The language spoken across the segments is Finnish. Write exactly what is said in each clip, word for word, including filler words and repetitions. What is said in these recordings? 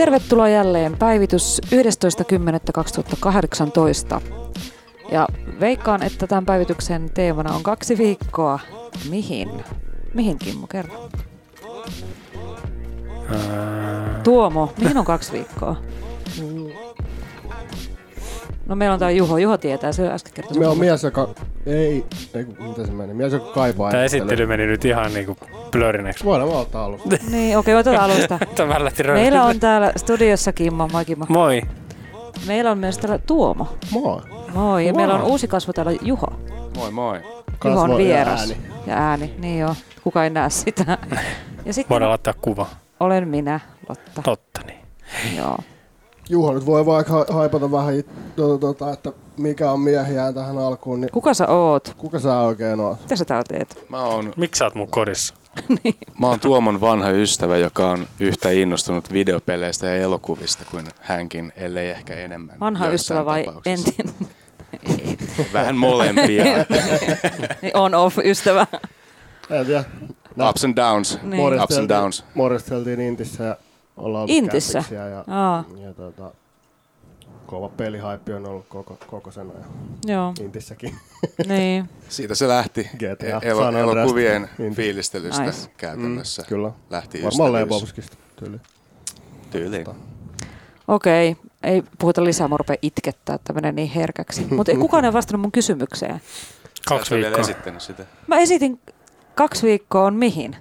Tervetuloa jälleen päivitys yhdestoista kymmenettä kaksituhattakahdeksantoista. Ja veikkaan, että tämän päivityksen teemana on kaksi viikkoa. Mihin? Mihin, Kimmo, kerro? Ää... Tuomo, mihin on kaksi viikkoa? No meillä on täällä Juho. Juho tietää, se äsken kertoi. Me on mies, joka... Ei, ei mitä se meni? Mies, joka kaipaa... Tämä esittely meni nyt ihan niinku blörineksi. Voidaan vaan ottaa alusta. Niin, okei, okay, otetaan alusta. Tämä lähti Meillä on täällä studiossa Kimmo. Moi, Kimmo. Moi. Meillä on myös täällä Tuomo. Moi. Moi. Ja meillä on uusi kasvo täällä Juho. Moi moi. Juho on vieras. Ja ääni. Ja ääni, niin joo. Kuka ei näe sitä. Ja sitten voidaan laittaa kuva. Olen minä, Lotta. Totta niin. Joo. Juho nyt voi vaikka haipata vähän, tuota, tuota, että mikä on miehiään tähän alkuun. Niin Kuka sä oot? kuka sä oikein oot? Mitä sä täällä teet? Mä oon, Miksi sä oot mun kodissa? Niin. mä oon Tuomon vanha ystävä, joka on yhtä innostunut videopeleistä ja elokuvista kuin hänkin, ellei ehkä enemmän. Vanha ystävä vai tapauksissa. entinen? Ei. Vähän molempia. On-off ystävä. En tiedä. Ups and downs. Niin. Ups and downs. Morjasteltiin Intissä ja ollaan ollut Intissä? kämpiksiä ja, Aa. ja tota, kova pelihaippi on ollut koko, koko sen ajan Joo. Intissäkin. Niin. Siitä se lähti G T A, el- San elokuvien Andreas. fiilistelystä Nice. käytännössä. Mm, kyllä. Lähti Varmaan ystävyys Lebowskista tyyli. tyyliin. Okei. Ei puhuta lisää, mä rupean itkettää, että menee niin herkäksi. Mutta ei kukaan ei vastannut mun kysymykseen. Kaksi Sä et ole vielä viikkoa. esittänyt sitä. Mä esitin kaksi viikkoa on mihin?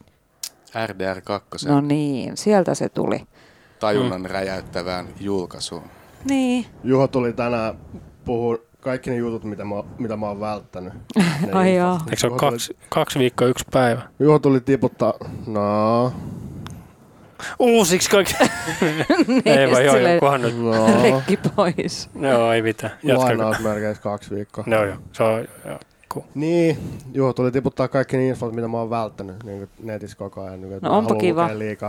R D R kaksi. No niin, sieltä se tuli. Tajunnan mm. räjäyttävään julkaisuun. Niin. Juho tuli tänään puhua kaikki ne jutut, mitä mä, mitä mä oon välttänyt. Ne Ai infot. joo. Eikö se ole Juho tuli- kaksi, kaksi viikkoa yksi päivä? Juho tuli tiputtaa, no, Uusiksi kaikki. Niin, Ei vaan joo, silleen jokuhan nyt. no, rekki pois. Joo, ei mitään. Jatkaa. lainausmerkeissä kaksi viikkoa. Joo, joo. Se on, joo. Cool. Niin, Juho tuli tiputtaa kaikki ne infot, mitä mä oon välttänyt niin kuin netissä koko ajan. Niin, No onpa kiva. Liikaa.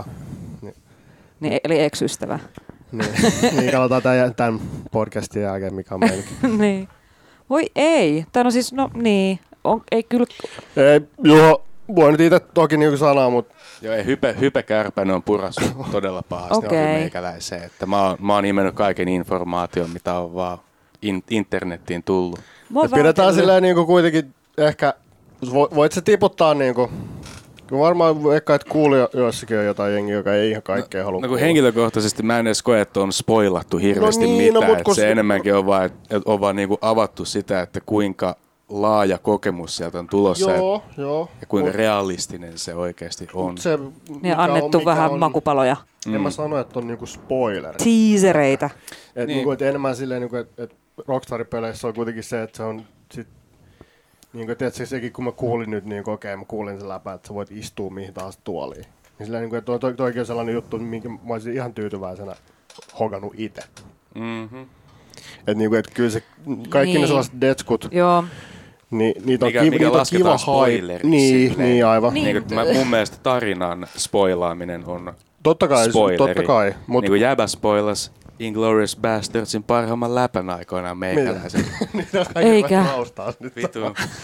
Niin, eli ex-ystävä. Niin, niin katsotaan tämän, tämän podcastin jälkeen, mikä on meilläkin. Niin. Voi ei. Tää on siis, no niin. On, ei kyllä. Ei, Juho, voi nyt itse toki niin sanoa, mutta Joo, ei, hype, hypekärpäinen on purassut todella pahasti Okei. ohi meikäläiseen. Että mä, oon, mä oon imennyt kaiken informaation, mitä on vaan in, internettiin tullut. Mä oon pidetään vähätellyt. silleen niin kuin kuitenkin ehkä, vo- voit sä tiputtaa niin kuin, kun varmaan ehkä et kuuli joissakin on jotain jengiä, joka ei ihan kaikkea halua No kun kuulla. henkilökohtaisesti mä en edes koe, että on spoilattu hirveästi No niin, no mitään. mut kun se se- enemmänkin on vaan, että on vaan niinku avattu sitä, että kuinka laaja kokemus sieltä on tulossa Joo, joo. ja kuinka Mut- realistinen se oikeasti on. mut se, Ja mikä annettu on, mikä vähän on, makupaloja. En Mm. mä sano, että on niinku spoileri. Teasereita. Et Niin. niinku, et enemmän silleen, niinku, että et Rockstar-peleissä on kuitenkin se, että se on sit, niinku, tiedätkö, sekin kun mä kuulin nyt, niin okei, mä kuulin sen läpä, että sä voit istua mihin tahansa tuoliin. Niin silleen, niinku, että toi, toi, toikin on sellainen juttu, minkä mä olisin ihan tyytyväisenä hogannut itse. Mm-hmm. Että niinku, et kyllä se, kaikki Niin. ne sellaiset detskut, Joo. niin niitä on, Mikä- kiva, mikä niitä on lasketaan kiva hai. spoileriksi Niin, silleen. niin aivan. Niin. Niin, mä, mun mielestä tarinan spoilaaminen on Totta kai, spoileri. totta kai. Mut, Niin kuin Jäbä spoilas Inglourious Bastardsin parhaimman läpän aikoinaan meikäläisen. niitä on kaikki Eikä. vähän raustaa nyt. Vittu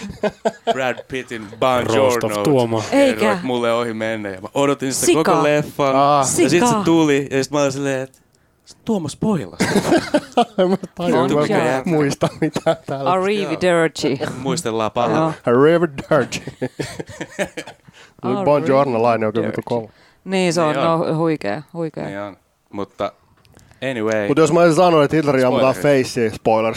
Brad Pittin Bon Roast of Tuomo. Eikä. Kerroit mulle ohi mennä ja mä odotin sitä Sika. koko leffan. Ah. Ja sit se Sika. tuli ja sit mä olin silleen, että Tuomo spoilas. En mä tajua, On mä jää. en muista mitään täällä. Arrivederci. Muistellaan Joo. paljon. Arrivederci. Buongiorno-lainen on kyllä vittu kova. Niin se on, Niin on. no huikea, huikea. Niin on. Mutta anyway. Mutta jos mä olisin sanonut, että Hitleri ammutaan Spoileri. faceen, spoiler,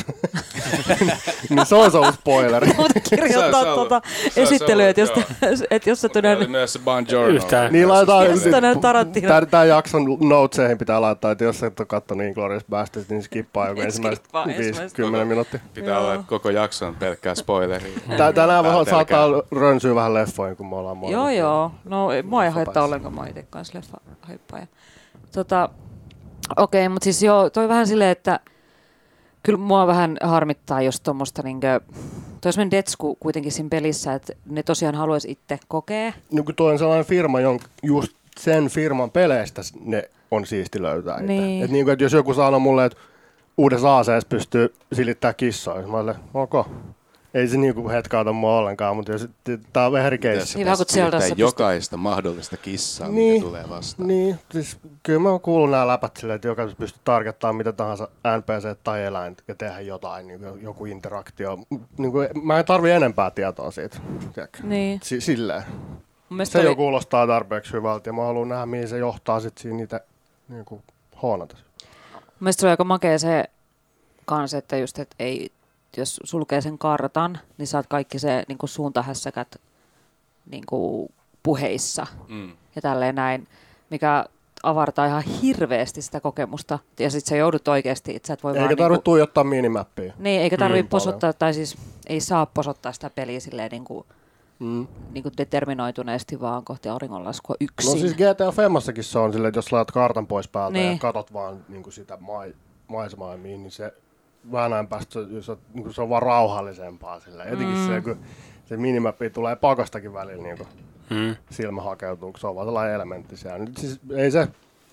niin se olisi ollut spoileri. Mutta kirjoittaa Se olisi tuota ollut- se olisi esittelyä, että jos, ollut, että jos sä Oli todennut myös se Buongiorno. Yhtään. Niin laitetaan, Jos tänään Tarantino. tää, tää jakson noteseihin pitää laittaa, että jos et ole kattonut Inglourious Basterds, niin skippaa joku Et ensimmäiset skippaa ensimmäistä. viisikymmentä minuuttia. Pitää olla, että koko jakson pelkkää spoileria. Tää, tänään vähän Pelkää. saattaa rönsyä vähän leffoihin, kun me ollaan Joo, molemmat. joo. No ei- mua ei haittaa päässä. ollenkaan, mä itse kanssa leffa haippaaja. Tota, okei, okay, mutta siis joo, toi vähän silleen, että kyllä mua vähän harmittaa, jos tuommoista niinkö, toi on semmoinen detsku kuitenkin siinä pelissä, että ne tosiaan haluaisi itse kokea. Niin kun toi on sellainen firma, jonka just sen firman peleistä ne on siisti löytää itse. Niin. Et niin kuin, että jos joku sanoo mulle, että uudessa A C:ssä pystyy silittämään kissaa, niin mä olen, ok. ei se niinku hetkauta mua ollenkaan, mutta jos, tää on vähän eri keissi. Niin vähän kuin Zeldassa pystyy- jokaista mahdollista kissaa, Niin, mikä tulee vastaan. Niin, siis kyllä mä oon kuullut nämä läpät silleen, että jokaisessa pystyy tarkoittamaan mitä tahansa N P C tai eläin ja tehdä jotain, niin kuin joku interaktio. Niin kuin, mä en tarvi enempää tietoa siitä. Niin. S- silleen. Mun mielestä Se oli- jo kuulostaa tarpeeksi hyvältä ja mä haluan nähdä, mihin se johtaa sit siinä niitä niin kuin hoonata. Mun mielestä se oli aika makea se kanssa, että just, että ei, jos sulkee sen kartan, niin saat kaikki se niin kuin suuntahässäkät niin kuin puheissa Mm. ja tälleen näin, mikä avartaa ihan hirveästi sitä kokemusta. Ja sit sä joudut oikeasti, että sä et voi Eikä vaan... tarvitse Niinku, tuijottaa minimappia. niin, eikä tarvitse Mm, posottaa, tai siis ei saa posottaa sitä peliä silleen niin kuin, Mm. niin kuin determinoituneesti vaan kohti auringonlaskua yksin. No siis G T A Femmassakin se on silleen, että jos laitat kartan pois päältä Niin. ja katot vaan niin kuin sitä mai, maisemaa, niin se vähän ajan päästä se, se, niin kuin se on vaan rauhallisempaa silleen. Etenkin Mm. se, kun se minimappi tulee pakostakin välillä niin kuin Mm. silmä hakeutuu, kun se on vaan sellainen elementti siellä. Nyt siis ei se,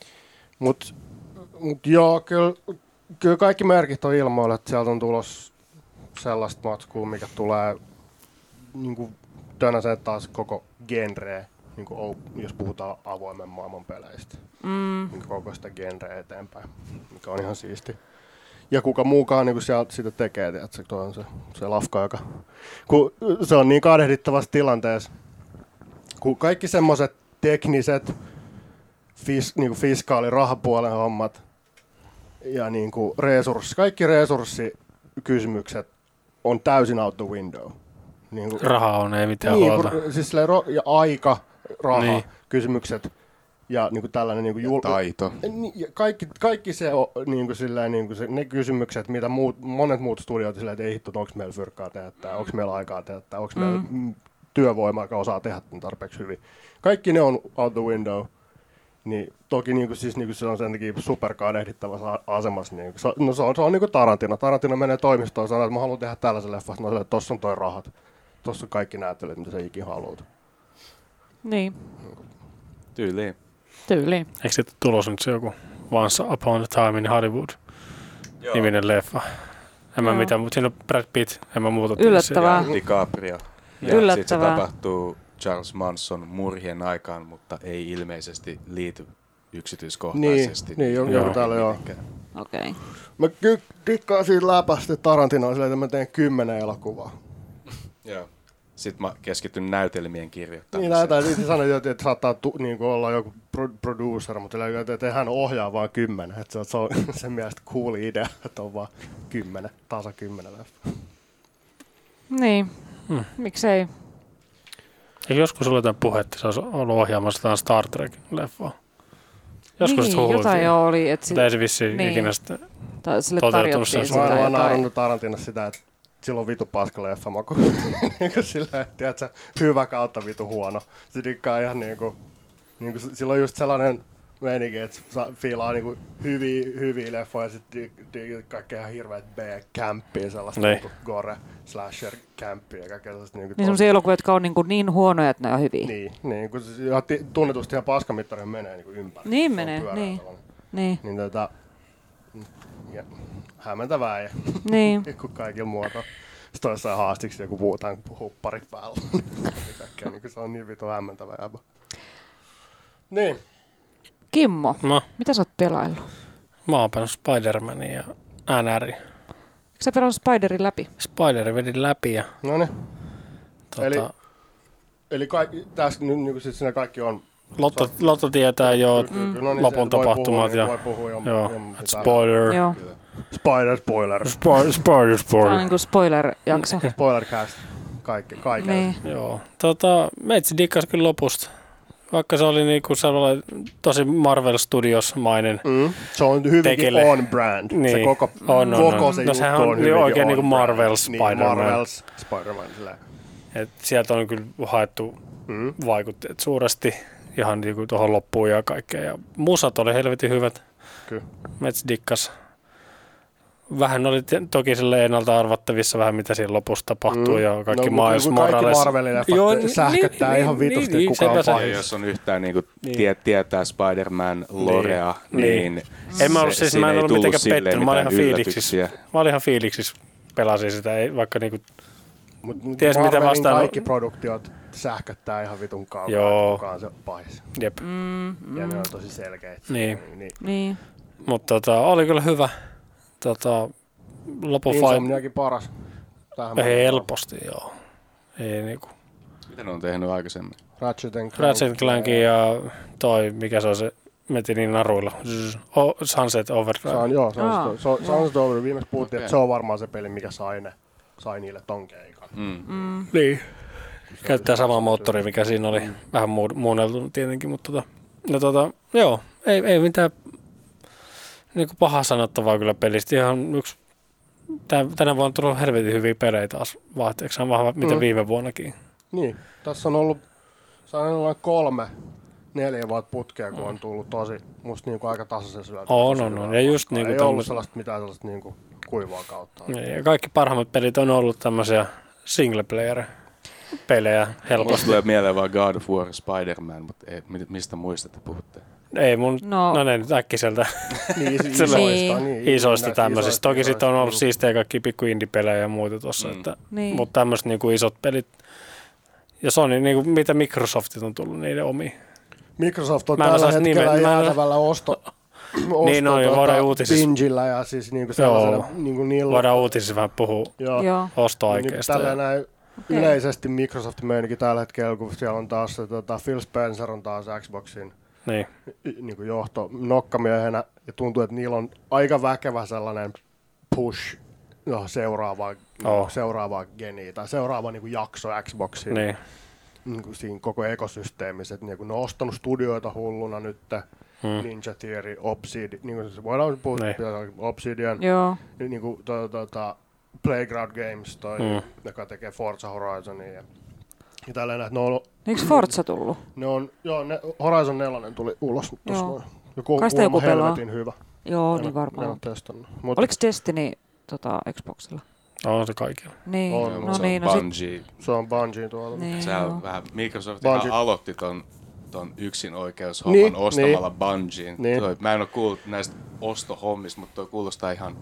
mut, mut joo, kyllä, kyllä kaikki merkit on ilmoilla, että sieltä on tulos sellaista matskua, mikä tulee niin kuin tönäseen taas koko genreä, niin kuin, op- jos puhutaan avoimen maailman peleistä. Mm. Niin koko sitä genreä eteenpäin, mikä on ihan siisti. Ja kuka muukaan niin sieltä sitä tekee, tiedätkö, toi on se, se lafka, joka... Kun se on niin kadehdittavassa tilanteessa, kun kaikki semmoiset tekniset, fis, niin kuin fiskaali, rahapuolen hommat ja niin kuin resurssi, kaikki resurssikysymykset on täysin out the window. Niin kuin, Raha on, ei mitään niin, huolta. kun, siis silleen ro- ja aika, raha, Niin. niin. kysymykset ja niin kuin tällainen niin kuin jul- Taito. Ni- ja kaikki, kaikki se, o, niin kuin silleen, niin kuin se, ne kysymykset, mitä muut, monet muut studiot silleen, että ei hitto, onko meillä fyrkkaa tehdä tää, onko meillä aikaa tehdä tää, onko meillä mm. työvoimaa, joka osaa tehdä tämän tarpeeksi hyvin. Kaikki ne on out the window. Niin toki niin kuin, siis, niin kuin se on sen takia superkaadehdittavassa asemassa. Niin kuin, se, no se on, se on niin kuin Tarantino. Tarantino menee toimistoon ja sanoo, että mä haluan tehdä tällaisen leffan. No, että tossa on toi rahat. Tossa on kaikki näyttelyt, mitä sä ikin haluat. Niin, Tyyliin. tyyliin. Eikö sitten tulos nyt se joku Once Upon a Time in Hollywood niminen leffa? En mä Joo. mitään, mutta siinä on Brad Pitt, en mä muuta tiedä Yllättävää. siitä. DiCaprio. Ja Yllättävää. sitten se tapahtuu Charles Manson murhien aikaan, mutta ei ilmeisesti liity yksityiskohtaisesti. Niin, niin, joku Joo. täällä joo. minnekään. Okei. Okay. Mä ky- dikkaan siitä läpästä Tarantinoa silleen, että mä teen kymmenen elokuvaa. Joo. Sitten mä keskityn näytelmien Niin kirjoittamiseen. näitä, niin sanoin, että, että saattaa tu, niin kuin olla joku pro, producer, mutta sillä, että, että hän ohjaa vaan kymmenen. Että se on, se on sen mielestä cool idea, että on vaan kymmenen, tasa kymmenen leffa. Niin, Hmm. miksei? Eikö joskus ollut jotain puhetta, että se olisi ollut ohjaamassa jotain Star Trek-leffaa? Joskus niin, sitä huhuiltiin. jotain jo oli, että sit, Mutta ei se vissiin niin. ikinä sitten. ta, sille toteutunut tarjottiin sen Mä sitä oon vaan jotain. naurannut Tarantinossa sitä, että sillä on vitu paska leffa maku. Niin kuin sillä, että tiedätkö, hyvä kautta vitu huono. Se dikkaa ihan niinku, niinku sillä on just sellainen meininki, että sa- fiilaa niinku hyviä, hyviä leffoja ja sitten kaikkea ihan hirveät B-kämppiä, sellaista Niin. niinku gore, slasher-kämppiä ja kaikkea sellaista niinku Niin semmoisia elokuvia, jotka on niin, kuin niin huonoja, että ne on hyviä. Niin, niin kun se ihan ti- tunnetusti ihan paskamittaria menee niinku ympäri. Niin Se on menee, pyöreä niin. sellainen. Niin, Niin tota, ja, hämmentävää ja niin. kun kaikilla muuta. Sitten on jossain haastiksi joku puhutaan hupparit päällä. Kaikkea, niin se on niin vitu hämmentävää jäbä. Niin. Kimmo, No, mitä sä oot pelaillut? mä oon pelannut Spider-Manin ja N R. Eikö sä pelannut Spiderin läpi? Spider vedin läpi ja No niin. tota, Eli- Eli kaikki, tässä nyt niin siis siinä kaikki on. Lotto, Lotto tietää jo Kyllä, kyllä, no niin, lopun se voi tapahtumat puhua, ja voi puhua jo, joo, jo, et mitä- spoiler, Joo. Spider spoiler. spoiler, spoiler, Tämä on spoiler. niin kuin spoiler-jakso. Spoilercast. Kaikki, kaikki. Niin. Joo, tota, meitsi dikkas kyllä lopusta. Vaikka se oli niinku sellainen tosi Marvel Studios-mainen. Mm. Se on hyvinkin Tekele. on brand. Se Niin. koko, On, on, koko on. se No juttu sehän on hyvinkin oikein on niinku brand. Marvel Spider-Man. Niin, Marvels Spider-Man. Silleen. Et sieltä on kyllä haettu Mm. vaikutteet suuresti ihan niinku tuohon loppuun ja kaikkea. Ja musat oli helvetin hyvät. Kyllä. Mets dikkas. Vähän oli te- toki sille ennalta arvattavissa vähän mitä siinä lopussa tapahtuu Mm. ja kaikki No, Miles kun kaikki Morales. Marvelin Joo, leffat sähköttää niin, ihan niin, vitusti, niin, kuka on sepä se. Ja pahis. jos on yhtään niinku Niin. tie, tietää Spider-Man lorea, Niin. niin, En mä ollut se- siis, siinä mä en ei ollut tullut mitenkään silleen pettynyt, mä olin ihan mitään fiiliksissä. yllätyksiä. Mä olin ihan fiiliksissä, pelasin sitä, ei, vaikka niinku Mutta Ties mitä Marvelin vastaan- kaikki produktiot sähköttää ihan vitun kaukaa, Joo. kuka on se pahis. Jep. Mm, mm, Ja ne on tosi selkeät. Niin. niin. niin. Mutta tota, oli kyllä hyvä. Tota, lopun fight. Insomniakin paras. Tähän Ei maailmaan. helposti, joo. Ei niinku. Mitä ne on tehnyt aikaisemmin? Ratchet and Clank. Ratchet Clank ja toi, mikä se on se, meti niin naruilla. Zzz, oh, Sunset Overdrive. Se on, joo, se on, Aa, se on, se on, se on viimeksi puhuttiin, Okei. että se on varmaan se peli, mikä sai, ne, sai niille ton keikan. Mm. Mm. Niin. Käyttää samaa moottoria, mikä siinä oli. Vähän muu- muunneltu tietenkin, mutta tota, no tota, joo, ei, ei mitään niinku pahaa sanottavaa kyllä pelistä. Ihan yksi, tän, tänä vuonna on tullut helvetin hyviä pelejä taas vaahteeksi. On vahva, mitä Mm. viime vuonnakin. Niin, tässä on ollut, se on ollut kolme, neljä vuotta putkea, kun on tullut tosi, musta niinku aika tasaisen syötä. On, on, on. Ja just niinku ei ollut tommoset- sellaista mitään sellaista niinku kuivaa kautta. Niin, ja kaikki parhaimmat pelit on ollut tämmöisiä single player pelejä Musta helposti. tulee mieleen vaan God of War ja Spider-Man, mutta ei, mi- mistä muista te puhutte? Ei mun, No. no, no ne nyt äkkiseltä Niin, siis Sillä- isoista, Niin. niin, isoista näistä tämmöisistä. isoista, Toki sitten on ollut isoista, siistejä kaikki pikku indie-pelejä ja muuta tossa, Mm. että, Niin. mutta tämmöiset niinku isot pelit. Ja Sony, niinku, mitä Microsoftit on tullut niiden omiin. Microsoft on Mä en tällä osaa hetkellä nimeä, mä en- jäätävällä osto, osto Niin, no, ja voidaan uutisissa- bingillä ja siis niinku sellaisena, Joo. niinku niillä, Voidaan uutisissa vähän puhua joo, Joo. niin ostoaikeista. tällä Ja, näin Okei. yleisesti Microsoftin meininki tällä hetkellä, kun siellä on taas se, tota, Phil Spencer on taas Xboxin niin, y- niinku johto nokkamiehenä ja tuntuu, että niillä on aika väkevä sellainen push no, seuraavaa, Oh. niinku, seuraavaa geniä tai seuraava niinku, jakso Xboxiin. niin, Niin siinä koko ekosysteemissä, että niin ne on ostanut studioita hulluna nyt, Hmm. Ninja Theory, Obsidian, niin kuin se voidaan puhua, Niin. Obsidian, Joo. niin kuin to, to, to, Playground Games, toi, Hmm. joka tekee Forza Horizonia ja, ja tällainen, että ne on, Eikö Forza tullut? ne on joo, ne, Horizon neljä tuli ulos nyt tuossa Joo. noin. Joku, Kai sitä joku pelaa. helvetin hyvä. Joo, En niin oo- varmaan. En ole testannut. Mut, Oliko Destiny tota, Xboxilla? on se kaikilla. Niin, On, Joo, no mut se niin, on no sit, Bungie. se on Bungie tuolla. niin, Sehän joo. on vähän, Microsoft Bungie. ihan aloitti ton, ton yksin oikeushomman Niin, ostamalla Bungien. Niin. Toi, mä en ole kuullut näistä ostohommista, mutta toi kuulostaa ihan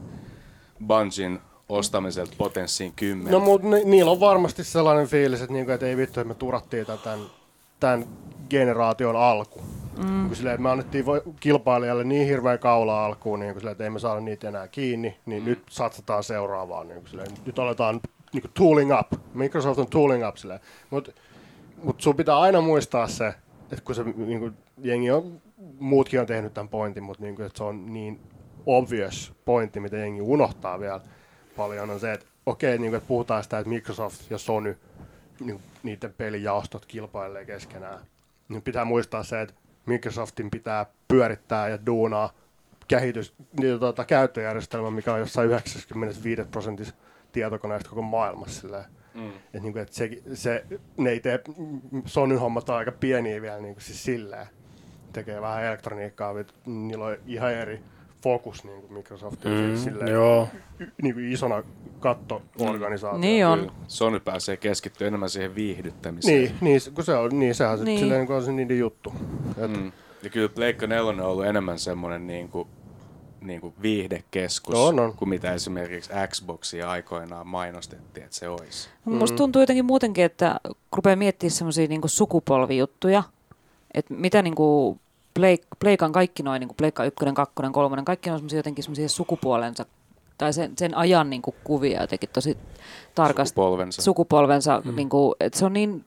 Bungien ostamiselta potenssiin kymmenen. No mutta ni, niillä on varmasti sellainen fiilis, että, niinku, että ei vittu, että me turattiin tämän, tämän generaation alku. Mm. Kun silleen, että me annettiin voi- kilpailijalle niin hirveä kaula alkuun, niin silleen, että ei me saada niitä enää kiinni, niin mm. nyt satsataan seuraavaan. Niin silleen, nyt aletaan niin kuin tooling up. Microsoft on tooling up. Mutta mut sun pitää aina muistaa se, että kun se niin kuin, jengi on, muutkin on tehnyt tämän pointin, mutta niin kuin, että se on niin obvious pointti, mitä jengi unohtaa vielä paljon, on se, että okei, niin kuin, että puhutaan sitä, että Microsoft ja Sony, niin, niiden pelijaostot kilpailee keskenään. Niin pitää muistaa se, että Microsoftin pitää pyörittää ja duunaa kehitys, niin, tuota, käyttöjärjestelmä, mikä on jossain yhdeksänkymmentäviisi prosentissa tietokoneista koko maailmassa. Silleen. Mm. Et, niin kuin, että se, se, ne ei tee, Sonyn hommat on aika pieniä vielä niin kuin, siis silleen. Tekee vähän elektroniikkaa, niillä on ihan eri fokus niin kuin Microsoftilla. Mm, siis, silleen, joo. y- niin kuin isona katto-organisaatio. Niin on. Kyllä Sony pääsee keskittyä enemmän siihen viihdyttämiseen. Niin, niin, kun se on, niin sehän se, Niin. silleen, kun on se niiden juttu. Et, Mm. Ja kyllä Pleikka nelonen on ollut enemmän semmoinen niinku, niinku viihdekeskus, On, on. kuin mitä esimerkiksi Xboxia aikoinaan mainostettiin, että se olisi. Mm. Musta tuntuu jotenkin muutenkin, että kun rupeaa miettimään semmoisia niinku sukupolvijuttuja, että mitä niinku Pleik- Pleikan kaikki noin, niinku Pleikka ykkönen, kakkonen, kolmonen, kaikki on semmoisia jotenkin semmoisia sukupuolensa, tai sen, sen ajan niinku kuvia jotenkin tosi tarkasti. Sukupolvensa. Sukupolvensa, mm. niinku, että se on niin,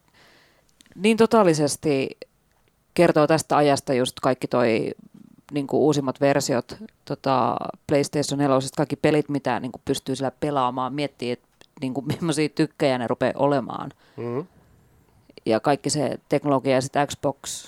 niin totaalisesti kertoo tästä ajasta just kaikki toi niinku uusimmat versiot tota, PlayStation neljä, kaikki pelit, mitä niinku pystyy sillä pelaamaan, miettii, että niinku, millaisia tykkäjä ne rupeaa olemaan. mm. Ja kaikki se teknologia ja sitten Xbox,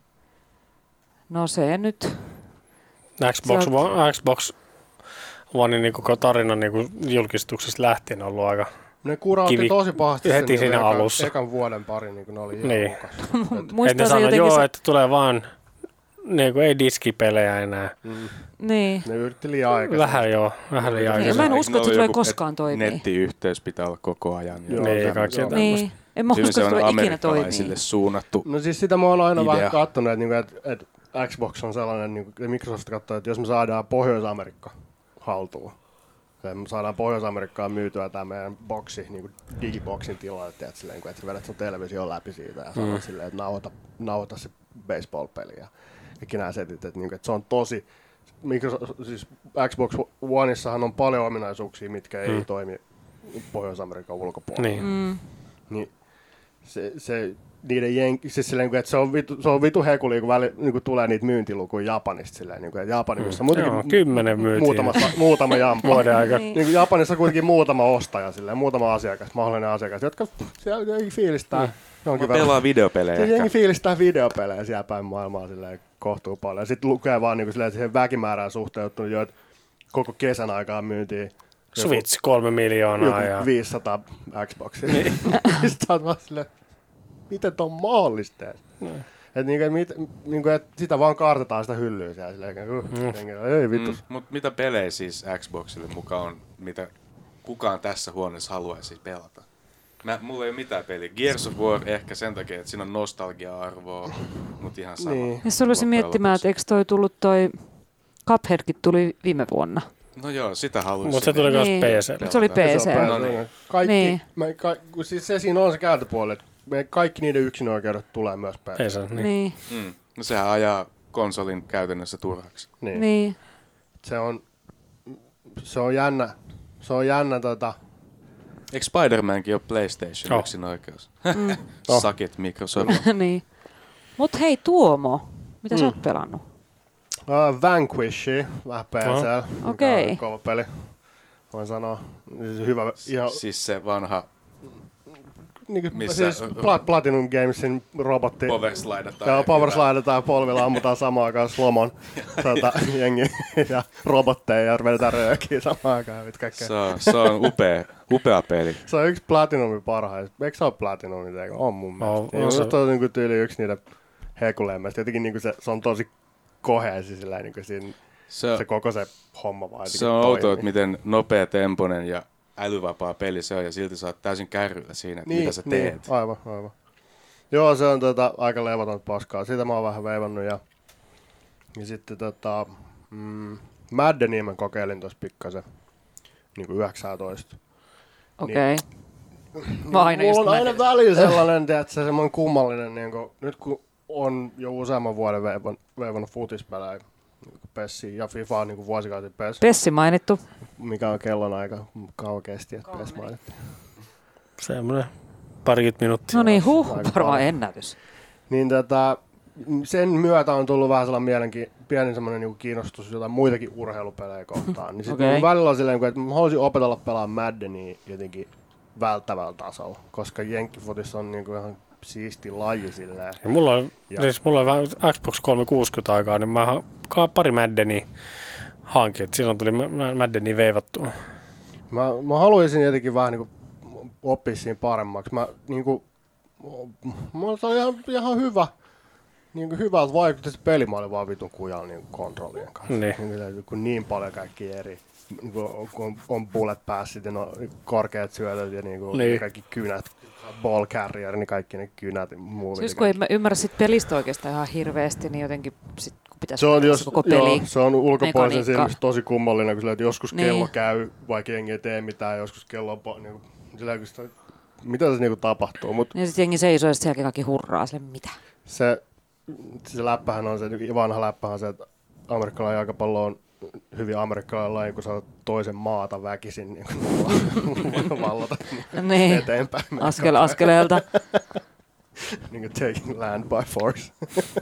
no se nyt, Xbox, Sä One, Xbox One niin koko tarinan niin julkistuksesta lähtien on ollut aika... Ne kurautti Kivi- tosi pahasti heti sen siinä ekan, alussa. ekan vuoden pari, niin kun ne oli ihan Niin. hukassa. Et, Että muistaa ne se sanoo, jotenkin joo, se, että tulee vaan... Niin kuin, ei diskipelejä enää. mm, niin. ne yritti liian aikaisin. Vähän joo, vähän liian Niin, aikaisin. mä en Eikö usko, ne että se ollut tulee joku, koskaan että toimii. Nettiyhteys pitää olla koko ajan. Joo, Niin, se- kaikkea joo. tämmöistä. Niin, en mä usko, että se on tulee ikinä toimii. amerikkalaisille suunnattu. No siis sitä mä oon aina Idea. vähän kattonut, että, niinku, että, että Xbox on sellainen, niin kuin Microsoft katsoo, että jos me saadaan Pohjois-Amerikka haltuun, Se, me saadaan Pohjois-Amerikkaan myytyä tämä meidän boksi, niin kuin digiboksin tilalle, että, silleen, että sä vedät sun television läpi siitä ja sanot mm. silleen, että nauhoita, nauhoita se baseball-peli ja kaikki nämä setit, että, niin, että se on tosi, Microsoft, siis Xbox Oneissahan on paljon ominaisuuksia, mitkä ei mm. toimi Pohjois-Amerikan ulkopuolella. Niin. Mm. Niin se, se, niiden jen, siis silleen, että se on vitu, se on vitu hekuli, kun, väli, niin kun tulee niitä myyntilukuja Japanista. Silleen, niin kuin, että Japani, missä mm. Joo, kymmenen myytiin. Muutama, muutama jampa. Vuoden aika. Niin kuin Japanissa on kuitenkin muutama ostaja, silleen, muutama asiakas, mahdollinen asiakas, jotka siellä jengi fiilistää. Mm. Mä pelaan videopelejä siis ehkä. Jengi fiilistää videopelejä siellä päin maailmaa silleen, kohtuu paljon. Ja sitten lukee vaan niin kuin, silleen, että siihen väkimäärään suhteuttunut jo, että koko kesän aikaan myyntiin Switch kolme miljoonaa. Ja viisisataa Xboxia. Niin. Sitten oot vaan silleen, miten ton mahdollista? Mm. Että niinku, mit, niinku, et sitä vaan kaartetaan sitä hyllyä siellä. Silleen, uh, mm. Ei vittu. Mm, mutta mitä pelejä siis Xboxille mukaan on, mitä kukaan tässä huoneessa haluaisi pelata? Mä, mulla ei ole mitään peliä. Gears of War ehkä sen takia, että siinä on nostalgia-arvoa, mutta ihan sama. Niin. Ja se olisi miettimään, että eikö toi tullut toi Cupheadkin tuli viime vuonna. No joo, sitä haluaisin. Mutta se tuli myös niin. P C. Se oli P C. No niin. Kaikki, niin. me, ka, siis se siinä on se kääntöpuoli, että me kaikki niiden yksinoikeudet tulee myös P C. Niin. niin. Mm. No sehän ajaa konsolin käytännössä turhaksi. Niin. niin. Se on, se on jännä, se on jännä tota... Eikö Spider-Mankin ole PlayStation oh. yksinoikeus? Mm. Sakit Microsoft. niin. Mut hei Tuomo, mitä mm. sä oot pelannut? Uh, Vanquishi, vähän P C. Oh. Okei. Okay. Kova peli, voin sanoa. Siis hyvä, ihan... Siis se vanha... Niin kuin, siis Plat- Platinum Gamesin robotti. Powerslidataan. Joo, powerslidataan polvilla, ammutaan samaan aikaan slomon tota, jengi ja robotteja ja vedetään röökiä samaan aikaan. Se on, se on upea, upea peli. Se on yksi Platinumin parhaista. Eikö se ole Platinumit? Eikö? On mun mielestä. No, on se on niin tyyli yksi niiden hekuleimmista. Jotenkin niin se, se on tosi koheesi sillä niin siinä, se, se koko se homma vaan. Se on outoa, että miten nopea temponen ja älyvapaa peli se on ja silti sä oot täysin kärryllä siinä, että niin, mitä sä teet. Niin, aivan, aivan. Joo, se on tota, aika levotonta paskaa. Siitä mä oon vähän veivannut ja, ja sitten tota, mm, Maddenia mä kokeilin tossa pikkasen, niinku yhdeksäntoista. Okei. Okay. Niin, mä aina mulla on aina välillä sellainen, tiedätkö, semmoinen kummallinen, niin kun, nyt kun on jo useamman vuoden veivannut, veivannut futispelejä, niin Pessi ja FIFA on niin vuosikausin P E S. Pessi mainittu. Mikä on kellon aika kauan kesti, että P E S mainittiin. Semmoinen parikymmentä minuuttia. No niin, huh, varmaan ennätys. Niin tätä, sen myötä on tullut vähän sellainen mielenki, pieni semmoinen niin kiinnostus jotain muitakin urheilupelejä kohtaan. Niin sitten okay. välillä on silleen, että mä haluaisin opetella pelaamaan Maddenia jotenkin välttävällä tasolla, koska jenkkifutissa on niin kuin ihan siisti laji silleen. Ja mulla on, siis mulla on vähän Xbox kolmesataakuusikymmentä aikaa, niin mä pari Maddenia hankin, että silloin tuli Maddenia veivattua. Mä, mä haluaisin jotenkin vähän niin kuin oppia siinä paremmaksi. Mä niin kuin, mulla on ihan, ihan hyvä, niin kuin hyvältä vaikutti se peli, mä olin vaan vitun kujalla niin kontrollien kanssa. Niin. Niin, kun niin paljon kaikki eri, niin kun on, on bullet passit ja no, korkeat syötöt ja niin kuin niin. Kaikki kynät. Ball carrier, niin kaikki ne kynät. Siis kun ei mä ymmärrä sit pelistä oikeastaan ihan hirveästi, niin jotenkin sit, kun pitäisi se on, jos, koko peli. Joo, se on ulkopuolisen silmissä tosi kummallinen, kun, sillä, että joskus niin. Kello käy, vaikka jengi ei tee mitään, joskus kello on niin, sillä, kun sitä, mitä se niin kuin tapahtuu. Mut ja sitten jengi seisoo ja sitten sielläkin kaikki hurraa, sille mitä? Se, se läppähän on se, vanha läppähän on se, että amerikkalainen jalkapallo on hyvin amerikkalainen laji, kun sä oot toisen maata väkisin niin kuin vallata niin. eteenpäin. Askel askeleelta. niin kuin taking land by force.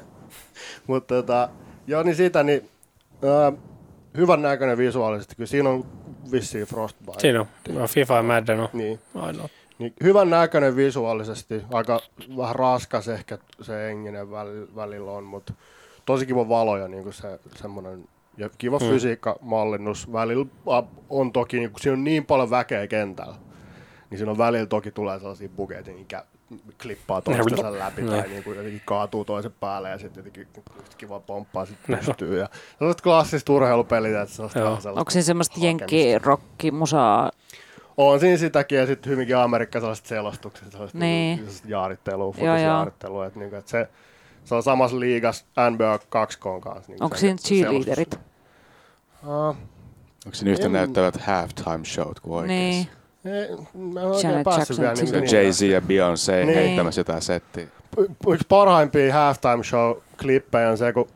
Mutta tota, joo, niin siitä, niin äh, hyvän näköinen visuaalisesti. Kyllä siinä on vissiin Frostbite. Siinä on. FIFA ja Madden on niin. ainoa. Niin, hyvän näköinen visuaalisesti. Aika vähän raskas ehkä se enginen välillä, välillä on, mutta tosi kiva valo ja niin se semmoinen ja kiva hmm. fysiikkamallinnus. Välillä on toki, niin kun siinä on niin paljon väkeä kentällä, niin siinä on välillä toki tulee sellaisia bugeita, mikä klippaa toistensa läpi no. tai niin kuin jotenkin kaatuu toisen päälle ja sitten jotenkin kiva pomppaa sitten pystyy. Ja sellaiset klassiset urheilupelit, että sellaista sellaista onko siinä semmoista jenkki-rocki-musaa? On siinä sitäkin ja sitten hyvinkin Amerikka sellaiset selostukset, sellaiset niin. jaarittelua, fotisjaarittelua. Että, niin kuin, että se, se on samassa liigassa N B A kaksi K kanssa. Niin onko siinä cheerleaderit? Uh, Onko siinä yhtä En- näyttävät halftime showt kuin oikeesti? Niin. Ei, mä en oikein Janet päässyt Jackson, vielä siis niin, Jay-Z ja Beyoncé Niin. heittämässä jotain settiä. yksi parhaimpia halftime show-klippejä on se, kun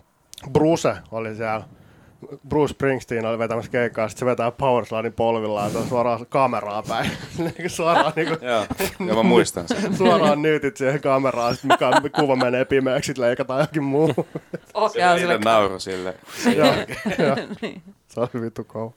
Bruce oli siellä. Bruce Springsteen oli vetämässä keikkaa, sitten se vetää powerslidein polvillaan ja suoraan kameraan päin. suoraan, niinku, Joo, ja mä muistan sen. suoraan nyytit siihen kameraan, sitten mikä kuva menee pimeäksi, sitten leikataan jokin muu. Ohjaa Sille sille. nauru sille. Joo, joo. Se oli vittu kova.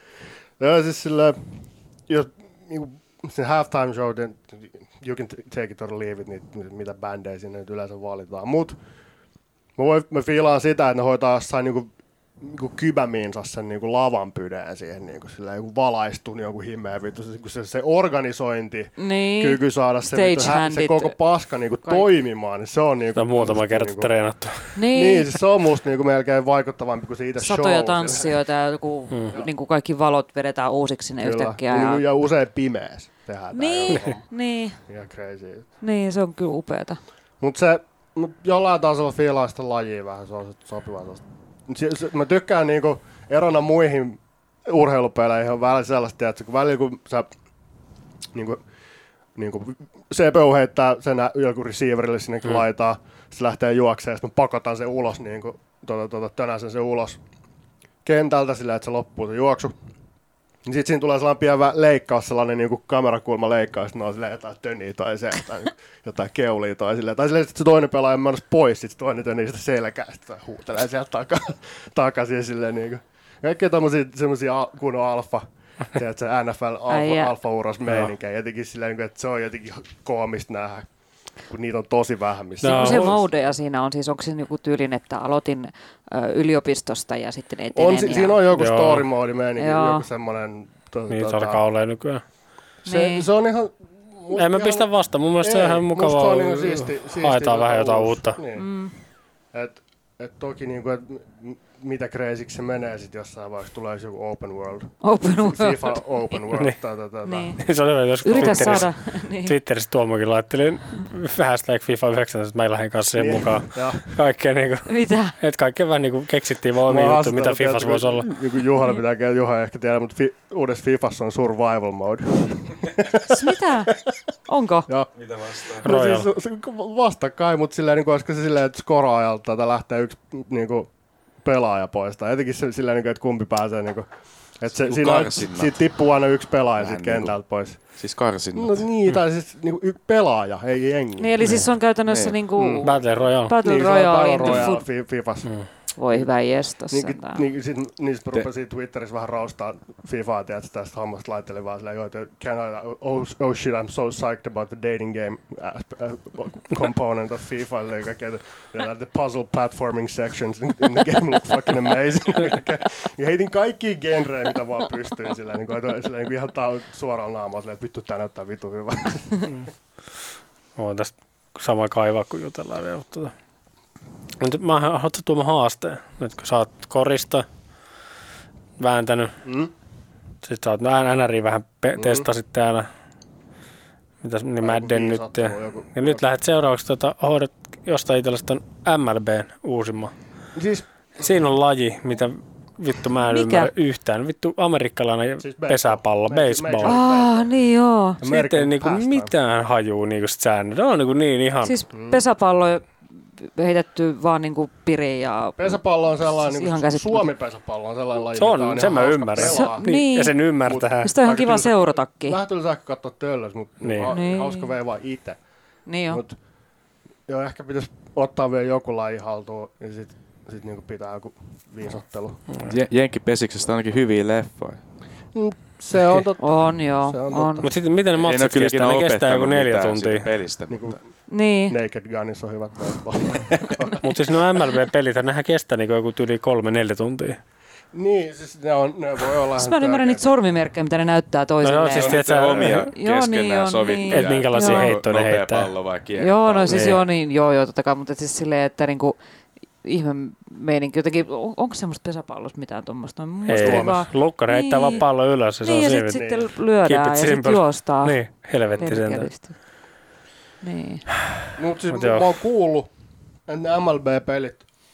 Joo, siis silleen, jos niinku, se halftime show, then you can take it or leave it, niitä, mitä bändejä sinne nyt yleensä valitaan. Mut mä, voi, mä fiilaan sitä, että ne hoitaa jossain niinku, niinku kybämiinsä sen niinku lavan pydeen siihen niinku, silleen, joku valaistun joku himmeä vittu. Se, se, se organisointi, Niin. kyky saada se, vittu, hä, se Stagehandit. koko paska niinku Kaikki. toimimaan, niin se on niinku... Sitä on muutama kerta niinku, treenattu. Niin. Niin, siis se on musta niinku melkein vaikuttavampi kuin se itse show. Satoja silleen. tanssijoita ja joku, mm. niin kuin kaikki valot vedetään uusiksi sinne Kyllä. yhtäkkiä. Ja, Ja... niinku- ja usein pimeässä tehdään Niin, tää joku. niin, Ihan crazy. niin, se on kyllä upeata. Mut se, mut jollain tasolla fiilaa sitä lajia vähän, se on sit sopiva. Se, se, mä tykkään niinku erona muihin urheilupeleihin on välillä sellaista, että kun välillä kun sä niinku, niinku C P U heittää sen ä- joku receiverille sinne mm. laitaa, se lähtee juokseen ja sitten mä pakotan sen ulos, niinku, tota, tota, tönäsen sen ulos kentältä sillä, että se loppuu se juoksu. Niin sit siinä tulee sellainen pieni vä- leikkaus, sellainen niinku kamerakulma leikkaus, sitten ne on silleen jotain töniä tai se, jotain, jotain keulia tai silleen. Tai silleen, että se toinen pelaaja on menossa pois, sit se toinen tönii sitä selkää, sitten huutelee sieltä taka, takaisin silleen niinku. Kaikkea tommosia semmosia al- kunnon alfa, tiedät se N F L Ai jaa. alfa, alfa-uros meininkiä. Jotenkin silleen, niinku, että se on jotenkin koomista nähdä, kun niitä on tosi vähän missä. No. Se modeja siinä on, siis onko siinä joku tyylin, että aloitin ö, yliopistosta ja sitten etenen. On, si- ja... siinä on joku Joo. story mode meininki, Joo. joku semmonen... To, Niin se tota, alkaa olla nykyään. se, Niin. se on ihan... En mä pistä vasta. Mun mielestä se on ihan musta mukavaa. on niinku siisti, siisti Haetaan vähän tota jotain uusi. uutta. Niin. Mm. Et, et toki niinku, et m- mitä kreisiksi se menee sit jossain vaiheessa tulee joku open world. Open world. FIFA open world. Niin. tai, tai, tai, Niin. Se oli hyvä, joskus Yritä Twitterissä, saada. niin. Twitterissä Tuomokin laitteli hashtag FIFA yhdeksäntoista, että mä lähdin kanssa siihen Niin. mukaan. Ja Kaikkea niinku, Mitä? että kaikkea vähän niinku keksittiin vaan omia mä oon juttuja, mitä haastatellut, Fifassa voisi olla. Joku Juhana pitää käydä, Juha ei ehkä tiedä, mutta fi, uudessa Fifassa on survival mode. Siis mitä? Onko? Ja, Mitä vastaan? no Royal. siis, se- vastakkain, mutta silleen, niin kuin, olisiko se silleen, että skora-ajalta tai lähtee yksi niin kuin, pelaaja pois. Tai jotenkin se, silleen, niin kuin, että kumpi pääsee. Niin kuin, että se, Joku siinä on, karsinnat. siitä tippuu aina yksi pelaaja Vähän siitä kentältä pois. Siis karsinnat. No niin, tai siis niin kuin, y- pelaaja, ei jengi. Niin, eli siis on käytännössä Niin. niinku Mm. Battle Royale. Battle niin, se on Royale Battle into Royale foot. fi- Fifassa. Mm. Voi hyvä jestas Niin, sentään. niin, sit, niin sit Te- rupesin Twitterissä vähän raustaa Fifaa, tiedätkö, tästä hommasta laittelin vaan silleen, joo, että can I, oh, oh shit, I'm so psyched about the dating game uh, uh, component of FIFA, eli kaikkea, the, the puzzle platforming sections in the game look fucking amazing. Ja heitin kaikkia genrejä, mitä vaan pystyin silleen, niin kuin, silleen, niin kuin ihan tau, suoraan naamaan, silleen, että vittu, tää näyttää vittu hyvä. Voin tästä sama kaivaa, kun jutellaan vielä. Tuota. Mutta mä haluan tuomaan haasteen. Nyt kun sä oot korista vääntänyt, Mm? sit sä oot N R I vähän pe- Mm. testasit täällä. Mitäs niin Madden nyt. Ja, Joku, ja nyt lähdet seuraavaksi tota, hoidat jostain itsellesi ton M L B:n uusimman. Siis, Siinä on laji, mitä vittu mä en Mikä? ymmärrä yhtään. Vittu amerikkalainen Siis baseball. pesäpallo, Ma- baseball. major- Ah, niin joo. Siitä ei American niinku pastime. mitään hajuu niinku sit säännöt. Ne on niinku niin ihan... Siis pesäpallo heitetty vaan niinku piriin ja... Pesäpallo on sellainen, Siis niin ihan kuin käsittämätöntä. Suomi-pesäpallo on sellainen laji, se on, mitä sen ihan mä hauska ymmärrän. pelaa. Se- niin. Ja sen ymmärtää. Ja sitä on ihan Aika kiva tylsä- seuratakin. Vähän tylsää katsoa töllös, mutta Niin. niin. Niin. hauska veivaa itse. Niin joo. Mut, joo, ehkä pitäisi ottaa vielä joku laji haltuun ja sit, sit niinku pitää joku viisottelu. Je- Jenkkipesiksestä on ainakin hyviä leffoja. Se on totta. On joo, Se on on. Mutta sitten miten ne Ei ne ole matsit kyllä kestää? ikinä Ne kestää joku opettanut neljä mitään tuntia. siitä pelistä. Niinku Niin. Naked Gunissa on hyvät baseball. Mutta siis nuo M L B-pelit, nehän kestää niinku joku yli kolme, neljä tuntia. niin, siis ne, on, ne voi olla Siis mä en ymmärrä niitä sormimerkkejä, mitä ne näyttää toisilleen. No joo, siis On tiedät niitä sä- omia Joo, niin keskenään on, sovittuja. niin. Et minkälaisia Joo. heittoja ne Nopea heittää. pallo vai Joo, kiekko? no siis Niin. joo, niin, joo, joo, totta kai, mutta siis silleen, että niinku, ihme meininki jotenkin, on, onko semmoista pesäpallossa mitään tuommoista? No, Ei, Suomessa. lukkari heittää vaan pallo ylös ja se Niin, ja on sitten siinä. sit lyödään Keep it ja sitten simple. juostaan. Niin, helvetti sentään. Perkeleesti. Niin. Mut siis Mut mä joo. oon kuullut, että ne M L B-pelit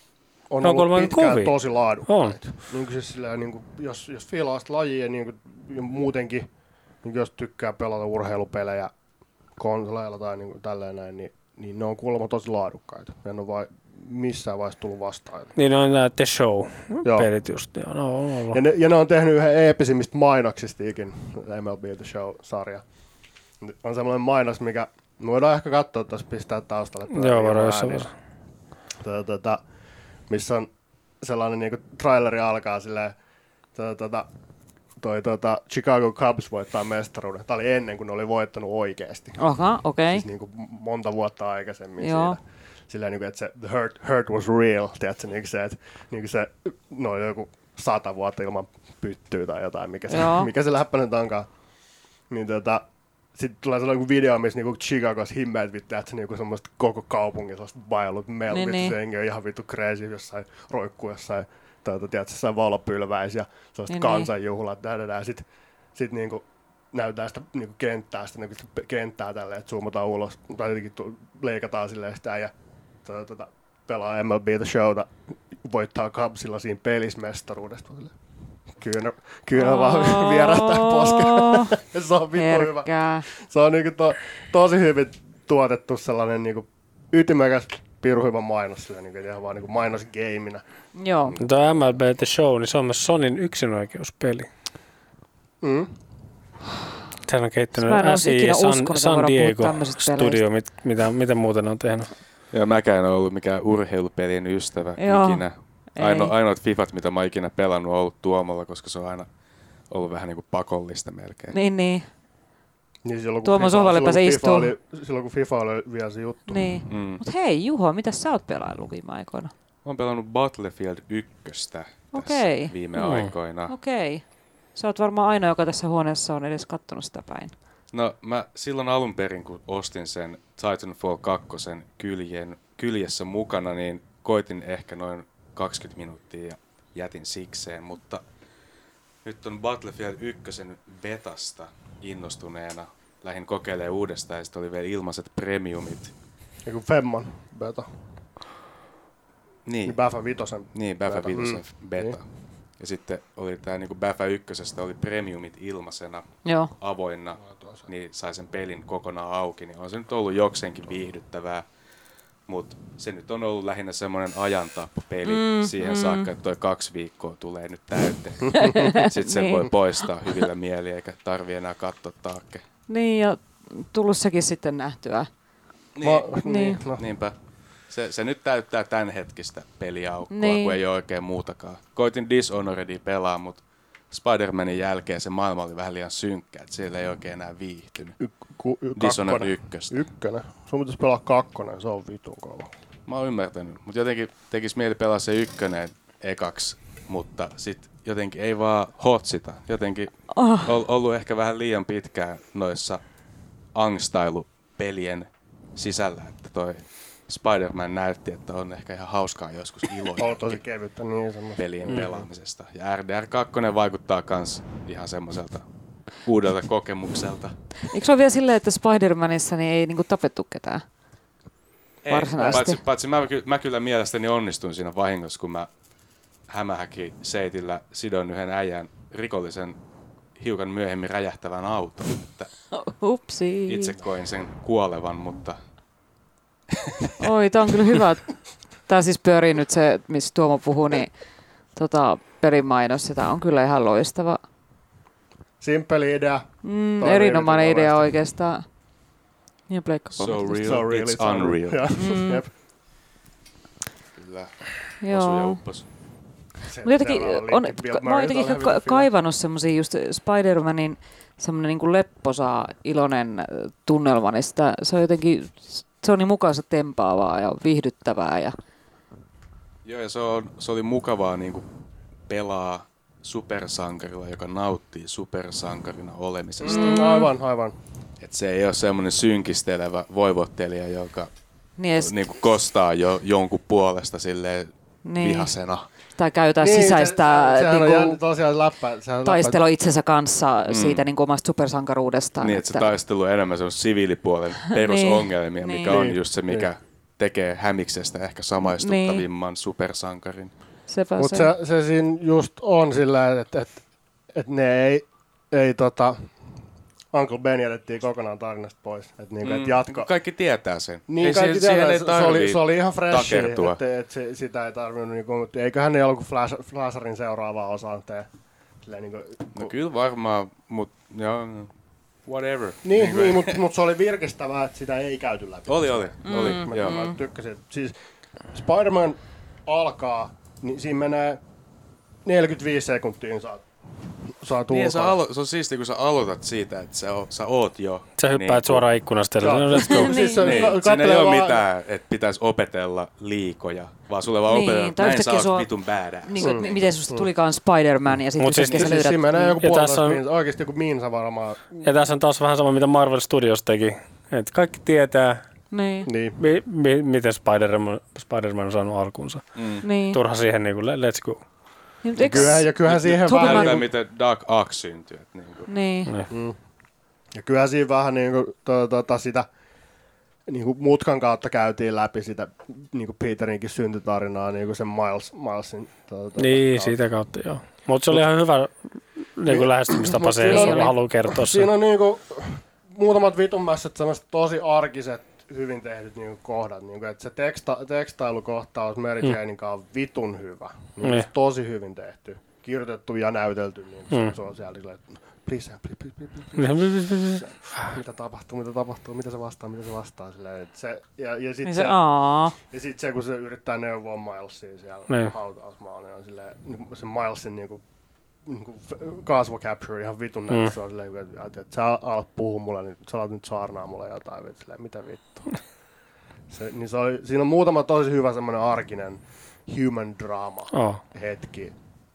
on No, ollut kuulemma pitkään kovia. tosi laadukkaita. On. Niin kuin siis silleen, niin kuin, jos, jos fiilaa sitä lajia niin kuin, ja muutenkin, niin jos tykkää pelata urheilupelejä konsoleilla tai niin kuin tälleen näin, niin, niin ne on kuulemma tosi laadukkaita. En ole vai, missään vaiheessa tullut vastaan. Niin on nämä The Joo. Show-pelit just. Joo, no, on ollut. Ja ne, ja ne on tehnyt yhden eeppisimmistä mainoksista ikin, M L B The Show-sarja. On semmoinen mainos, mikä me voidaan ehkä katsoa tässä, pistää taustalle. Joo, varmaan jossain vaiheessa. Tota, tota, missä on sellainen niinku traileri alkaa silleen, tota, tota, toi tota, Chicago Cubs voittaa mestaruuden. Tämä oli ennen kuin ne oli voittanut oikeasti. Oha, okei. Okay. Siis niinku monta vuotta aikaisemmin Joo. siitä. Silleen niinku, että se the hurt, hurt was real, tiedätkö, niinku se, että niinku se, no joku sata vuotta ilman pyttyä tai jotain, mikä se, mikä se läppä nyt onkaan. Niin tota, sitten tulee sellainen video, missä niinku Chicagos himmeet vittu, että se niinku semmoista koko kaupungin sellaista vaellut melvit, niin, niin. Se hengi on ihan vittu crazy jossain roikkuu jossain, tai tiedätkö, jossain valopylväis ja sellaista niin, kansanjuhlat, niin. Sitten sit niinku näytetään sitä niinku kenttää, sitä niinku kenttää tälleen, että zoomataan ulos, tai jotenkin tu- leikataan silleen sitä ja tota, tota, pelaa M L B The Showta, voittaa Cubsilla siinä pelismestaruudesta. Kyynä, kyynä vaan vierähtää poskella. Se on vittu hyvä. Se on niinku to, tosi hyvin tuotettu sellainen niinku ytimekäs pirun hyvä mainos, sillä niinku ihan vaan niinku mainosgeiminä. Joo. Tuo M L B The Show, niin se on myös Sonyn yksinoikeuspeli. Mm. Sehän on kehittänyt S I ja San, San Diego Studio, mit, mitä, mitä muuten on tehnyt. Joo, mäkään en ole ollut mikään urheilupelien ystävä Joo. ikinä. Aino, ainoat Fifat, mitä mä oon ikinä pelannut, on ollut Tuomolla, koska se on aina ollut vähän niin kuin pakollista melkein. Niin, niin. Niin silloin, Tuomo sohvallepa se istuu. Oli, silloin kun FIFA oli vielä se juttu. Niin. Mm. Mut hei Juho, mitä sä oot pelaillut viime aikoina? Mä oon pelannut Battlefield yksi okay. viime mm. aikoina. Okei. Okay. Sä oot varmaan ainoa, joka tässä huoneessa on edes kattonut sitä päin. No mä silloin alun perin, kun ostin sen Titanfall kaksi kyljen, kyljessä mukana, niin koitin ehkä noin kaksikymmentä minuuttia ja jätin sikseen, mutta nyt on Battlefield yksi betasta innostuneena. Lähdin kokeilemaan uudestaan ja sitten oli vielä ilmaiset premiumit. Eiku Femman beta. Niin. Niin Bäfä Vitosen Niin, Bäfä Vitosen mm. beta. Niin. Ja sitten oli tää niinku Bäfä ykkösestä oli premiumit ilmaisena, Joo. avoinna, niin sai sen pelin kokonaan auki. Niin on se nyt ollut jokseenkin viihdyttävää. Mutta se nyt on ollut lähinnä semmoinen ajantappopeli mm, siihen mm. saakka, että toi kaksi viikkoa tulee nyt täyteen. Sitten sen niin. voi poistaa hyvillä mieli, eikä tarvii enää katsoa taakke. Niin, ja tullut sekin sitten nähtyä. Niin, Ma, niin. No. Niinpä. Se, se nyt täyttää tämänhetkistä peliaukkoa, niin. kun ei ole oikein muutakaan. Koitin Dishonoredia pelaa, mutta Spider-Manin jälkeen se maailma oli vähän liian synkkä, että siellä ei oikein enää viihtynyt. Y- ku, y- Dishonored ykköstä. Ykkönen. Sun pitäisi pelaa kakkonen, se on vitun kova. Mä oon ymmärtänyt, mutta jotenkin tekisi mieli pelaa se ykkönen ekaksi, mutta sit jotenkin ei vaan hotsita. Jotenkin oh. on ollut ehkä vähän liian pitkään noissa angstailu-pelien sisällä, että toi Spider-Man näytti, että on ehkä ihan hauskaa joskus iloinen tosi kevyttä, niin pelien mm. pelaamisesta. Ja R D R kaksi vaikuttaa kans ihan semmoiselta uudelta kokemukselta. Eikö se ole vielä silleen, että Spider-Manissa niin ei niinku tapettu ketään? Ei, paitsi, paitsi mä, mä kyllä mielestäni onnistuin siinä vahingossa, kun mä hämähäkin seitillä sidon yhden äijän rikollisen hiukan myöhemmin räjähtävän auton. Upsi. Itse koin sen kuolevan, mutta... Oi, tää on kyllä hyvä. Tää siis pyörii nyt se, missä Tuomo puhuu, niin tota, perimainos. Ja tää on kyllä ihan loistava. Simppeli idea. Mm, erinomainen idea oikeastaan. Ja so real, so real, it's, it's unreal. unreal. Mm. Yep. Kyllä. Joo. Osu ja uppos. Mutta jotenkin, on, mä oon jotenkin ka- kaivannut semmosia just Spider-Manin semmonen niinku lepposa, iloinen tunnelma, niin sitä, se on jotenkin, se on niin mukaansa tempaavaa ja viihdyttävää. Ja... Joo, ja se, on, se oli mukavaa niinku pelaa supersankarilla, joka nauttii supersankarina olemisesta. Mm, aivan, aivan. Et se ei ole semmoinen synkistelevä voivottelija, joka niin niinku kostaa jo jonkun puolesta silleen niin. vihasena. Tai käytetään niin, sisäistä se, niinku, jäänyt, tosiaan läppä, taistelu läppä. itsensä kanssa mm. siitä niinku omasta supersankaruudestaan. Niin, että se taistelu on enemmän semmoista siviilipuolen perusongelmia, niin. mikä niin. on just se, mikä niin. tekee Hämiksestä ehkä samaistuttavimman niin. supersankarin. Mutta se, se siinä just on sillä, että et, et ne ei, ei tota, Uncle Ben jätettiin kokonaan tarinasta pois. Et niinku, et jatko. Kaikki tietää sen. Niin, ei kaikki siihen, tietää, ei se, oli, se oli ihan freshi, että et se, sitä ei tarvinnut. Niinku, eiköhän ne joku Flash, Flasharin seuraavaa osaan tee. Niinku, no ku... kyllä varmaan, mutta joo, whatever. Niin, niin, niin mutta mut se oli virkistävää, että sitä ei käyty läpi. Oli, oli. Mm. oli mä, joo. mä tykkäsin. Siis Spider-Man alkaa, niin siinä menee neljäkymmentäviisi sekuntia, niin saat, saat niin, sä alo- se on siistiä, kun sä aloitat siitä, että sä, o- sä oot jo. Sä hyppäät niin, suoraan ikkunasta. No, let's go. Siis se, niin. ka- Siinä ei ole vaan... mitään, että pitäisi opetella liikoja, vaan sulle vaan niin, opetetaan, että näin sä oot sua... vitun badass. Niin kuin, mm. miten susta tulikaan Spider-Man ja sitten Mut yhtäkkiä siis, sä löydät... Siinä menee joku puolitoista on... miinsa, oikeesti joku miinsa varmaan. Ja tässä on taas vähän sama, mitä Marvel Studios teki. Että kaikki tietää, niin. Niin. mi- mi- miten Spider-Man, Spider-Man on saanut alkunsa. Mm. Niin. Turha siihen niin kuin, let's go. Niin, ja, kyllähän, ja kyllähän siihen Toby vähän... Päätetään, miten Doc Ock syntyi. Niin. Niin. niin. Mm. Ja kyllähän siinä vähän niin kuin, to, to, to, sitä niin kuin mutkan kautta käytiin läpi sitä niin kuin Peterinkin syntytarinaa, niin kuin sen Miles, Milesin. To, to, Niin, kautta. siitä kautta joo. Mutta se oli ihan hyvä niin kuin lähestymistapa se, jos haluaa kertoa sen. Siinä on niin kuin, muutamat vitunmässät sellaiset tosi arkiset, hyvin tehdyt niin kuin kohdat. Niin kuin, että se teksta, tekstailukohtaus Mary Janein kanssa on vitun hyvä. Niin, niin. Tosi hyvin tehty. Kirjoitettu ja näytelty. Niin mm. se on siellä silleen, että please, please, please, please, please. Mitä tapahtuu, mitä tapahtuu, mitä se vastaa, mitä se vastaa. Silleen, että se, ja ja sitten Niin se, se, aa. ja sit se, kun se yrittää neuvoa Milesia siellä niin. hautausmaalla, niin on silleen, se Milesin niinku, niinku kasvo capture ihan vitun näin. Mm. Se on silleen, että, että, että sä alat puhua mulle, niin sä alat nyt saarnaa mulle jotain. Silleen, mitä vittua. Se, niin se oli, siinä on muutama tosi hyvä semmoinen arkinen human drama Oh. hetki.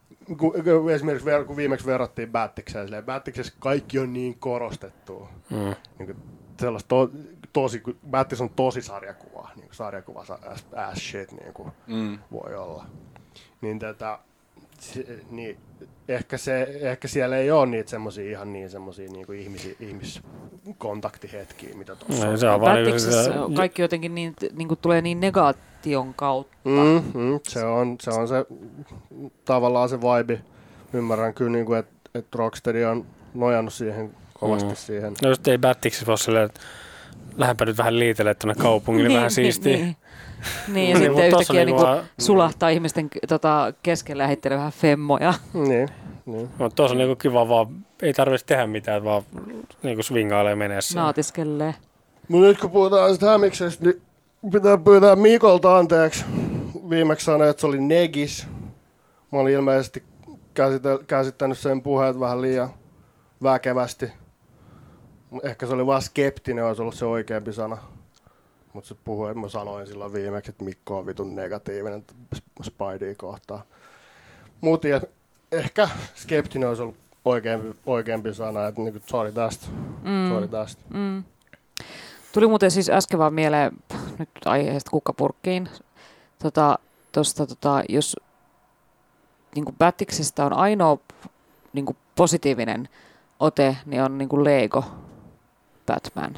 Kun, esimerkiksi ver, kun viimeksi verrattiin Battikseen, silleen, Battiksessa kaikki on niin korostettua. Mm. Niin kuin sellaista to, tosi, Battis on tosi sarjakuva, niin kuin sarjakuva ass, ass shit niin kuin mm. voi olla. Niin tätä, se, niin, ehkä, se, ehkä siellä ei ole niitä semmosia ihan niin semmosia niin kuin ihmisi, ihmiskontaktihetkiä, mitä tuossa on. Se on Battiksessa kaikki jotenkin niin, niin kuin tulee niin negaation kautta. Mm, mm, se, on, se on se tavallaan se vibe. Ymmärrän kyllä, niin kuin, että et Rocksteady on nojannut siihen kovasti mm. siihen. No just ei Battiksessa voi silleen, että lähdepä nyt vähän liitelle tuonne kaupungille, niin, vähän siistiä. Niin, niin ja sitten yhtäkkiä niinku vaan... sulahtaa ihmisten tota, keskellä ja heittelee vähän femmoja. Niin, niin. No tuossa on niinku kiva vaan, ei tarvitse tehdä mitään, vaan niinku swingailee menessä. Naatiskelee. Mutta nyt kun puhutaan sitä Hämiksestä, niin pitää pyytää Mikolta anteeksi. Viimeksi sanoin, että se oli negis. Mä olin ilmeisesti käsittänyt sen puheet vähän liian väkevästi. Ehkä se oli vaan skeptinen, olisi ollut se oikeampi sana. Mutta se puhui, että mä sanoin silloin viimeksi, että Mikko on vitun negatiivinen Spidey kohtaan. Mutta ehkä skeptinen olisi ollut oikeampi, oikeampi sana, että niinku, sorry tästä. Mm. Sorry tästä. Mm. Tuli muuten siis äsken vaan mieleen, nyt aiheesta kukkapurkkiin, tota, tosta, tota, jos niinku Battiksestä on ainoa niinku positiivinen ote, niin on niinku Lego Batman.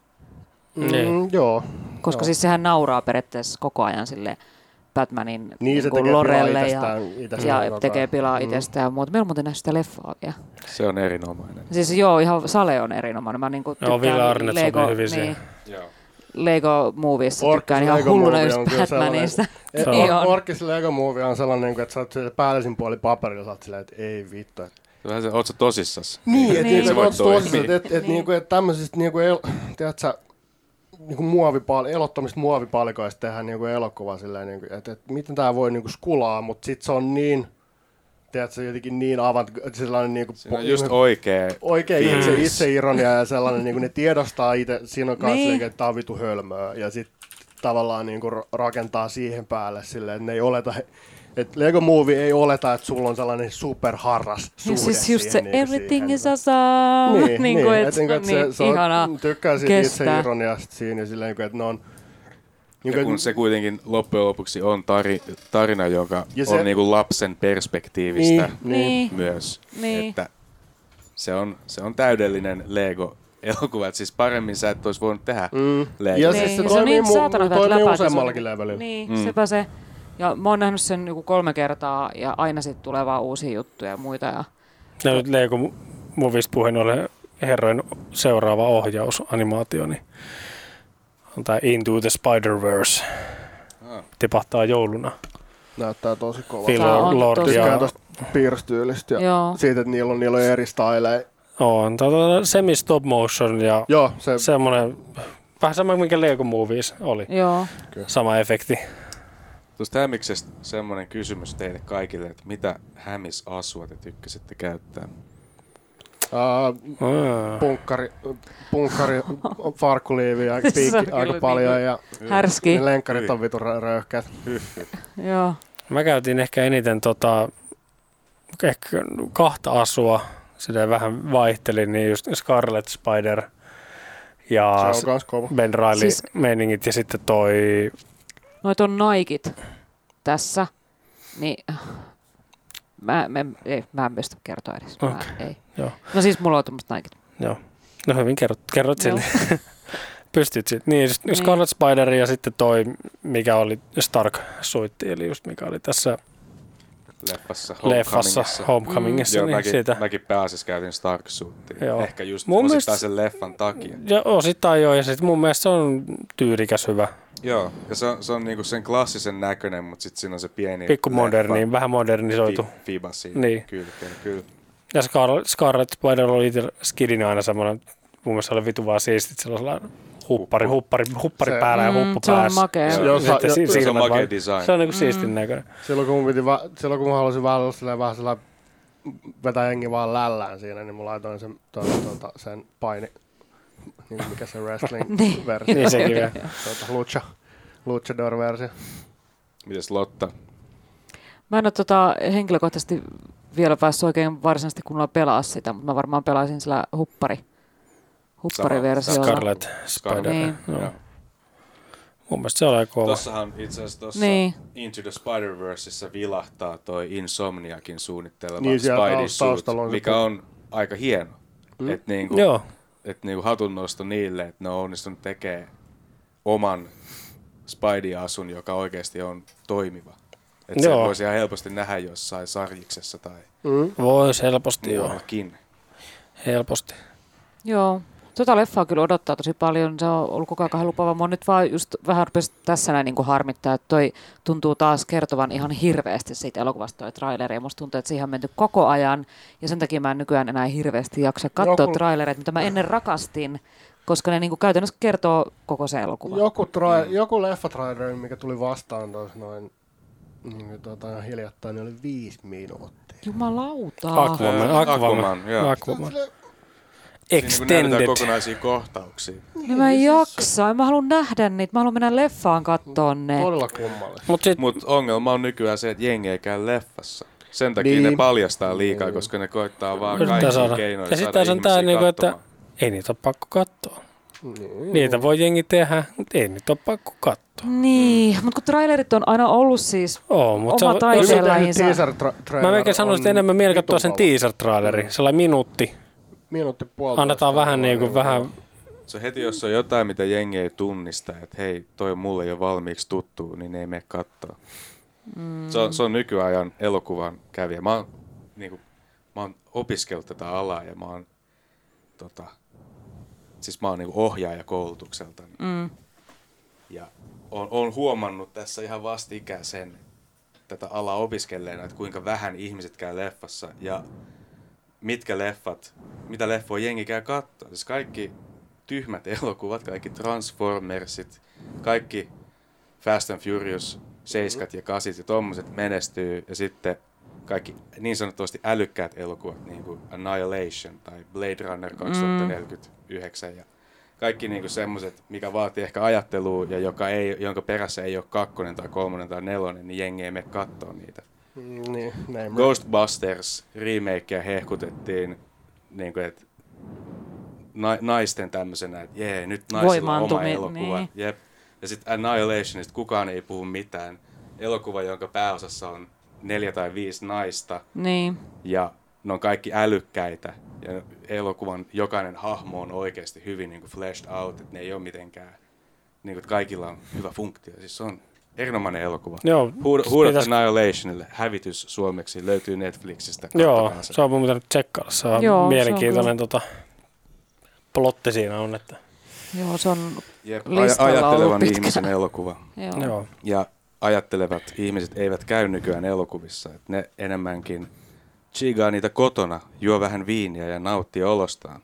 Mm, joo. Koska joo. siis sehän nauraa periaatteessa koko ajan sille Batmanin niin, niin se tekee Lorelle pilaa ja, itsestään, ja tekee pilaa mm. itsestään ja muuta. Meillä on muuten nähty sitä leffaa vielä. Se on erinomainen. Siis joo, ihan Sale on erinomainen. Mä niinku tykkään Lego, niin, Lego Movieissa tykkään ihan Lego hulluna just Batmanista. Niin on. Orkis Lego Movie on sellainen, että sä oot päällisin puoli paperilla, sä oot silleen, että ei vittu. Vähän se, oot sä tosissas? Niin, että niin. et, oot tosissas, että et, et, niin. niinku, et tämmöisistä niinku, el, tiedät sä, niinku muovipal- elottomista muovipalikoista tehdään niinku elokuva silleen, niinku, että et, miten tää voi niinku skulaa, mutta sit se on niin, tiedätkö, jotenkin niin avant, sellainen niinku... Siinä on just oikee. Oikein itse, itseironia ja sellainen, niinku ne tiedostaa itse, siinä on kanssa niin. Että tää on vitu hölmöä ja sit tavallaan niinku rakentaa siihen päälle silleen, että ne ei oleta, että Lego Movie ei oleta, että sulla on sellainen superharras suhde siis siihen. Just se niinku everything siihen. is awesome. Niin, niin, niin, et, et, et niin, se, se on, ihanaa tykkää siitä kestää. itseironiasta siinä ja silleen, että ne on... Niin ja kun se kuitenkin loppujen lopuksi on tari, tarina, joka se, on niinku lapsen perspektiivistä niin, myös. Niin. Että se on, se on täydellinen Lego elokuva. Et siis paremmin sä et olisi voinut tehdä Mm. Lego. Ja Niin, siis se se on toimii, niin mu- saatana hyvät toimii läpät, ja se on useammallakin niinku- levelillä. Niin, Mm. sepä se. Ja mä oon nähnyt sen joku kolme kertaa ja aina sitten tulee vaan uusia juttuja ja muita. Ja... Ja nyt Lego Movista puheen ollen herrojen seuraava ohjausanimaatio, niin on tää Into the Spider-Verse. Ah. Tipahtaa jouluna. Näyttää tosi kova. Phil Tää on Lord tosi- Tykkään ja tosta piirrostyylistä ja Joo. siitä, että niillä on, niillä on eri styleja. on tota, semi-stop motion ja Joo, se semmoinen, vähän sama mikä Lego Movies oli. Joo. Sama efekti. Tuosta Hämiksestä semmoinen kysymys teille kaikille, että mitä Hämis-asua te tykkäsitte käyttää? uh, Ah. punkkari, punkkari farkkuliivi ja Se piikki on aika kyllä paljon niinku ja Härski. ne lenkkarit on vitun rö- röyhkeät. Joo. Mä käytin ehkä eniten tota, ehkä kahta asua. Sitä vähän vaihtelin, niin just Scarlet Spider ja Se on kans kova. Ben Reilly Siis- meiningit ja sitten toi... Noit on Nikit tässä. Niin mä, mä, ei, mä en pysty kertoa edes. Mä, Okei, ei. joo. No siis mulla on tommoset Nikit. Joo. No hyvin kerrot, kerrot Joo. sille. Pystyt sitten. Niin, just Scarlet Spider ja sitten toi, mikä oli Stark-suitti, eli just mikä oli tässä Leffassa, leffassa Homecomingissa. Homecomingissa, Joo, niin mäkin, siitä. mäkin pääasiassa käytin Stark-suittia. Joo. Ehkä just Mun osittain mielestä- sen leffan takia. Ja osittain joo, ja sitten mun mielestä se on tyylikäs hyvä. Joo, ja se on, se on niinku sen klassisen näköinen, mutta sitten siinä on se pieni Pikku moderni, leffa vähän modernisoitu. fi- fiba siinä Niin. kylkeen. Kyllä. Ja Scarlet, Scarlet Spider oli itse skidinä aina semmoinen, mun mielestä oli vitu vaan siistit sellaisella huppari, huppari, huppari Se- päällä ja Mm, huppu se on päässä. makea. Joo. Jos, Sitten jo, si- Se on silmät makea vaan- design. Se on niinku siistin näköinen. silloin, kun mun piti va- silloin kun mä halusin vähän olla silleen, vähän sellainen vetää jengi vaan lällään siinä, niin mä laitoin sen, tuota, tuota, sen paini, niin kuin mikä se Niin. wrestling-versio. Niin sekin vielä. Tuota, lucha, luchador-versio. Mites Lotta? Mä en ole tota, henkilökohtaisesti vielä päässyt oikein varsinaisesti kunnolla pelaa sitä, mutta mä varmaan pelaisin sillä huppari, huppariversiolla. Scarlet Spider. Niin. Joo. Mun mielestä se oli kova. Tossahan itse asiassa tossa Niin. Into the Spider-Verseissa vilahtaa toi Insomniakin suunnitteleva Niin, siellä Spidey taus- taustalla on suit, se mikä pu- on aika hieno. Mm. Et niinku, Joo. et niinku hatunnosto niille, että ne on onnistunut tekemään oman Spidey-asun, joka oikeasti on toimiva. Et se Joo. voisi ihan helposti nähdä jossain sarjiksessa tai Mm. Vois helposti joo. muuallakin. Helposti. Joo. Tota leffaa kyllä odottaa tosi paljon. Se on ollut koko ajan kauhean lupaava. Mä nyt vaan just vähän rupesi tässä näin niin kuin harmittaa, että toi tuntuu taas kertovan ihan hirveästi siitä elokuvasta toi traileri. Ja musta tuntuu, että siihen on menty koko ajan. Ja sen takia mä en nykyään enää hirveästi jaksa katsoa Joku- trailereita, mitä mä ennen rakastin. Koska ne niin kuin käytännössä kertoo koko se elokuva. Joku, tra- joku leffatraileri, mikä tuli vastaan tuossa noin niin, tuota, hiljattain, niin oli viisi minuuttia. Jumalauta. Aquaman. Ää, Aquaman. Aquaman, joo. Aquaman. Sille- Siinä niinku näytetään Extended. kokonaisia kohtauksia. Niin mä en jaksa. Mä haluan nähdä niitä. Mä haluan mennä leffaan kattoon ne. Todella kummallista. Mut sit, Mutta ongelma on nykyään se, että jengi ei käy leffassa. Sen takia Niin. ne paljastaa liikaa, Niin. koska ne koittaa vaan Yrittää kaikki saada. keinoin Ja saada sitten on tää ihmisiä niinku, että katsomaan. ei niitä ole pakko katsoa. Niin. Niitä voi jengi tehdä, mutta ei niitä ole pakko katsoa. Niin, mutta kun trailerit on aina ollut siis Oo, mutta se oma on, taiteella. Hyvin tehty lajinsa. teaser tra- trailer mä melkein sanoisin, että on enemmän mieli katsoa sen vitun kova. teaser-traileri. Sellainen minuutti. Minuutti puolitoista. Annetaan vähän niinku vähän... Se heti, jos on jotain, mitä jengi ei tunnista, että hei, toi on mulle jo valmiiksi tuttu, niin ne ei mene katsoa. Mm. Se, on, se on nykyajan elokuvan kävijä. Mä oon, niinku, mä oon opiskellut tätä alaa ja mä oon, tota, siis mä oon niinku ohjaaja koulutukselta. Mm. Ja oon, oon huomannut tässä ihan vastikään sen, tätä alaa opiskelleena, että kuinka vähän ihmiset käy leffassa ja mitkä leffat, mitä leffoja jengi käy katsoa. Siis kaikki tyhmät elokuvat, kaikki Transformersit, kaikki Fast and Furious seiskat ja kasit ja tommoset menestyy. Ja sitten kaikki niin sanotusti älykkäät elokuvat, niin kuin Annihilation tai Blade Runner kaksituhattaneljäkymmentäyhdeksän ja kaikki niinku semmoset, mikä vaatii ehkä ajattelua ja joka ei, jonka perässä ei ole kakkonen tai kolmonen tai nelonen, niin jengi ei mene kattoo niitä. Mm, Niin, näin. Ghostbusters remakea hehkutettiin niinku, et na- naisten tämmöisenä, että jee, nyt naisilla on oma Voimaantumi- elokuva. niin. Jep. Ja sitten Annihilationista kukaan ei puhu mitään. Elokuva, jonka pääosassa on neljä tai viisi naista Niin. ja ne on kaikki älykkäitä ja elokuvan jokainen hahmo on oikeasti hyvin niin kuin fleshed out, että ne ei ole mitenkään, niin kuin, kaikilla on hyvä funktio. Siis se on erinomainen elokuva. Joo. Huudat pitäis... Annihilationille, hävitys suomeksi, löytyy Netflixistä. Joo, se on mun pitänyt tsekkailla. Se on Joo, mielenkiintoinen tota, plotti siinä on. Että... Joo, se on Jep, listalla aj- ajattelevan ollut pitkään. ihmisen elokuva. Joo. Joo. Ja ajattelevat ihmiset eivät käy nykyään elokuvissa. Et ne enemmänkin chigaa niitä kotona, juo vähän viiniä ja nauttii olostaan.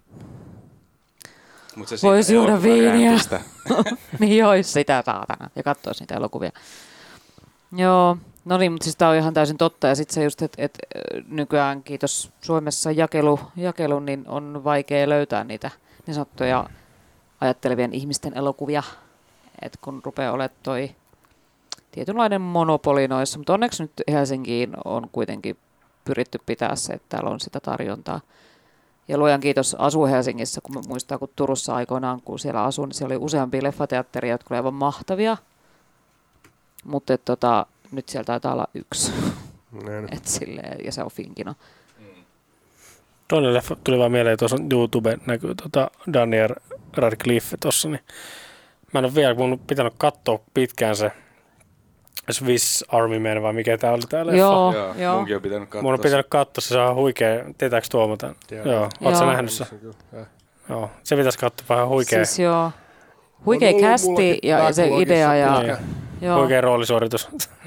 Mut se Vois siitä juoda viiniä. räntistä. Niin jois sitä saatana ja katsois niitä elokuvia. Joo, no niin, mutta siis tää on ihan täysin totta. Ja sitten se just, että et, nykyään kiitos Suomessa jakelu, jakelu, niin on vaikea löytää niitä niin sanottuja ajattelevien ihmisten elokuvia. Et kun rupeaa olemaan toi tietynlainen monopoli noissa. Mutta onneksi nyt Helsinkiin on kuitenkin pyritty pitää se, että täällä on sitä tarjontaa. Ja luojan kiitos asuu Helsingissä, kun mä muistan, kun Turussa aikoinaan, kun siellä asuin, niin siellä oli useampia leffateatteria, jotka olivat aivan mahtavia. Mutta tota, nyt siellä taitaa olla yksi. Et silleen, ja se on Finkino. Toinen leffa tuli vaan mieleen, tuossa on YouTube näkyy tota Daniel Radcliffe tuossa, niin mä en ole vielä, mun on pitänyt katsoa pitkään se Swiss Army Man, vai mikä tää oli tää leffa. Joo, Joo, joo. munkin on pitänyt katsoa. Mun on pitänyt katsoa, se on huikea. Tietääks Tuomo tän? Joo. Oot sä Joo. nähnyt se? Joo. Se pitäisi katsoa vähän huikea. Siis joo. Huikea kästi ja se idea ja... Niin. Joo. Huikea roolisuoritus.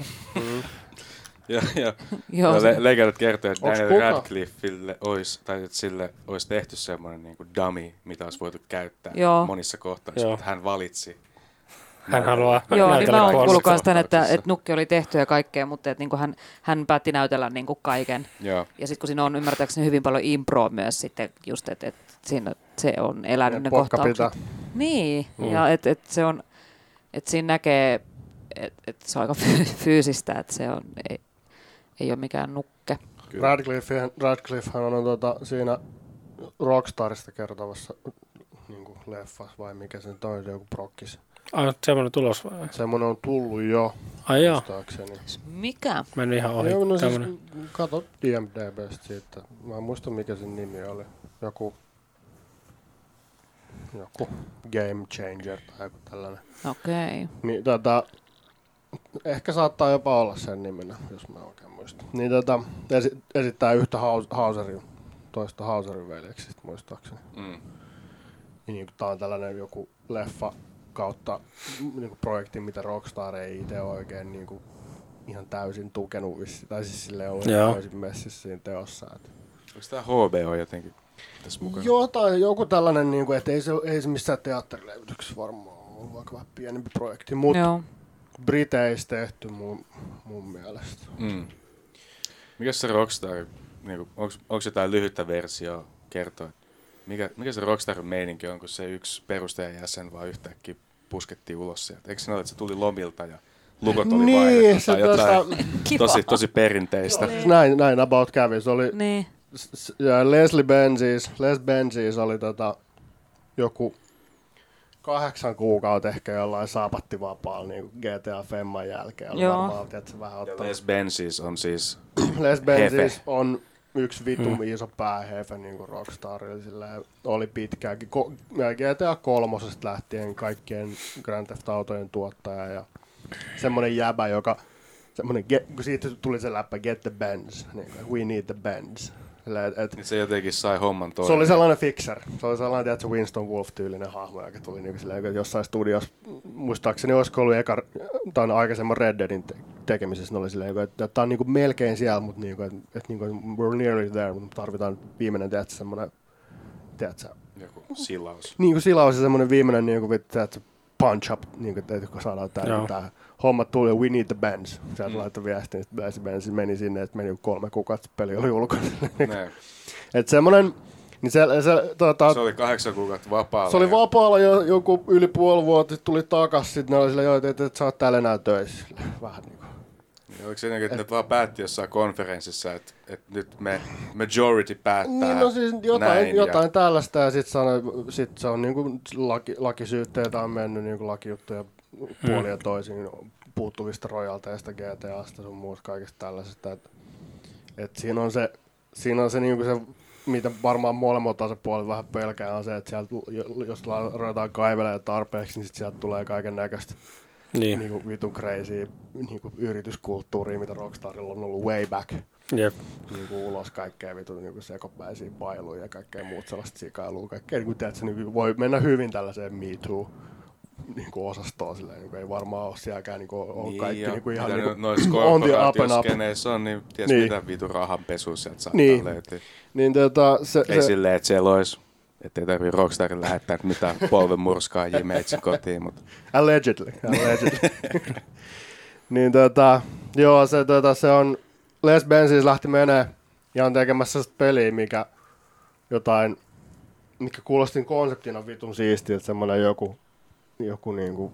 Ja, ja, Joo, ja se- le- legendat kertoo, että Onks Daniel kuka? Radcliffelle olisi, tai että sille olisi tehty semmoinen niin kuin dummy, mitä olisi voitu käyttää Joo. monissa kohtaissa, Joo. mutta hän valitsi. Hän haluaa Joo, niin näytellä mä oon kuollutta. kuullut myös tämän, että, kohtauksessa. että nukki oli tehty ja kaikkea, mutta että niinku hän, hän päätti näytellä niinku kaiken. Joo. Ja sitten kun siinä on ymmärtääkseni hyvin paljon improa myös sitten just, että et siinä se on elänyt ne Pokka kohtaukset. pitää. Niin, Mm. mm. ja että et se on, että siinä näkee, että et se on aika fy- fyysistä, että se on, ei, ei ole mikään nukke. Kyllä. Radcliffe, Radcliffehan on tuota, siinä Rockstarista kertovassa niin kuin leffassa, vai mikä se nyt on, joku prokkis. Ai, semmoinen tulos vai? Semmoinen on tullut jo, Ai joo, muistaakseni. Mikä? mennyt ihan ohi. Joo, no siis Tämmönen. kato I M D B:stä siitä. Mä en muista mikä sen nimi oli. Joku, joku Game Changer tai joku tällainen. Okei. Niin tota, ehkä saattaa jopa olla sen nimenä, jos mä oikein muistan. Niin tota, esi- esittää yhtä Haus- Hauserin, toista Hauserin veljeksistä muistaakseni. Mm. Niin tää on tällainen joku leffa kautta niin projekti, mitä Rockstar ei itse oikein niin kuin, ihan täysin tukenut vissi. Tai siis silleen ollut Joo. täysin messissä siinä teossa. Et. Onko tämä H B O jotenkin tässä mukana? Joo, tai joku tällainen, niin kuin, että ei se, ei se missään teatterilevytyksessä varmaan ole, vaikka vähän pienempi projekti. Mutta Joo. Briteissä tehty mun, mun mielestä. Mm. Mikäs se Rockstar, niinku, onko jotain lyhyttä versiota kertoa, mikä, mikä se Rockstarin meininki on, kun se yksi perustajajäsen vaan yhtäkkiä puskettiin ulos sieltä? Eikö se ole, että se tuli lomilta ja lukot oli Niin, vaihdettu se tai jotain tota- Kiva. tosi, tosi perinteistä? Siis näin, näin about kävi. Se oli, Niin. s- ja Leslie Benzies, Les Benzies oli tota, joku kahdeksan kuukautta ehkä jollain saapattivapaalla niin G T A Femman jälkeen. Oli Joo. varmaan, että se vähän Ja ottanut. Les Benzies on siis, Les Benzies Hefe. on yksi vitun Hmm. iso päähefe niin kuin Rockstarilla. Silleen oli pitkäänkin. Ko- ja G T A kolmosesta lähtien kaikkien Grand Theft Autojen tuottaja ja semmonen jäbä, joka semmonen, ge- kun siitä tuli se läppä Get the Benz, niin kuin, we need the Benz. Silleen, et, et, niin se jotenkin sai homman se toimeen. oli sellainen fixer. Se oli sellainen, tiedätkö, Winston Wolf-tyylinen hahmo, joka tuli niinku silleen, jossain studiossa, muistaakseni olisiko ollut eka, tai aikaisemman Red Deadin te- tekemisessä, ne oli silleen, että tämä on niinku melkein siellä, mutta niinku, että et, niinku, we're nearly there, mutta tarvitaan viimeinen, tiedätkö, semmoinen, tiedätkö, Joku silaus. niinku silaus ja semmoinen viimeinen, niinku, tiedätkö, punch up, niinku, että kun saadaan Joo. tämä homma tuli, we need the Benz. Sieltä Mm. laittoi viestin, että se Benz meni sinne, että meni kolme kuukautta, peli oli ulkona. Ne. Että semmoinen, niin se, se, tota, Se oli kahdeksan kuukautta vapaalla. se oli ja- vapaalla jo, joku yli puoli vuotta, sit tuli takas, sit ne oli silleen, että et, et sä oot täällä enää töissä. Vähän niinku. Ja oliko se jotenkin, että ne vaan päätti jossain konferenssissa, että, että nyt me majority päättää Niin, no siis jotain, näin, jotain ja, tällaista, ja sit, sanoi, sit se on niinku laki, lakisyytteitä on mennyt niinku lakijuttuja puolin ja toisin puuttuvista rojalteista, G T A:sta sun muusta kaikista tällaisesta. Et, et siinä on se, siinä on se, niinku se mitä varmaan molemmat osapuolet vähän pelkää, on se, että sieltä, jos ruvetaan kaivelemaan tarpeeksi, niin sit sieltä tulee kaiken näköistä Niin. niinku vitun crazy niinku yrityskulttuuria, mitä Rockstarilla on ollut way back. Jep. Niinku ulos kaikkea vitun niinku sekopäisiä pailuja ja kaikkea muut sellaista sikailua. Kaikkea, niinku, tiedätkö, niinku, voi mennä hyvin tällaiseen Me Too niinku osastoon silleen, niinku, ei varmaan ole sielläkään niinku, on Niin, kaikki ja niinku, ihan mitä niinku, noissa on the up and up. korporaatioskeneissä on, niin ties Niin. mitä vitun rahanpesu sieltä saattaa Niin. löytyä. Niin, tota, se, Ei se, silleen, että siellä olisi, ettei tarvii Rockstarin lähettää mitään polvenmurskaajia meitsi kotiin, mutta allegedly. allegedly. niin tota, joo, se, tota, se on, Les Benzies lähti menee ja on tekemässä sellaista peliä, mikä jotain, mikä kuulosti konseptina vitun siistiltä, semmoinen joku, joku niinku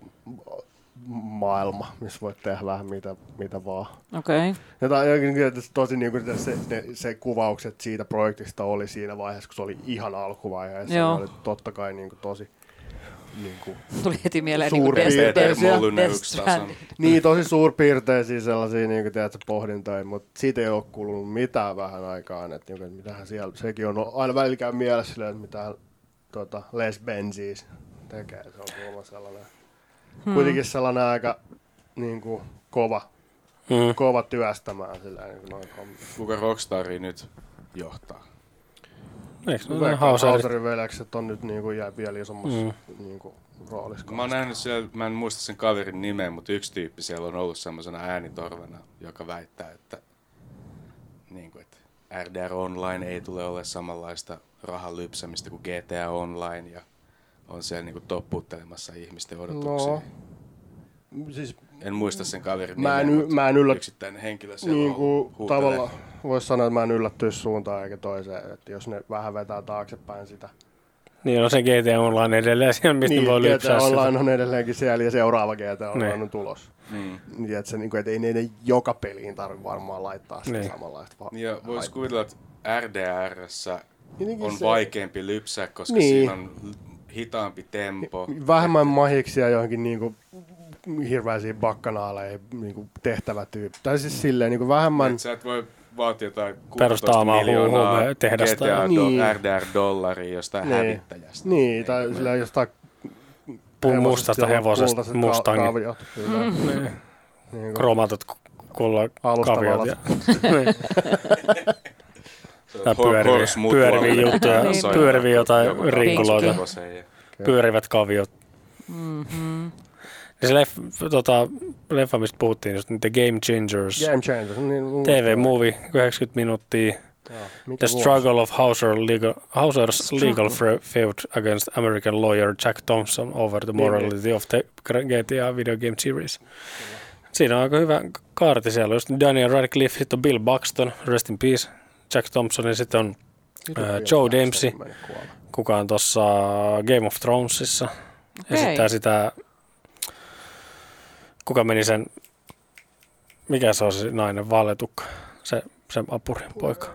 maailma, missä voit tehdä vähän mitä, mitä vaan. Okei. Okay. Jotain, tosi niinku se, ne, se kuvaukset siitä projektista oli siinä vaiheessa, kun se oli ihan alkuvaiheessa. Se oli totta kai niinku tosi niinku Tuli heti mieleen Suuri niinku Death- Peter Death- Molyneux Death tason. Stranding. niin tosi suurpiirteisiä sellaisia niinku tiedätkö pohdintoja, mutta siitä ei ole kulunut mitään vähän aikaan, että niinku, mitähän siellä, sekin on aina välillä käy mielessä silleen, että mitä tota, Les Benzies tekee, se on kuulemma sellainen, hmm. kuitenkin sellainen aika niinku kova, Mm. kova työstämään silleen niinku noin hommia. kuka Rockstaria nyt johtaa? Eikö ne ole Veikkaan Hauserit? Hauserin veljekset on nyt niinku jää vielä isommassa Mm. niinku roolissa. Mä oon nähnyt siellä, mä en muista sen kaverin nimeä, mutta yksi tyyppi siellä on ollut semmoisena äänitorvena, joka väittää, että, niin kuin, että R D R Online ei tule ole samanlaista rahan lypsämistä kuin G T A Online ja on siellä niin kuin topputtelemassa ihmisten odotuksia. No, siis En muista sen kaverin Mä en nimeä, y- mutta mä en yllät- yksittäinen henkilö siellä niin on kuin ollut huutelee. tavallaan voisi sanoa, että mä en yllättyisi suuntaan eikä toiseen, että jos ne vähän vetää taaksepäin sitä. Niin on se G T A Online edelleen siellä, mistä Niin, voi G T A lypsää sitä. Online on edelleenkin siellä ja seuraava G T A Online Niin. on tulos. Mm. Niin, että, se, niin kuin, että ei ne joka peliin tarvitse varmaan laittaa sitä Niin. samanlaista. Va- Ja vois haittaa. kuvitella, että R D R:ssä Jotenkin on se- vaikeampi lypsää, koska Niin. siinä on hitaampi tempo. Vähemmän mahiksia johonkin niinku hirveisiin bakkanaaleihin niinku tehtävätyyppi. Tai siis silleen niinku vähemmän. Et sä et voi vaatia jotain Perustaa kuusitoista omaa miljoonaa huume-tehdasta. G T A Niin. do, R D R-dollaria jostain Niin. hävittäjästä. Niin, tai silleen jostain Puun mustasta hevosesta, kultaiset Mustangin. kaviot. Kyllä. Niin. Niinku Kromatut kulla Alustavalat. kaviot. Ja, niin. Tai pyöriviä, pyöriviä juttuja, Niin. pyöriviä jotain Joku rinkuloita, hevosen ja- pyörivät kaviot. Mm-hmm. Ja se leff, tota, leffa, mistä puhuttiin, just The Game Changers, Game Changers. Niin, T V-movie, yhdeksänkymmentä minuuttia. Joo. Mikä The vuosi? struggle of Hauser legal, Hauser's legal fe- feud against American lawyer Jack Thompson over the morality of the G T A video game series. Siinä on aika hyvä kaarti siellä. Just Daniel Radcliffe, sitten on Bill Buxton, rest in peace, Jack Thompson, ja sitten on Vittu, äh, Bill Joe Paxton Dempsey, meni kuolemaan. kuka on tuossa Game of Thronesissa. Okei. Esittää sitä, kuka meni sen, mikä se on se nainen, vaaletukka, se, se apurin poika.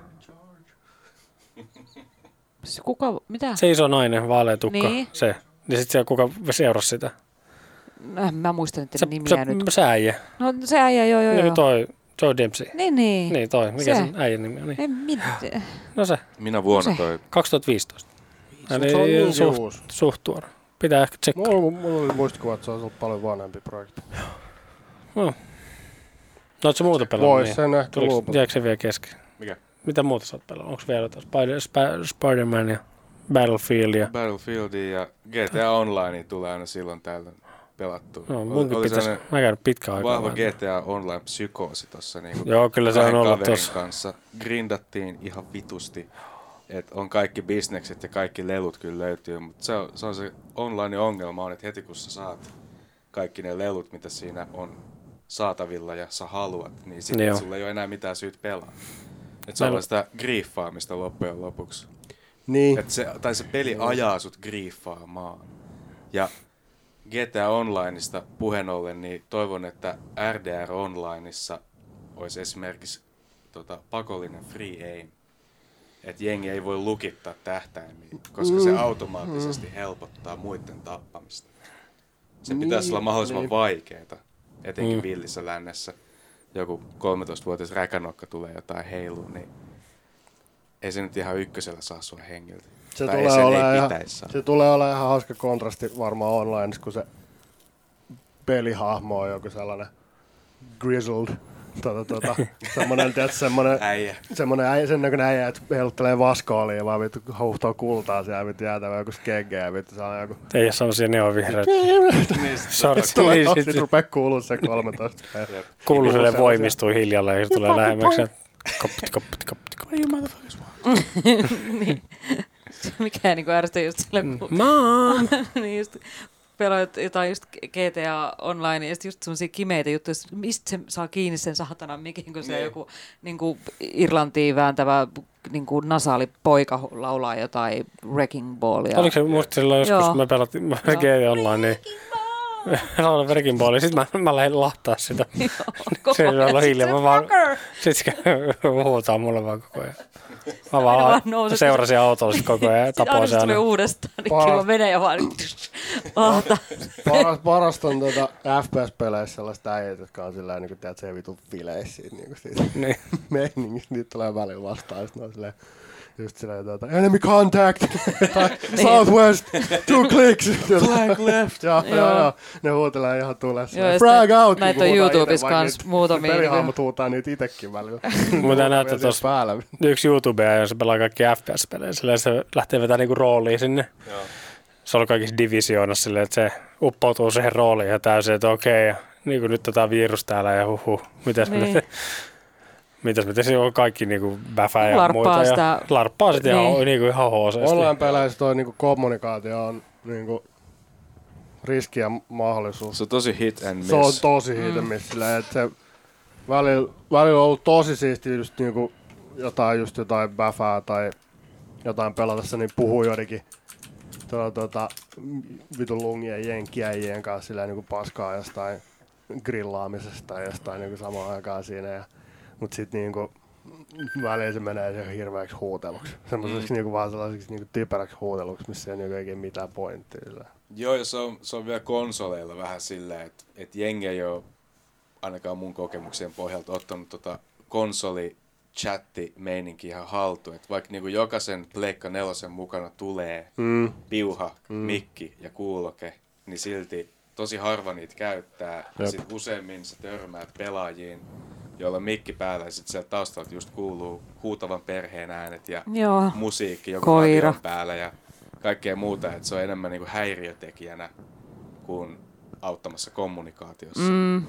Se kuka, mitä? Se iso nainen, vaaletukka, Niin. se. Niin sitten siellä kuka seurasi sitä. No, mä muistan Se, niiden nimiä se, nyt. se äijä. No se äijä, joo joo Niin joo. toi Joe Dempsey. Niin niin. Niin toi, mikä Se. sen äijän nimi on? Niin. En mitään. No se, Minä vuonna Se. toi kaksituhattaviisitoista. Eli Se on niin suht, uusi. suht tuore. Pitää ehkä tsekkaa. Mulla, mulla oli muistikuva, että se olisi ollut paljon vanhempi projekti. No. No oot sä muuta pelannut? Vois Niin? sen ehkä Tuliko, luupata. jääkö se vielä kesken? Mikä? Mitä muuta sä oot pelannut? Onko vielä jotain? Spider, Sp- Spider-Man ja Battlefield ja... Battlefieldia ja G T A Online tulee aina silloin tällöin pelattua. No, Oli- munkin oli pitäisi... sellainen Mä käyn pitkään aikaa. vahva vähän. G T A Online-psykoosi tossa. Niin Joo, kyllä se on ollut kaverin tossa. kanssa. Grindattiin ihan vitusti. Että on kaikki bisnekset ja kaikki lelut kyllä löytyy, mutta se on, se on se online-ongelma on, että heti kun sä saat kaikki ne lelut, mitä siinä on saatavilla ja sä haluat, niin sitten Joo. sulla ei ole enää mitään syytä pelaa. Että se Meillä- on sitä griffaamista loppujen lopuksi. Niin. Et se, tai se peli ajaa sut griffaamaan. Ja G T A Onlineista puheen ollen, niin toivon, että R D R Onlineissa olisi esimerkiksi tota, pakollinen free aim. Että jengi ei voi lukittaa tähtäimiä, koska se automaattisesti helpottaa muiden tappamista. Se pitäisi Niin, olla mahdollisimman niin. vaikeeta, etenkin Mm. villissä lännessä. Joku kolmetoistavuotias räkänokka tulee jotain heiluun, niin ei se nyt ihan ykkösellä saa sua hengiltä. Se Tai tulee, sen olemaan ei ihan, pitäisi saada. se tulee olemaan ihan hauska kontrasti varmaan online, kun se pelihahmo on joku sellainen grizzled, tuota, tuota, semmoinen, tiedätkö, semmoinen, Äijä. semmoinen äijä, sen näköinen äijä, että heiluttelee vaskoolia, vaan vittu huuhtoo kultaa siellä, vittu jäätävä joku skegge ja vittu saa joku... Ei ole semmosia neonvihreitä. Niin, Sorry. Sitten tulee, Niin, sit sit- rupeaa kuulua se kolmetoista. Kuuluu sille sellaisia- voimistuu hiljalleen ja se tulee lähemmäksi. Koppit, koppit, koppit, koppit. you motherfuckers want? niin. Mikä niinku ärsyttää just sille, kun Mom! niin just pelaat jotain just G T A Online, ja sit just semmosia kimeitä juttuja, että mistä se saa kiinni sen sahatanan mikin, kun se Niin. joku niinku Irlantiin vääntävä niinku nasaali poika laulaa jotain Wrecking Ballia. Oliko se musta silloin joskus, Joo. kun me pelattiin G T A Online, niin laulan Wrecking Ballia, sit mä, mä lähdin lahtaa sitä. Se ei ollut hiljaa, mä vaan, sit se huutaa mulle vaan koko ajan. Mä Aina vaan vaan nouset. seurasin autolla sit koko ajan ja Sitten tapoin aina se se tulee aina. uudestaan, niin Paras- kiva menee ja vaan lahtaa. Paras, parasta on tuota F P S-peleissä sellaista äijät, jotka on sillä niin kuin se vitun fileissä siitä, niin siitä Niin. meiningistä. Niitä tulee välillä vastaan, sit ne on silleen, just silleen tuota, enemy contact, tai southwest, two clicks. Flag left. Joo, joo, Joo. joo. Ne huutelee ihan tulessa. Joo, ja Frag sitten out. näitä kun on huutaa YouTubessa ite, vaikka kans niitä muutamia. Pelihahmot huutaa niitä itekin välillä. Mutta näyttää Vielä tuossa päällä. yksi YouTubea, jossa pelaa kaikki F P S-pelejä. Silleen se lähtee vetämään niinku roolia sinne. Joo. Se on kaikissa divisioonassa silleen, että se uppoutuu siihen rooliin ja täysin, että okei, ja niin kuin nyt tätä virus täällä ja huhu. Mitäs me Niin. te, mitäs me te, siinä on kaikki niinku bäfää ja Larppaa muita. sitä. Ja larppaa sitä Niin. ihan, niinku ihan hooseesti. Online-peleissä toi niinku kommunikaatio on niinku riski ja mahdollisuus. Se on tosi hit and miss. Se on tosi hiitämis silleen, että se välillä, välillä on ollut tosi siistiä just niinku jotain, just jotain bäfää tai jotain pelatessa, niin puhuu joidenkin tuota, tuota, vitun lungien jenkkiäjien kanssa silleen niinku paskaa jostain grillaamisesta ja jostain niinku samaan aikaan siinä. Ja, mut sit niinku välillä se menee se hirveäksi huuteluksi. Semmoiseksi mm. niinku vaan sellaiseksi niinku typeräksi huuteluksi, missä ei niinku oikein mitään pointtia. Joo, ja se on, se on vielä konsoleilla vähän silleen, että et jengi ei ole ainakaan mun kokemuksien pohjalta ottanut tota konsoli chatti meininki ihan haltuun. Et vaikka niinku jokaisen Pleikka nelosen mukana tulee Mm. piuha, mm. mikki ja kuuloke, niin silti tosi harva niitä käyttää. Ja Jep. sit useimmin sä törmäät pelaajiin, joilla on mikki päällä ja sit sieltä taustalta just kuuluu huutavan perheen äänet ja Joo. musiikki, joku Koira. radion päällä ja kaikkea muuta, että se on enemmän niinku häiriötekijänä kuin auttamassa kommunikaatiossa. Mm.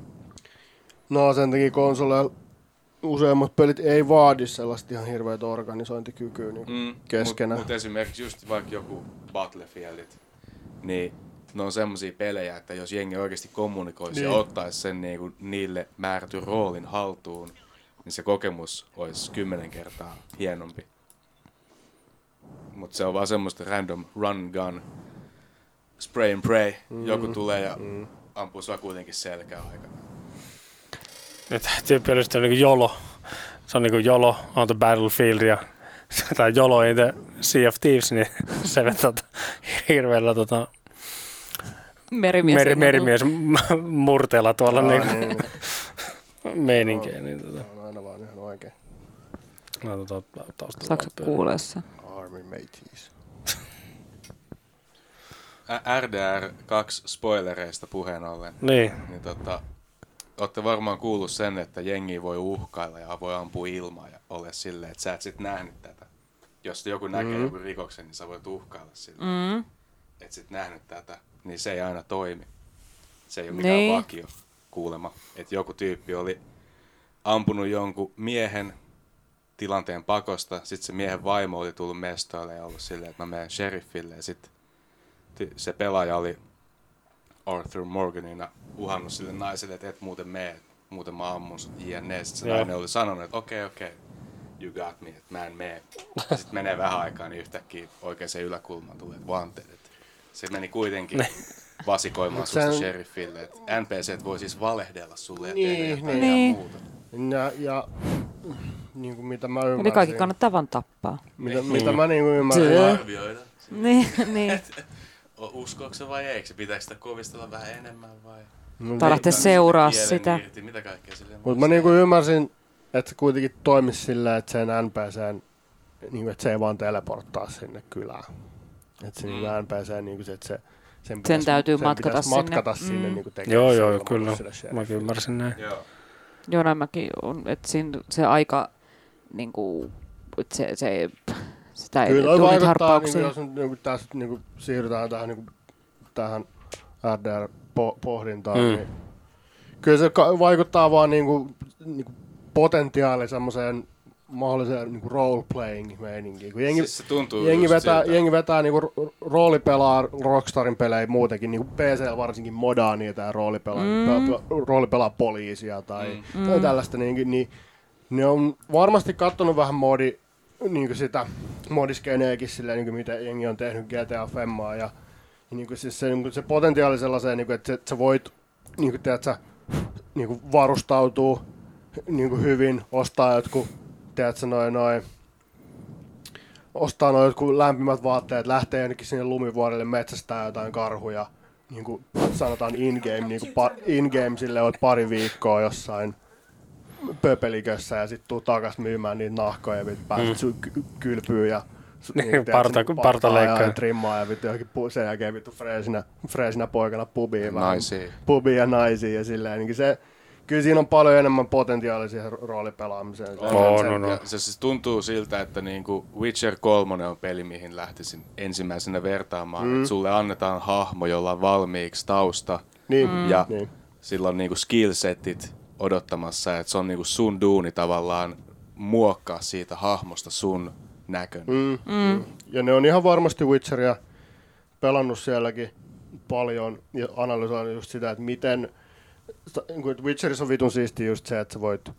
No sen takia konsoleilla useimmat pelit ei vaadi sellaista ihan hirveätä organisointikykyä niin Mm, keskenään. Mutta mut esimerkiksi just vaikka joku Battlefieldit, niin ne on semmosia pelejä, että jos jengi oikeasti kommunikoisi Niin. ja ottaisi sen niinku niille määrätyn roolin haltuun, niin se kokemus olisi kymmenen kertaa hienompi. Mutta se on vaan semmoista random run gun, spray and pray. Mm, joku tulee ja mm. ampuu sua kuitenkin selkää aikana. Nyt tyypillisesti on niinku YOLO. Se on niinku YOLO on the battlefield ja tai YOLO in the Sea of Thieves, niin se vetää tota, hirveällä tota, Merimies. meri, merimies m- murteella tuolla Aa, niinku niin, meininkiä. Niin, tota, on aina vaan ihan oikein. no, tota, taustalla Saatko vaan pyörii. kuulee sen? Army mateys. Ä- R D R kaksi spoilereista puheen ollen. Niin, Niin tota, ootte varmaan kuullut sen, että jengi voi uhkailla ja voi ampua ilmaa ja ole silleen, että sä et sit nähnyt tätä. Jos joku näkee Mm. joku rikoksen, niin sä voit uhkailla sille, Mm. et sit nähnyt tätä. Niin se ei aina toimi. Se ei ole mikään Niin. vakio kuulema. Että joku tyyppi oli ampunut jonkun miehen tilanteen pakosta, sit se miehen vaimo oli tullut mestoille ja ollut silleen, että mä menen sheriffille ja sit ty- se pelaaja oli Arthur Morganina uhannut sille naiselle, että et muuten mene, muuten mä ammun sut jne. Sitten se Joo. nainen oli sanonut, että okei, okay, okei, okay, you got me, että mä en mene. Sitten menee vähän aikaa, niin yhtäkkiä oikeaan yläkulmaan tulee vanteet. Se meni kuitenkin vasikoimaan Mut susta sen- sheriffille, että N P C:t voi siis valehdella sulle ja Niin, tehdä jotain niin. ihan Niin. muuta. Ja, ja niin kuin mitä mä ymmärsin. Eli kaikki kannattaa vaan tappaa. Mitä, mitä mä niin kuin ymmärsin. Tö. Arvioida. Niin, niin. O- Uskooko se vai eikö? Pitääkö sitä kovistella vähän enemmän vai? Mut Tai lähteä Ottaa seuraa kielen sitä. Irti, mitä kaikkea silleen Mutta mä niinku ymmärsin, että se kuitenkin toimisi sillä, että sen N P C:n niinku, että se ei vaan teleporttaa sinne kylään. Että se Mm. niinku N P C, niinku se, että se, sen, Sen täytyy sen matkata sinne. matkata sinne Mm. niinku tekemään Joo, se joo, ilmoitus kyllä. sille sheriffille. Mäkin ymmärsin näin. Joo. Joo, näin mäkin on, että siinä se aika, niinku, että se, se, sitä ei Kyllä tule toi niitä vaikuttaa, harppauksia. niinku, jos nyt niinku, tässä niinku, siirrytään tähän, niinku, tähän R D R-pohdintaan, Mm. niin kyllä se ka- vaikuttaa vaan niinku, niinku potentiaali semmoiseen mahdolliseen niinku role-playing-meininkiin. Kun jengi, Siis se tuntuu jengi just vetää, siltä. jengi vetää niinku ro- roolipelaa Rockstarin pelejä muutenkin, niinku P C:llä varsinkin modaa niitä ja roolipelaa, Mm. pe- roolipelaa poliisia tai, Mm. tai Mm. tällaista, niin, niin ne on varmasti kattonut vähän modi, niin sitä modiskeneekin silleen, niin mitä jengi on tehnyt G T A Femmaa ja, ja niin siis se, niin se potentiaali sellaiseen, niin että, että sä voit niin kuin, tiedät, sä, niin varustautua niin hyvin, ostaa jotkut, tiedätkö, noin, noin, ostaa noin jotkut lämpimät vaatteet, lähtee jonnekin sinne lumivuorelle metsästää jotain karhuja, niin kuin sanotaan in-game, niin kuin pa, in-game sille oot pari viikkoa jossain pöpelikössä ja sit tuu takas myymään niitä nahkoja ja vit pääset mm. ky- kylpyyn ja su- Niin, niinku, parta- tiedät, sen partaleikkaa. pattaa ja trimmaa ja vittu johonkin pu- sen jälkeen vittu freesinä, freesinä poikana pubiin vähän. Naisia. Pubiin ja naisiin ja silleen. Niin se, kyllä siinä on paljon enemmän potentiaalia siihen ro- roolipelaamiseen. On, On, se, on, on. ja se siis tuntuu siltä, että niinku Witcher kolme on peli, mihin lähtisin ensimmäisenä vertaamaan. Mm. Mm. Sulle annetaan hahmo, jolla on valmiiksi tausta Niin, Mm. ja niin. sillä on niinku skillsetit odottamassa, että se on niinku sun duuni tavallaan muokkaa siitä hahmosta sun näköinen. Mm. Mm. Ja ne on ihan varmasti Witcheria pelannut sielläkin paljon ja analysoinut just sitä, että miten niin kuin Witcherissa on vitun siistiä just se, että sä voit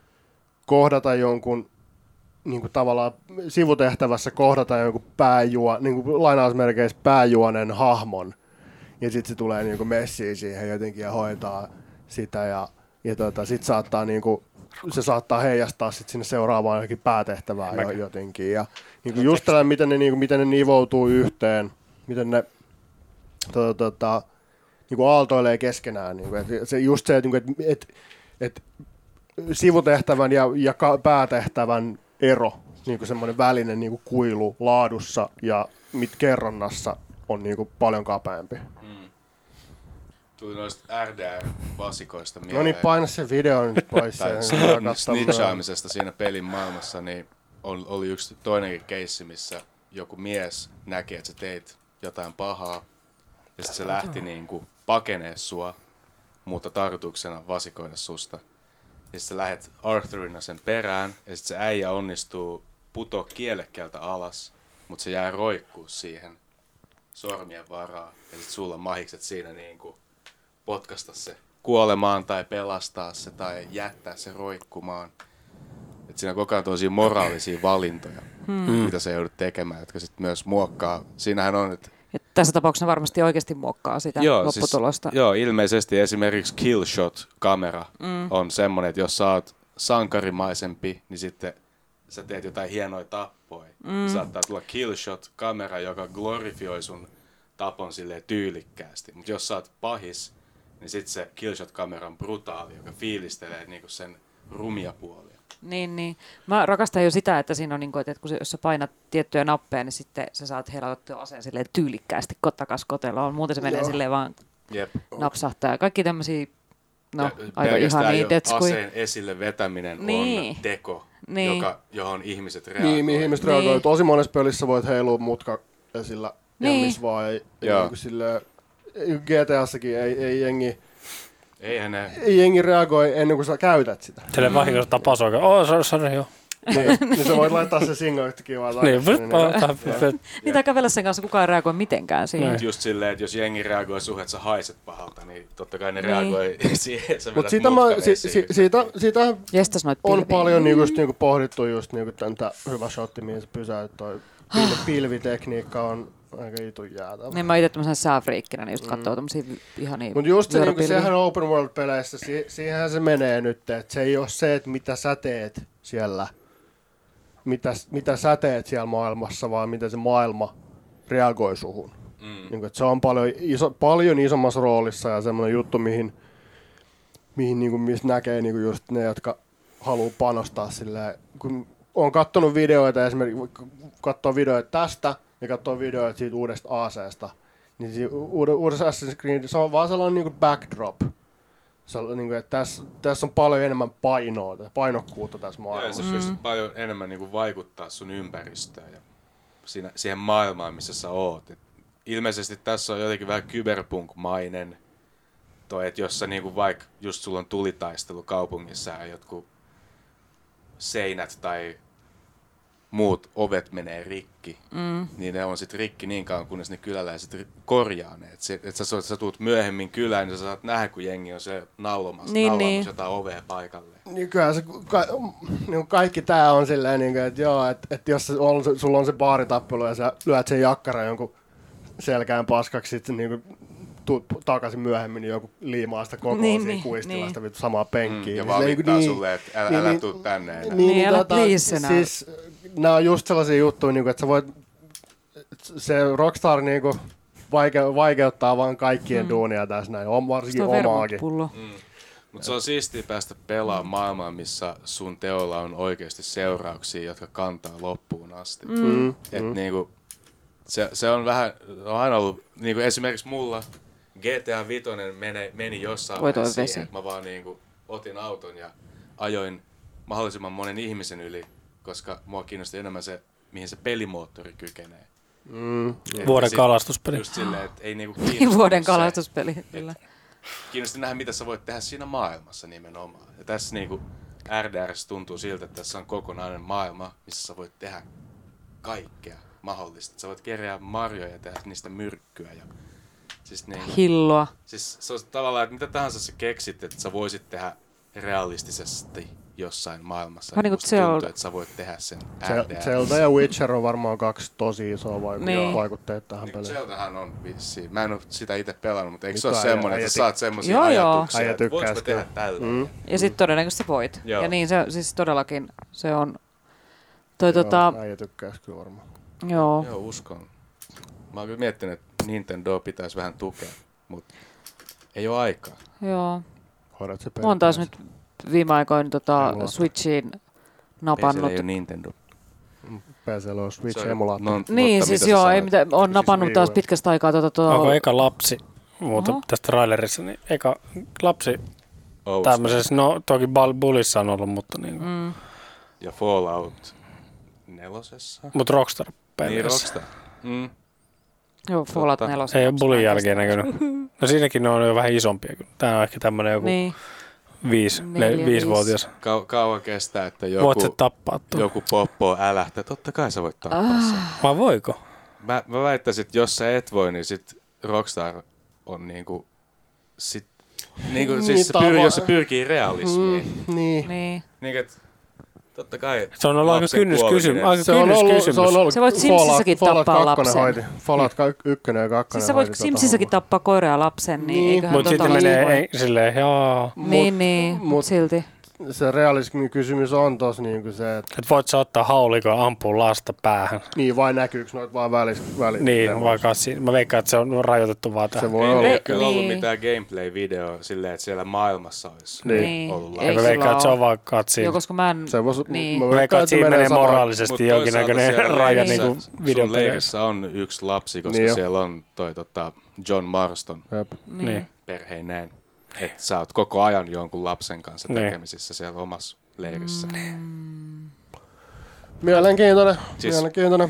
kohdata jonkun niin kuin tavallaan sivutehtävässä kohdata jonkun pääjuo, niin kuin lainausmerkeissä pääjuonen hahmon ja sitten se tulee niin kuin messiin siihen jotenkin ja hoitaa sitä ja, ja tota, sit saattaa niin kuin, se saattaa heijastaa sit sinne seuraavaan johonkin päätehtävään jo, jotenkin ja niin kuin just tällainen, miten ne, niin kuin, miten ne nivoutuu yhteen, miten ne tota, tota, niin kuin aaltoilee keskenään. Niin kuin, et se, just se, että et, et, et sivutehtävän ja, ja ka- päätehtävän ero, niin kuin semmoinen välinen niin kuin kuilu laadussa ja mit kerronnassa on niin kuin paljon kapeampi. Mm. Tuli noista R D R-vasikoista mieleen. No niin, paina se video nyt pois. Tai se- sn- snitchaamisesta siinä pelin maailmassa, niin on- oli yksi toinenkin keissi, missä joku mies näki, että sä teit jotain pahaa, ja sitten se lähti niinku pakenee sua, mutta tarkoituksena vasikoida susta. Ja sitten sä lähet Arthurina sen perään, ja sitten se äijä onnistuu putoa kielekkeeltä alas, mutta se jää roikkuu siihen sormien varaa. Ja sitten sulla on mahikset siinä niinku potkasta se kuolemaan tai pelastaa se tai jättää se roikkumaan. Et siinä on koko ajan tosia moraalisia valintoja, hmm. mitä sä joudut tekemään, jotka sitten myös muokkaa. Siinähän on, että Ja tässä tapauksessa varmasti oikeasti muokkaa sitä joo, lopputulosta. Siis, joo, ilmeisesti esimerkiksi Killshot-kamera Mm. on semmoinen, että jos sä oot sankarimaisempi, niin sitten sä teet jotain hienoja tappoja. Mm. Saattaa tulla Killshot-kamera, joka glorifioi sun tapon silleen tyylikkäästi. Mutta jos sä oot pahis, niin sitten se Killshot-kamera on brutaali, joka fiilistelee niinku sen rumia puolia. Niin, niin. Mä rakastan jo sitä, että siinä on, niin kuin, että kun se, jos sä painat tiettyjä nappeja, niin sitten sä saat heilautettua aseen silleen tyylikkäästi kotakas koteloon. Muuten se menee Joo. silleen vaan Jep. napsahtaa. Ja kaikki tämmöisiä, no, Ja aika pelkästään ihania jo tetskuja. aseen esille vetäminen Niin. on teko, Niin. joka, johon ihmiset reagoi. Niin, mihin ihmiset Niin. reagoi. Tosi monessa pelissä voit heilua mutka esillä ja Niin. missä vaan. Ei, ei, Joo. niin kuin silleen, G T A:ssakin ei, ei jengi... Eihän ne... Ei jengi reagoi ennen kuin sä käytät sitä. Teille vahingossa tapas oikein. Oh, sorry, sorry, joo. Niin, niin sä voit laittaa se singo yhtä kivaa Niin, takaisin. niin, Niin, tai kävellä sen kanssa kukaan ei reagoi mitenkään siihen. Niin. Just silleen, että jos jengi reagoi suhun, että sä haiset pahalta, niin totta kai ne Niin. reagoi siihen, että sä Mutta vedät siitä, mä, mutkan si, esiin. si, siitä, siitä Jestas noit on pilviä. paljon niinku, just, niinku, pohdittu just niinku, tämän hyvä shotti, mihin se pysäyt. Toi pil, pilvitekniikka on aika itun jäätävä. Niin mä itse tämmöisen sääfriikkinä, niin just katsoo tommosia ihania Mutta just se, niinku, vyöräpilviä. sehän open world-peleissä, si, siihenhän se menee nyt, että se ei ole se, että mitä sä teet siellä, mitä, mitä sä teet siellä maailmassa, vaan miten se maailma reagoi suhun. Mm. Niinku, et se on paljon, iso, paljon isommassa roolissa ja semmoinen juttu, mihin, mihin niinku, mistä näkee niinku just ne, jotka haluaa panostaa silleen, kun on kattonut videoita, esimerkiksi katsoo videoita tästä ja katsoo videoita siitä uudesta aseesta, niin siinä uudessa Assassin's Creed se on vaan sellainen niin kuin backdrop. Se on, niin kuin, että tässä, tässä on paljon enemmän painoa, painokkuutta tässä maailmassa. Ja sä pystyt paljon enemmän niin kuin vaikuttaa sun ympäristöön ja siinä, siihen maailmaan, missä sä oot. Et ilmeisesti tässä on jotenkin vähän cyberpunk-mainen, toi, että jos sä niin kuin vaikka just sulla on tulitaistelu kaupungissa ja jotkut seinät tai muut ovet menee rikki, mm. niin ne on sitten rikki niin kauan, kunnes ne kyläläiset korjaa ne. Että et sä, sä tuut myöhemmin kylään, niin sä saat nähdä, kun jengi on se naulomassa, niin, naulaamassa niin. jotain ovea paikalleen. Niin kyllä se, ka, niin kaikki tää on silleen, niin että joo, että et jos on, sulla on se baaritappelu ja sä lyöt sen jakkaran jonkun selkään paskaksi, sitten niin tuut takaisin myöhemmin, niin joku liimaa sitä koko niin, siinä niin, kuistilasta niin. samaa penkkiä. Mm, ja niin, valittaa niin, sulle, että älä, niin, älä niin, tuu tänne enää. Niin, niin älä tota, please enää. Siis nämä on just sellaisia juttuja, niin kuin, että sä voit, se Rockstar niin kuin, vaike, vaikeuttaa vaan kaikkien mm. duunia tässä näin, on varsinkin omaakin. Mm. Mutta se on siistiä päästä pelaamaan maailmaa, missä sun teolla on oikeasti seurauksia, jotka kantaa loppuun asti. Mm. Et Mm. niinku, se, se on vähän, on aina ollut, niinku esimerkiksi mulla G T A viisi meni, meni jossain vaiheessa siihen, että mä vaan niinku otin auton ja ajoin mahdollisimman monen ihmisen yli, koska mua kiinnosti enemmän se, mihin se pelimoottori kykenee. Mm. Vuoden sit, kalastuspeli. Just silleen, että ei niinku kiinnostanut Vuoden se, kalastuspeli, kyllä. kiinnosti nähdä, mitä sä voit tehdä siinä maailmassa nimenomaan. Ja tässä niinku R D R:ssä tuntuu siltä, että tässä on kokonainen maailma, missä sä voit tehdä kaikkea mahdollista. Sä voit kerää marjoja ja tehdä niistä myrkkyä. Ja, siis niinku, Hilloa. Siis se on tavallaan, että mitä tahansa sä keksit, että sä voisit tehdä realistisesti jossain maailmassa. Vähän niin kuin musta tuntuu, Zelda. että sä voit tehdä sen R D R. Zelda ja Witcher on varmaan kaksi tosi isoa vaiku- niin. vaikutteita tähän Niin, peliin. Zeldahan on vissiin. Mä en ole sitä itse pelannut, mutta eikö Nyt se ole äijä- semmoinen, äijä että sä saat semmoisia Joo, joo. ajatuksia, Äijä että voiko tykkäis mä tehdä kyllä. tällä? Mm. Ja sitten todennäköisesti voit. Joo. Ja niin se siis todellakin se on. Toi tota, Joo, äijä tykkäis kyllä varmaan. joo. Joo, uskon. Mä oon kyllä miettinyt, että Nintendo pitäisi vähän tukea, mutta ei ole aikaa. Joo. Hoidat se Mä oon taas peli. nyt viime aikoina tota, Emulaattori. Switchiin P C napannut. ei ole Nintendo. P C:llä on Se Switch on- emulaattori. no, Niin, mutta siis mitä sä joo, ei sanoit? mitään, on Siis napannut Wii taas U. pitkästä aikaa tota, Onko tuota, eka lapsi, muuta Oho. tästä trailerissa, niin eka lapsi Oh, tämmöisessä, no toki Bal- Bullissa on ollut, mutta niin kuin, mm, ja Fallout nelosessa. mutta Rockstar Niin, pelissä. Rockstar. Mm. joo, Fallout Totta. neljä. Ei ole Bullin jälkeen näkynyt. No siinäkin ne on jo vähän isompia. Tää on ehkä tämmönen joku Niin, viisi, Neljä, viisivuotias. Kau- kauan kestää, että Voit sä joku, tappaa tuon. joku poppo älähtää. Totta kai sä voit tappaa Ah. sen. Vai voiko? Mä, mä väittäisin, että jos sä et voi, niin sit Rockstar on niinku... Sit, niinku Niin, siis se tava- pyr, jos se pyrkii realismiin. Mm, niin. niin. Niin, et, totta kai Se on ollut aika lapsen kynnyskysymys. kuoleminen- Aika Se on ollut, kynnyskysymys. se on ollut Sä voit Fallout- Simsissäkin Fallout tappaa kakkonen lapsen. Hoiti. Fallout ykkönen ja kakkonen Siis sä voit hoiti Simsissäkin tota tappaa koira ja lapsen, niin, Niin. eiköhän Mutta tota sitten lapsi menee voi. ei, silleen, jaa. Niin, niin, mut- mut silti. hommaa. Se realismin kysymys on tos niinku se, että Että voit sä ottaa haulikon ja ampua lasta päähän. niin vai näkyykö noit vaan välis, välis Niin, vaikka siinä. Mä veikkaan, että se on rajoitettu vaan tähän. se voi Ei olla. ole kyllä ollut Niin. mitään gameplay-videoa silleen, että siellä maailmassa olisi Niin. Niin. ollut Ei Ja mä kyllä veikkaan, että se oo. on vaan katsiin. Joo, koska mä en, Se vois, Niin. mä Mä veikkaan, että siinä menee sama- moraalisesti Mut jonkinnäköinen toisaalta siellä raja leirissä- niin kuin videopeleissä. Sun leirissä on yksi lapsi, koska Niin jo. siellä on toi tota, John Marston Jep. niin. Niin. perheineen. Että sä oot koko ajan jonkun lapsen kanssa Niin. tekemisissä siellä omassa leirissä. Mm. Mielenkiintoinen, Siis- mielenkiintoinen.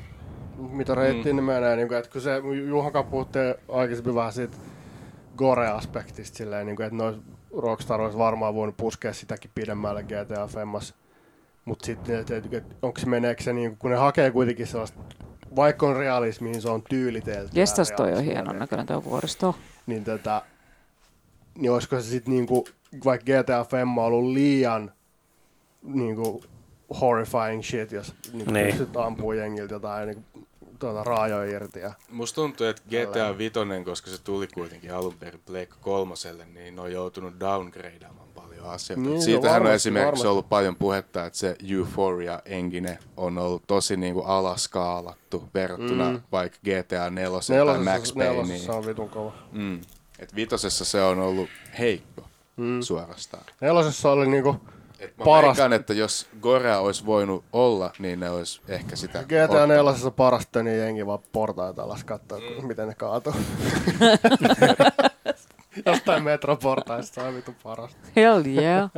Mitä reittiin mm. menee, niin kuin, että kun se Juhakaan puhutte aikaisemmin vähän siitä gore-aspektista silleen, niin kuin, että nois Rockstar olisi varmaan voinut puskea sitäkin pidemmälle G T A Femmassa. Mutta sitten, että et, et, onko se meneekö se, niin kuin, kun ne hakee kuitenkin sellaista, vaikka on realismi, niin se on tyylitelty. Jestas toi on hienon näköinen tuo vuoristo. Niin, tätä, niin olisiko se sitten, niin kuin, vaikka G T A Femma on ollut liian niin kuin, horrifying shit, jos niin Niin. pystyt ampuu jengiltä jotain niin kuin, tuota, raajoja irti. Ja, Musta tuntuu, että G T A viisi, koska se tuli kuitenkin alun perin Pleikka kolmoselle, niin ne on joutunut downgradeamaan paljon asioita. Niin, no Siitähän on varmasti, esimerkiksi varmasti. ollut paljon puhetta, että se Euphoria-engine on ollut tosi niinku alaskaalattu verrattuna Mm. vaikka G T A neljä tai Max nelosessa, Paynein. nelosessa on vitun kova. Mm. Et vitosessa se on ollut heikko Mm. suorastaan. Nelosessa oli niinku, Et mä Paras- veikkaan, että jos Gorea olisi voinut olla, niin ne olisi ehkä sitä G T A neljä parasta, niin jengi vaan portaita alas kattoo, mm. miten ne kaatuu. Jostain metroportaista on vitu parasta. Hell yeah.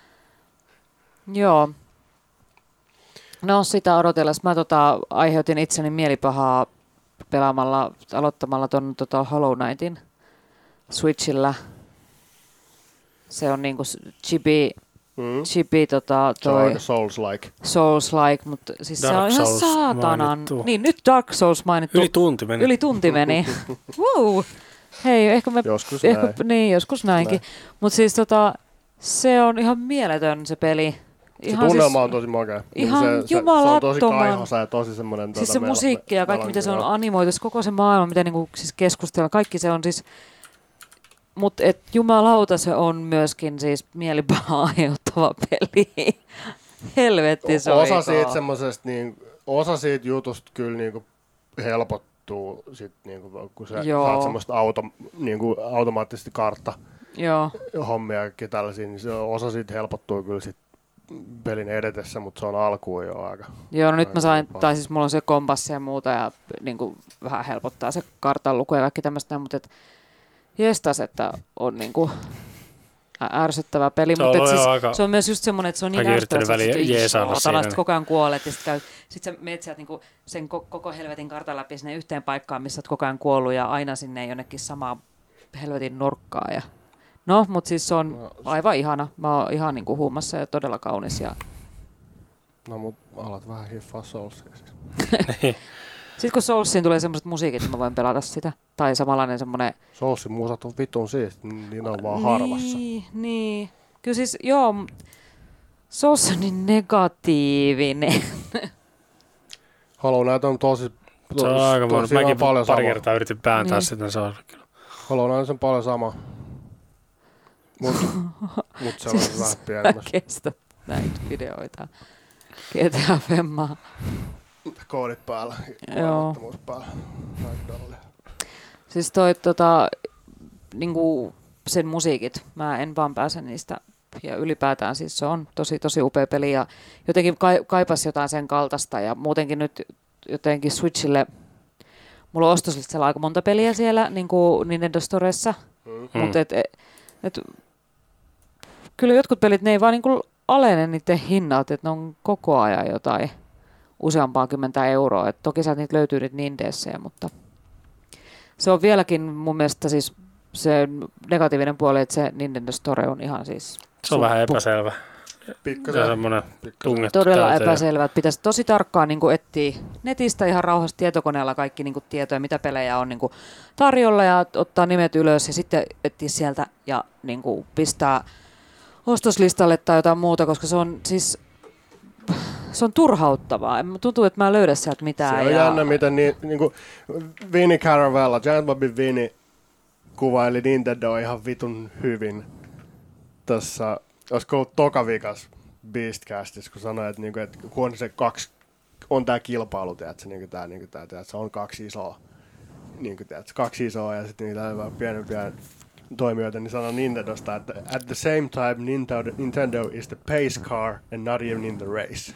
Joo. No sitä odotellessa mä tota, aiheutin itseni mielipahaa pelaamalla, aloittamalla ton tota Hollow Knightin Switchillä. Se on niinku chibi, Mm. chibi tota Se on toi aika Souls-like. Souls-like, mutta siis Dark se on ihan Souls saatanan. mainittu. Niin, nyt Dark Souls mainittu. Yli tunti meni. Yli tunti meni. Wow. Hei, ehkä me... Joskus ehkä, näin. niin, joskus näinkin. Mutta siis tota, se on ihan mieletön se peli. Se Ihan tunnelma siis, on tosi makea. ihan se, se, se on tosi jumalattoman. kaihosa ja tosi semmoinen... Siis tuota, se mel- musiikki ja kaikki, melankolia. mitä se on animoitu, se koko se maailma, mitä niinku siis keskustellaan, kaikki se on siis... Mutta et jumalauta se on myöskin siis mielipahaa aiheuttava peli. Helvetti se Osa siitä semmosesta, niin, osa siitä jutusta kyllä niinku helpottuu, sit, niinku, kun sä Joo. saat semmoista auto, niinku, automaattisesti kartta Joo, hommia ja kaikki tällaisia, niin se, osa siitä helpottuu kyllä sit pelin edetessä, mutta se on alkuun jo aika. joo, no nyt mä aika sain, paha. tai siis mulla on se kompassi ja muuta ja niinku vähän helpottaa se kartan luku ja kaikki tämmöistä, mutta et jestas, että on niinku ä- ärsyttävä peli, Se mutta on et jo siis, aika- se on myös just semmoinen, että se on niin Mäkin yrittänyt ärsyttävä, väliin jeesailla siinä. sitten koko ajan kuolet ja sitten käy, sit sä meet sieltä niinku sen ko- koko helvetin kartan läpi sinne yhteen paikkaan, missä oot koko ajan kuollut ja aina sinne jonnekin samaan helvetin nurkkaan ja no, mutta siis se on No, aivan ihana. Mä oon ihan niinku huumassa ja todella kaunis ja No mut alat vähän hiffaa Soulsia siis. sitten kun Soulsiin tulee semmoiset musiikit, niin mä voin pelata sitä. Tai samanlainen semmoinen... Soulsin musat on vitun siisti, niin on vaan harvassa. Niin, niin. Kyllä siis, joo, m- Souls on niin negatiivinen. Hollow Knight on tosi... Se on aika tosi- monta. siinä on Mäkin paljon pari sama. kertaa yritin pääntää Niin. sitä. Se on kyllä. Hollow Knight on paljon sama. Mut, mut se on Siis vähän Mä pienemmässä. kestä näitä videoita. G T A Femmaa. Koodit päällä. Joo. Kuolemattomuus päällä. Nightdallia. Siis toi tota, niinku sen musiikit, mä en vaan pääse niistä. Ja ylipäätään siis se on tosi tosi upea peli ja jotenkin kai, kaipas jotain sen kaltaista ja muutenkin nyt jotenkin Switchille, mulla on ostoslistalla aika monta peliä siellä niin kuin Nintendo Storessa, Mm. mutta et, et, et, kyllä jotkut pelit, ne ei vaan niin kuin alene niiden hinnat, että ne on koko ajan jotain useampaa kymmentä euroa. Et toki sieltä niitä löytyy niitä Nindeessejä, mutta se on vieläkin mun mielestä siis se negatiivinen puoli, että se Nintendo Store on ihan siis Se on vähän suppu. epäselvä. Se on Pikkasen. semmoinen Pikkasen. tungettu Todella täyteen. epäselvä, että pitäisi tosi tarkkaan niin kuin etsiä netistä ihan rauhassa tietokoneella kaikki niin kuin tietoja, mitä pelejä on niin kuin tarjolla ja ottaa nimet ylös ja sitten etsiä sieltä ja niin kuin pistää ostoslistalle tai jotain muuta, koska se on siis se on turhauttavaa. Tuntuu, että mä en löydä sieltä mitään. Se on ja... jännä, miten niin, niin kuin Vinnie Caravella, Giant Bobby Vinnie kuvaili Nintendo ihan vitun hyvin tässä, olisiko ollut toka vikas Beastcastissa, kun sanoi, että, niinku, että kun on se kaksi, on tää kilpailu, tiedätkö, niinku tää, niinku tää, tiedätkö, on kaksi isoa, niinku, tiedätkö, kaksi isoa ja sitten niitä on pienempiä toimijoita, niin sanoo Nintendosta, että at the same time Nintendo, Nintendo is the pace car and not even in the race.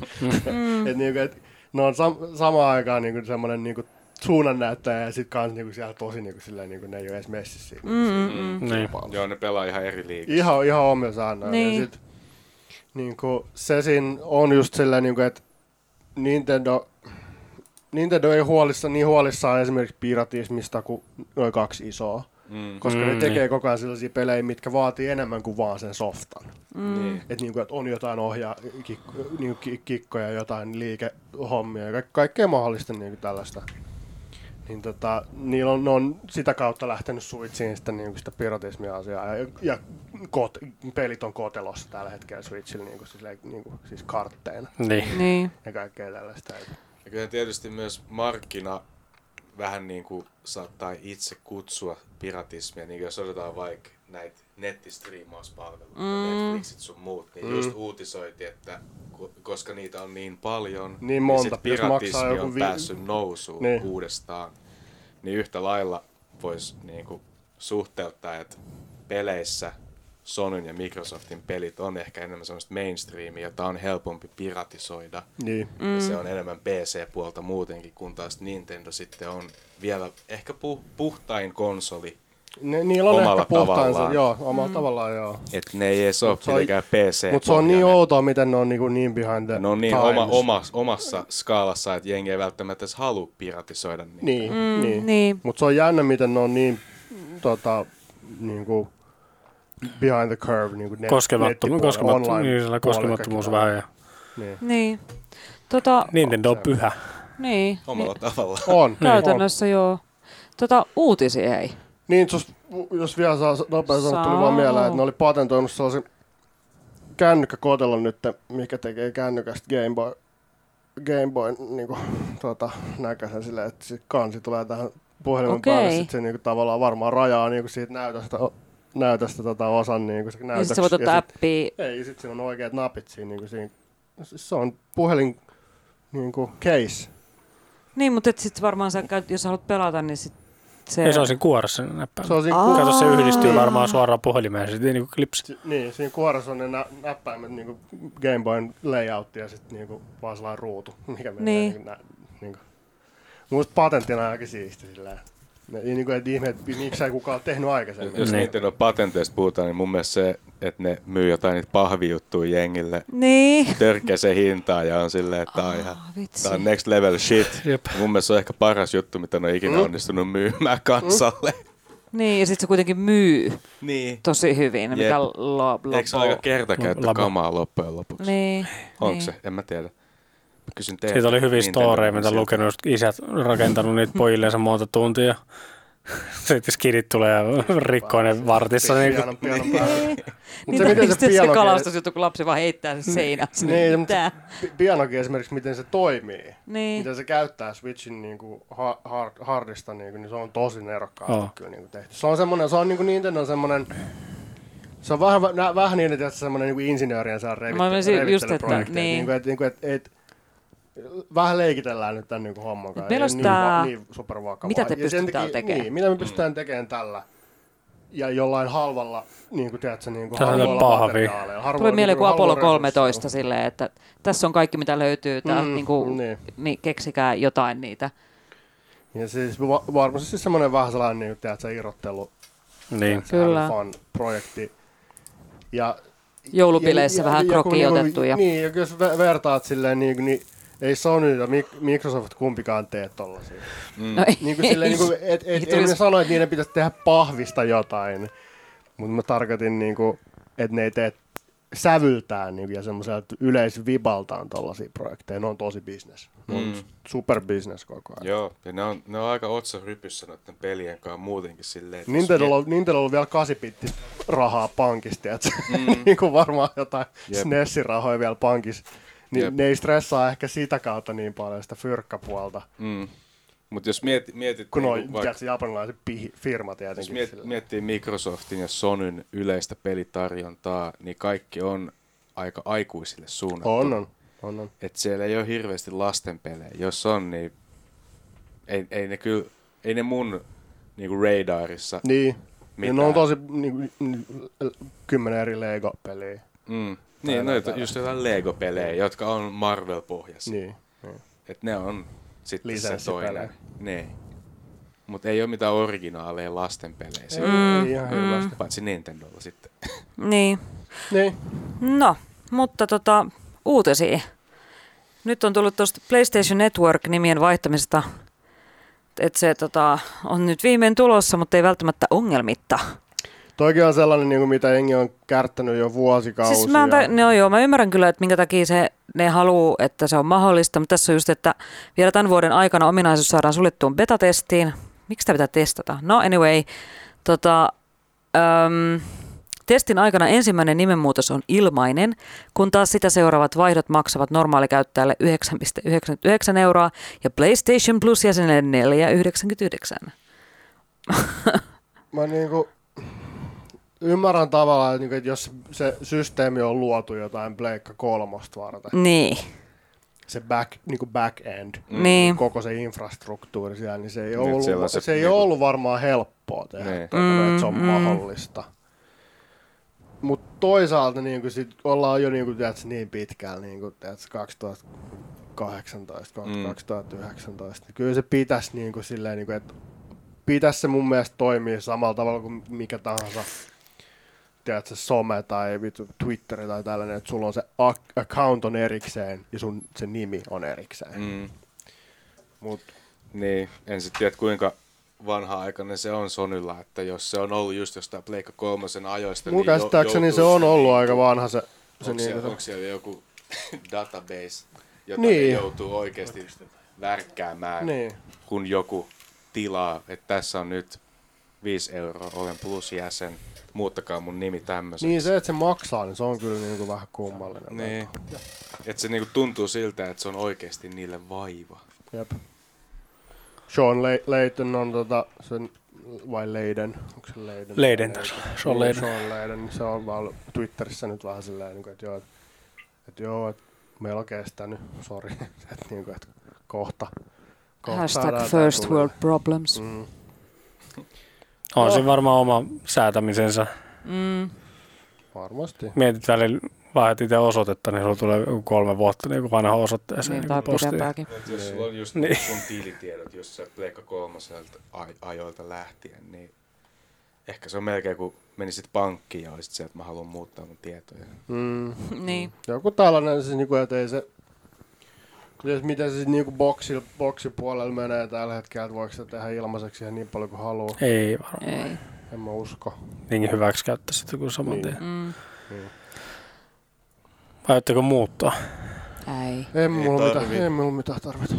Mm. et, niinku, et, ne on sam- samaan aikaan niinku, semmoinen niinku, suunnannäyttäjä ja sit kans niinku, siellä tosi niinku, silleen, niinku, ne ei ole edes messissä siinä. Mm, mm, mm. Niin. Joo, ne pelaa ihan eri liigassa. Ihan, ihan omia säännöillä. Niin. Ja sit, niinku, se siinä on just silleen, niinku, että Nintendo, Nintendo ei huolissa, niin huolissaan esimerkiksi piratismista kuin noin kaksi isoa. Mm. Koska Mm, ne tekee niin. koko ajan sellaisia pelejä, mitkä vaatii enemmän kuin vaan sen softan. Niin. Että niinku, et on jotain ohjaa, kikko, niinku, ki- kikkoja, jotain liikehommia ja ka- kaikkea mahdollista niinku tällaista. Niin tota, niillä on, ne on sitä kautta lähtenyt Switchiin sitä, niinku sitä piratismia-asiaa. Ja, ja kot, pelit on kotelossa tällä hetkellä Switchillä, niinku, silleen, niinku, siis kartteina Niin. Niin. ja kaikkea tällaista. Ja kyllä tietysti myös markkina vähän niin kuin saattaa itse kutsua piratismia, niin jos otetaan vaikka näitä nettistriimauspalveluita, Mm. Netflixit sun muut, niin Mm. just uutisoitiin, että ko- koska niitä on niin paljon, Niin monta, sit jos piratismi maksaa joku on vi- päässyt nousuun Niin. uudestaan, niin yhtä lailla voisi niin kuin suhteuttaa, että peleissä Sonyn ja Microsoftin pelit on ehkä enemmän semmoista mainstreamia, jota on helpompi piratisoida. Niin. Mm. Ja se on enemmän P C-puolta muutenkin, kun taas Nintendo sitten on vielä ehkä pu- puhtain konsoli. Ne, niillä on omalla ehkä puhtaansa, tavallaan. joo, omalla mm. tavallaan, joo. Et ne ei edes ole mitenkään P C. Mutta se on niin outoa, miten ne on niin, niin behind the Ne on niin times. oma, oma, omassa skaalassa, että jengi ei välttämättä edes halua piratisoida niitä. Niin, Mm, niin. niin. Mutta se on jännä, miten ne on niin tota, niinku behind the curve. Niinku net, Koskemattomuus, koskemattomuus, online niin, koskemattomuus puolella vähän. Ja Niin. Niin. Tota, Nintendo on pyhä. niin. Omalla tavalla. On. Käytännössä joo. Tota, uutisia ei. Niin, jos, jos vielä saa nopeasti sanoa, tuli vaan Saa. mieleen, että ne oli patentoinut sellaisen kännykkäkotelon nyt, mikä tekee kännykästä Game Boy, Game Boy niin tota, näköisen silleen, että sit kansi tulee tähän puhelimen Okei. päälle, sit se niin kuin, tavallaan varmaan rajaa niin kuin siitä näytöstä, näytöstä tota, osan niin kuin se Ja näytöksi. sitten sä voit ottaa ja sit, appia. ei, sit siinä on oikeat napit siinä, niin kuin siinä. Se on puhelin niin kuin case. Niin, mutta sitten varmaan sä käyt, jos sä haluat pelata, niin sit se... Ei se on siinä kuoressa näppäin. Se on siinä Aa. kuoressa. Kato, se yhdistyy varmaan suoraan puhelimeen, sitten ei niinku klipsi. Si- Niin, siinä kuoressa on ne nä- näppäimet niinku Game Boyn layoutti ja sitten niinku vaan sellainen ruutu, mikä menee Niin. niinku, nä- niinku. Musta patenttina aika siisti silleen. Ne, niinku, et ihme, et miksi ei kukaan ole tehnyt aikaisemmin. Jos Niin. Nintendo patenteista puhutaan, niin mun mielestä se, että ne myy jotain niitä pahvijuttuja jengille, Niin. törkkää se hintaa ja on silleen, että tää on ihan Ah, vitsi. tää on next level shit. Jep. Mun mielestä se on ehkä paras juttu, mitä ne on ikinä Mm. onnistunut myymään kansalle. Niin, ja sitten se kuitenkin myy Niin. tosi hyvin, mikä Jep. lo, lo, Eikö se ole aika kertakäyttökamaa loppujen lopuksi? Niin. Onko niin. se? En mä tiedä. Mä kysyn teiltä. Siitä oli hyviä Nintendo storeja, mitä sieltä. lukenut, just isät rakentanut niitä pojilleensa monta tuntia. Sitten skidit tulee ja rikkoo ne vartissa. Niin Pianon, pianon päällä. Niin, Mut se, miten se, se pianokin- kalastusjuttu, kun lapsi vaan heittää sen seinään. Niin, mutta Mitä? pi- pianokin esimerkiksi, miten se toimii. Niin. Miten se käyttää Switchin niinku ha- hard, hardista, niinku, niin se on tosi nerokkaasti Oh. kyllä niinku tehty. Se on semmoinen, se on niinku Nintendo semmoinen, se on vähän, nä, vähän niin, että semmoinen niinku insinöörien saa Mä olisin revittely, just, että- revittelyprojekteja. niin. Niinku, et, niinku, et, et, vähän leikitellään nyt tämän niinku homman kanssa. Meillä Ei olisi niin, tää- va- niin supervakavaa. mitä te Ja sen pystytte täällä takia- tekemään? Niin, mitä me pystytään tekemään tällä. Ja jollain halvalla, niin kuin tiedätkö, niin kuin Tää on harvoilla pahvi. materiaaleilla. Tuli harvoilla- mieleen kuin harvoilla Apollo kolmetoista resursseilla. silleen, että tässä on kaikki mitä löytyy, tää, Mm, niin kuin, niin. niin, keksikää jotain niitä. Ja siis va- varmasti siis semmoinen vähän sellainen, niin, tiedätkö, irrottelu. Niin. tiedätkö, Kyllä. fun-projekti. Ja, Krokijotettu ja- vähän ja- ja kun kroki niinku- otettu. Ja... Niin, ja jos ve- vertaat silleen, niin, niin ei Sony ja Mik- Microsoft kumpikaan tee tollasia. Mm. No ei, Niin kuin silleen, niin kuin, et, Ei et, tulisi- en mä sano, että niiden pitäisi tehdä pahvista jotain, mutta mä tarkoitin, niin kuin, että ne ei tee sävyltään niin, ja semmoiselta yleisvibaltaan tollaisia projekteja. Ne on tosi business. Ne on Mm. super business koko ajan. Joo, ja ne on, ne on aika otsarypyssä noiden pelien kanssa muutenkin silleen. että jos Nintendo on, Nintendo on vielä kasipitti rahaa pankista, että Mm. niin kuin varmaan jotain Jep. S N E S-in rahoja vielä pankissa. Niin Jep. ne ei stressaa ehkä sitä kautta niin paljon sitä fyrkkapuolta, Mm. Mutta jos mietit, mietit kun niinku on vaikka- tiedätkö, japanilaiset pihi, firma Jos tietenkin. miet, sillä- miettii Microsoftin ja Sonyn yleistä pelitarjontaa, niin kaikki on aika aikuisille suunnattu. on, on, on, on. Et siellä ei ole hirveästi lastenpelejä. Jos on, niin ei, ei ne kyllä, ei ne mun niinku radarissa Niin, ja mitään. ne on tosi niin, niin, kymmenen eri Lego-peliä. Mm. Tai Niin, noita, jotain. just jotain Lego-pelejä, jotka on Marvel-pohjaisia. Niin, niin. Et ne on sitten se Lisenssipelejä. toinen. Niin. Mutta ei ole mitään originaaleja lastenpelejä. Ei, Mm. ei ihan hirveästi. Paitsi Nintendolla sitten. Niin. Niin. No, mutta tota, uutisia. Nyt on tullut tuosta PlayStation Network-nimien vaihtamisesta, että se tota, on nyt viimein tulossa, mutta ei välttämättä ongelmitta. Toikin on sellainen, niin kuin mitä jengi on kärttänyt jo vuosikausia. Siis mä, ta- no joo, mä ymmärrän kyllä, että minkä takia se, ne haluaa, että se on mahdollista, mutta tässä on just, että vielä tämän vuoden aikana ominaisuus saadaan suljettuun beta-testiin. Miksi tämä pitää testata? No anyway, tota, äm, testin aikana ensimmäinen nimenmuutos on ilmainen, kun taas sitä seuraavat vaihdot maksavat normaalikäyttäjälle yhdeksän pilkku yhdeksänkymmentäyhdeksän euroa ja PlayStation Plus-jäsenelle neljä pilkku yhdeksänkymmentäyhdeksän. Mä niinku ymmärrän tavallaan, että, niinku, että jos se systeemi on luotu jotain Pleikka kolmosta varten, Niin, se back, niinku back-end, niin. koko se infrastruktuuri siellä, niin se ei, Nyt ollut, siellä se, se ei niinku- ollut varmaan helppoa tehdä, Niin. tuota, että se on Mm, mm. mahdollista. mut toisaalta niinku sit ollaan jo niinku, tiedätkö, niin pitkällä niinku, tiedätkö, kaksituhattakahdeksantoista kaksituhattayhdeksäntoista. Mm. Kyllä se pitäisi niinku silleen, niinku, että pitäisi se mun mielestä toimia samalla tavalla kuin mikä tahansa, tiedätkö, some tai Twitteri tai tällainen, että sulla on se account on erikseen ja sun se nimi on erikseen. Mm. Mut Niin, en sit tiedä kuinka vanha-aikainen se on Sonylla, että jos se on ollut just jostain Pleikka kolmosen ajoista, mun niin käsittääkseni jo, se on ollut niin, aika vanha se. se onko, siellä, niin, onko siellä joku database, jota niin. ne joutuu oikeasti värkkäämään, niin. kun joku tilaa, että tässä on nyt viisi euroa, olen plusjäsen, muuttakaa mun nimi tämmöiseksi. Niin se, että se maksaa, niin se on kyllä niinku vähän kummallinen. Niin. Että se niinku tuntuu siltä, että se on oikeasti niille vaiva. Jep. Sean Le- Layton on tota, sen, vai Leiden, onko se Leiden? Leiden tässä, Sean Layden. Sean Layden, niin se on vaan Twitterissä nyt vähän silleen, että joo, että et joo, et meillä on kestänyt, sori, että niinku, et kohta. kohta Hashtag first world problems. Mm. On No. siinä varmaan oma säätämisensä. Mm. Varmasti. Mietit välillä vaihdat itse osoitetta, niin sulla tulee joku kolme vuotta niin vanha osoitteeseen. Niin, tai pidempääkin. Jos sulla on just Niin. sun tiilitiedot, jos sä Pleikka kolmoselta aj- ajoilta lähtien, niin ehkä se on melkein kuin menisit pankkiin ja olisit sieltä, että mä haluan muuttaa mun tietoja. Mm. Niin. Joku tällainen, siis niinku, että ei se, jos miten se niinku boksi, boksipuolella menee tällä hetkellä, että voiko se tehdä ilmaiseksi ihan niin paljon kuin haluaa. Ei varmaan. Ei. En mä usko. Niinkin hyväksi käyttää sitten kuin saman Niin. tien. Mm. Niin. Aiotteko muuttaa? Ei. Ei mulla tarvi. mitään, ei mulla mitään tarvita.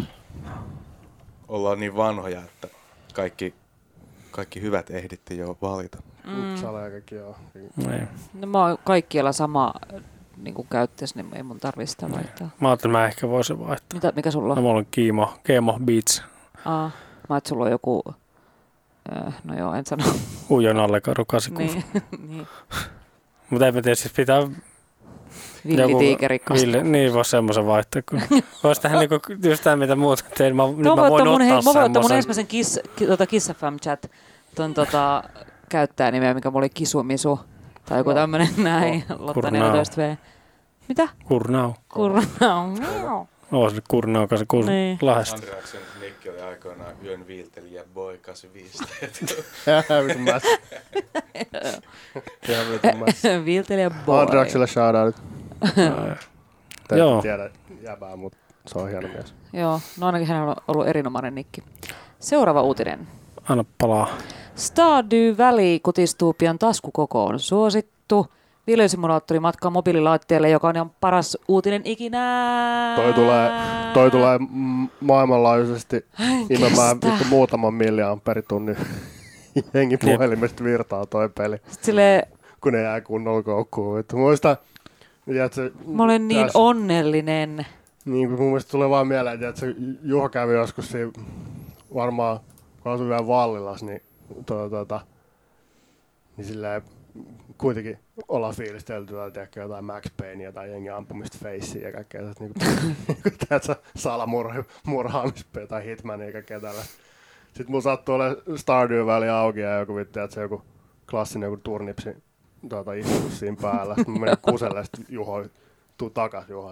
Ollaan niin vanhoja, että kaikki, kaikki hyvät ehditte jo valita. Mm. Uppsala ja kaikki joo. Ei. No, mä oon kaikkialla sama niin kuin käyttäisi, niin ei mun tarvitse sitä vaihtaa. Mä ajattelin, että mä ehkä voisin vaihtaa. Mitä, mikä sulla No, on? mulla on Kiimo, Keemo Beats, Aa, mä että sulla on joku, äh, no joo, en sano. Ujon Allekaru kahdeksankymmentäkuusi. niin, niin. Mutta en mä tiedä, siis pitää Villitiikeri Ville, niin voisi semmoisen vaihtaa. Kun voisi tehdä niinku just tämä, mitä muuta tein. Mä, nyt Tuo mä voi voin ottaa mun, ottaa hei, mä voin ottaa mun semmoisen. ensimmäisen Kiss, ki, tota Kiss F M chat, ton tota, käyttäjänimeä, mikä mulla oli Kisumisu. Tai joku No. tämmönen näin, No. Lotta Kurnau. neljätoista V. Mitä? Kurnau. Kurnau. Oo, se Kurnau kahdeksankymmentäkuusi Niin. Lahdesta. Andreaksen nikki oli aikoinaan yön viiltelijä boy kahdeksankymmentäviisi. Vitun mä. Ihan vitun mä. Viiltelijä boy. Andreakselle shoutoutit. Te Joo. ette tiedä jäbää, mutta se on hieno mies. Joo, no ainakin hänellä on ollut erinomainen nikki. Seuraava uutinen. Anna palaa. Stardew Valley kutistuu pian taskukokoon. Suosittu videosimulaattori matkaa mobiililaitteelle, joka on ihan paras uutinen ikinä. Toi tulee, toi tulee m- maailmanlaajuisesti imemään kestä. vittu muutaman milliamperitunnin hengi Jep. puhelimesta virtaa toi peli, Sitten silleen, kun ne jää kunnolla koukkuun. Vittu. Muista, tiedätkö, mä olen niin tässä- onnellinen. Niin, kun mun mielestä tulee vaan mieleen, että se Juha kävi joskus siinä varmaan, kun asui vielä Vallilas, niin, tuota, tuota, niin silleen kuitenkin ollaan fiilistelty tiedätkö, jotain Max Paynea tai jengi ampumista Faceen ja kaikkea niin kuin, tiedätkö, salamurhaamispeliä tai Hitmania ja kaikkea tällaista. Sitten mun sattuu olemaan Stardew Valley auki ja joku, tiedätkö, joku klassinen joku turnipsi tuota, istus siinä päällä. Sitten mä menin kuselle ja sitten Juho tuu takas Juho.